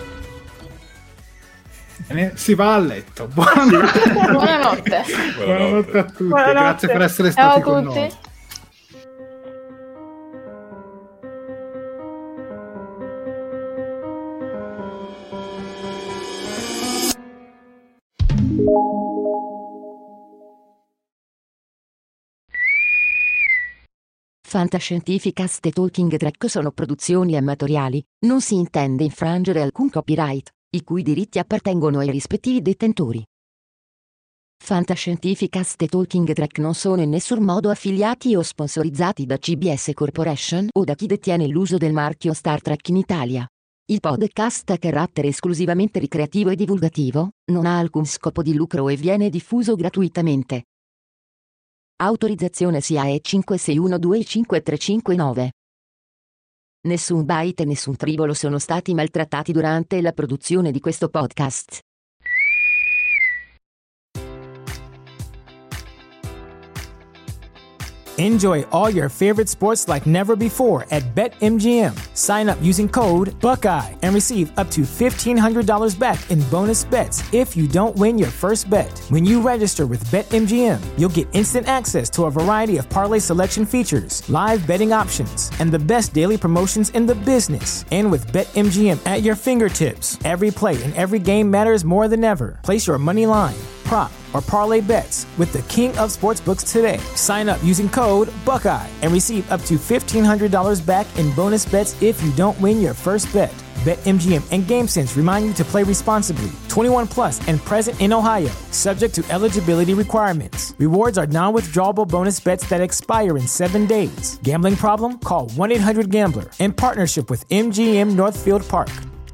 Si va a letto. Buonanotte.
Buonanotte.
Buonanotte a tutti.
Buonanotte.
Grazie per essere stati
Ciao a
con
tutti.
noi.
Fantascientificast e Talking Track sono produzioni amatoriali, non si intende infrangere alcun copyright, i cui diritti appartengono ai rispettivi detentori. Fantascientificast e Talking Track non sono in nessun modo affiliati o sponsorizzati da CBS Corporation o da chi detiene l'uso del marchio Star Trek in Italia. Il podcast ha carattere esclusivamente ricreativo e divulgativo, non ha alcun scopo di lucro e viene diffuso gratuitamente. Autorizzazione SIAE 56125359. Nessun byte e nessun tribolo sono stati maltrattati durante la produzione di questo podcast.
Enjoy all your favorite sports like never before at BetMGM. Sign up using code Buckeye and receive up to $1,500 back in bonus bets if you don't win your first bet. When you register with BetMGM, you'll get instant access to a variety of parlay selection features, live betting options, and the best daily promotions in the business. And with BetMGM at your fingertips, every play and every game matters more than ever. Place your money line, prop, or parlay bets with the king of sportsbooks today. Sign up using code Buckeye and receive up to $1,500 back in bonus bets if you don't win your first bet. BetMGM and GameSense remind you to play responsibly. 21 plus and present in Ohio, subject to eligibility requirements. Rewards are non-withdrawable bonus bets that expire in 7 days. Gambling problem? Call 1-800-GAMBLER in partnership with MGM Northfield Park.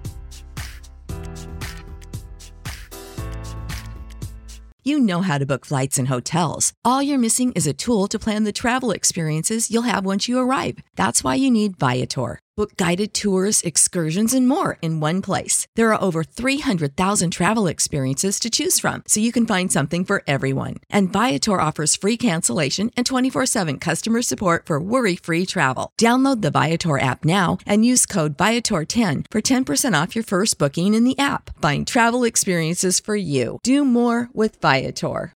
You know how to book flights and hotels. All you're missing is a tool to plan the travel experiences you'll have once you arrive. That's why you need Viator. Book guided tours, excursions, and more in one place. There are over 300,000 travel experiences to choose from, so you can find something for everyone. And Viator offers free cancellation and 24/7 customer support for worry-free travel. Download the Viator app now and use code Viator10 for 10% off your first booking in the app. Find travel experiences for you. Do more with Viator.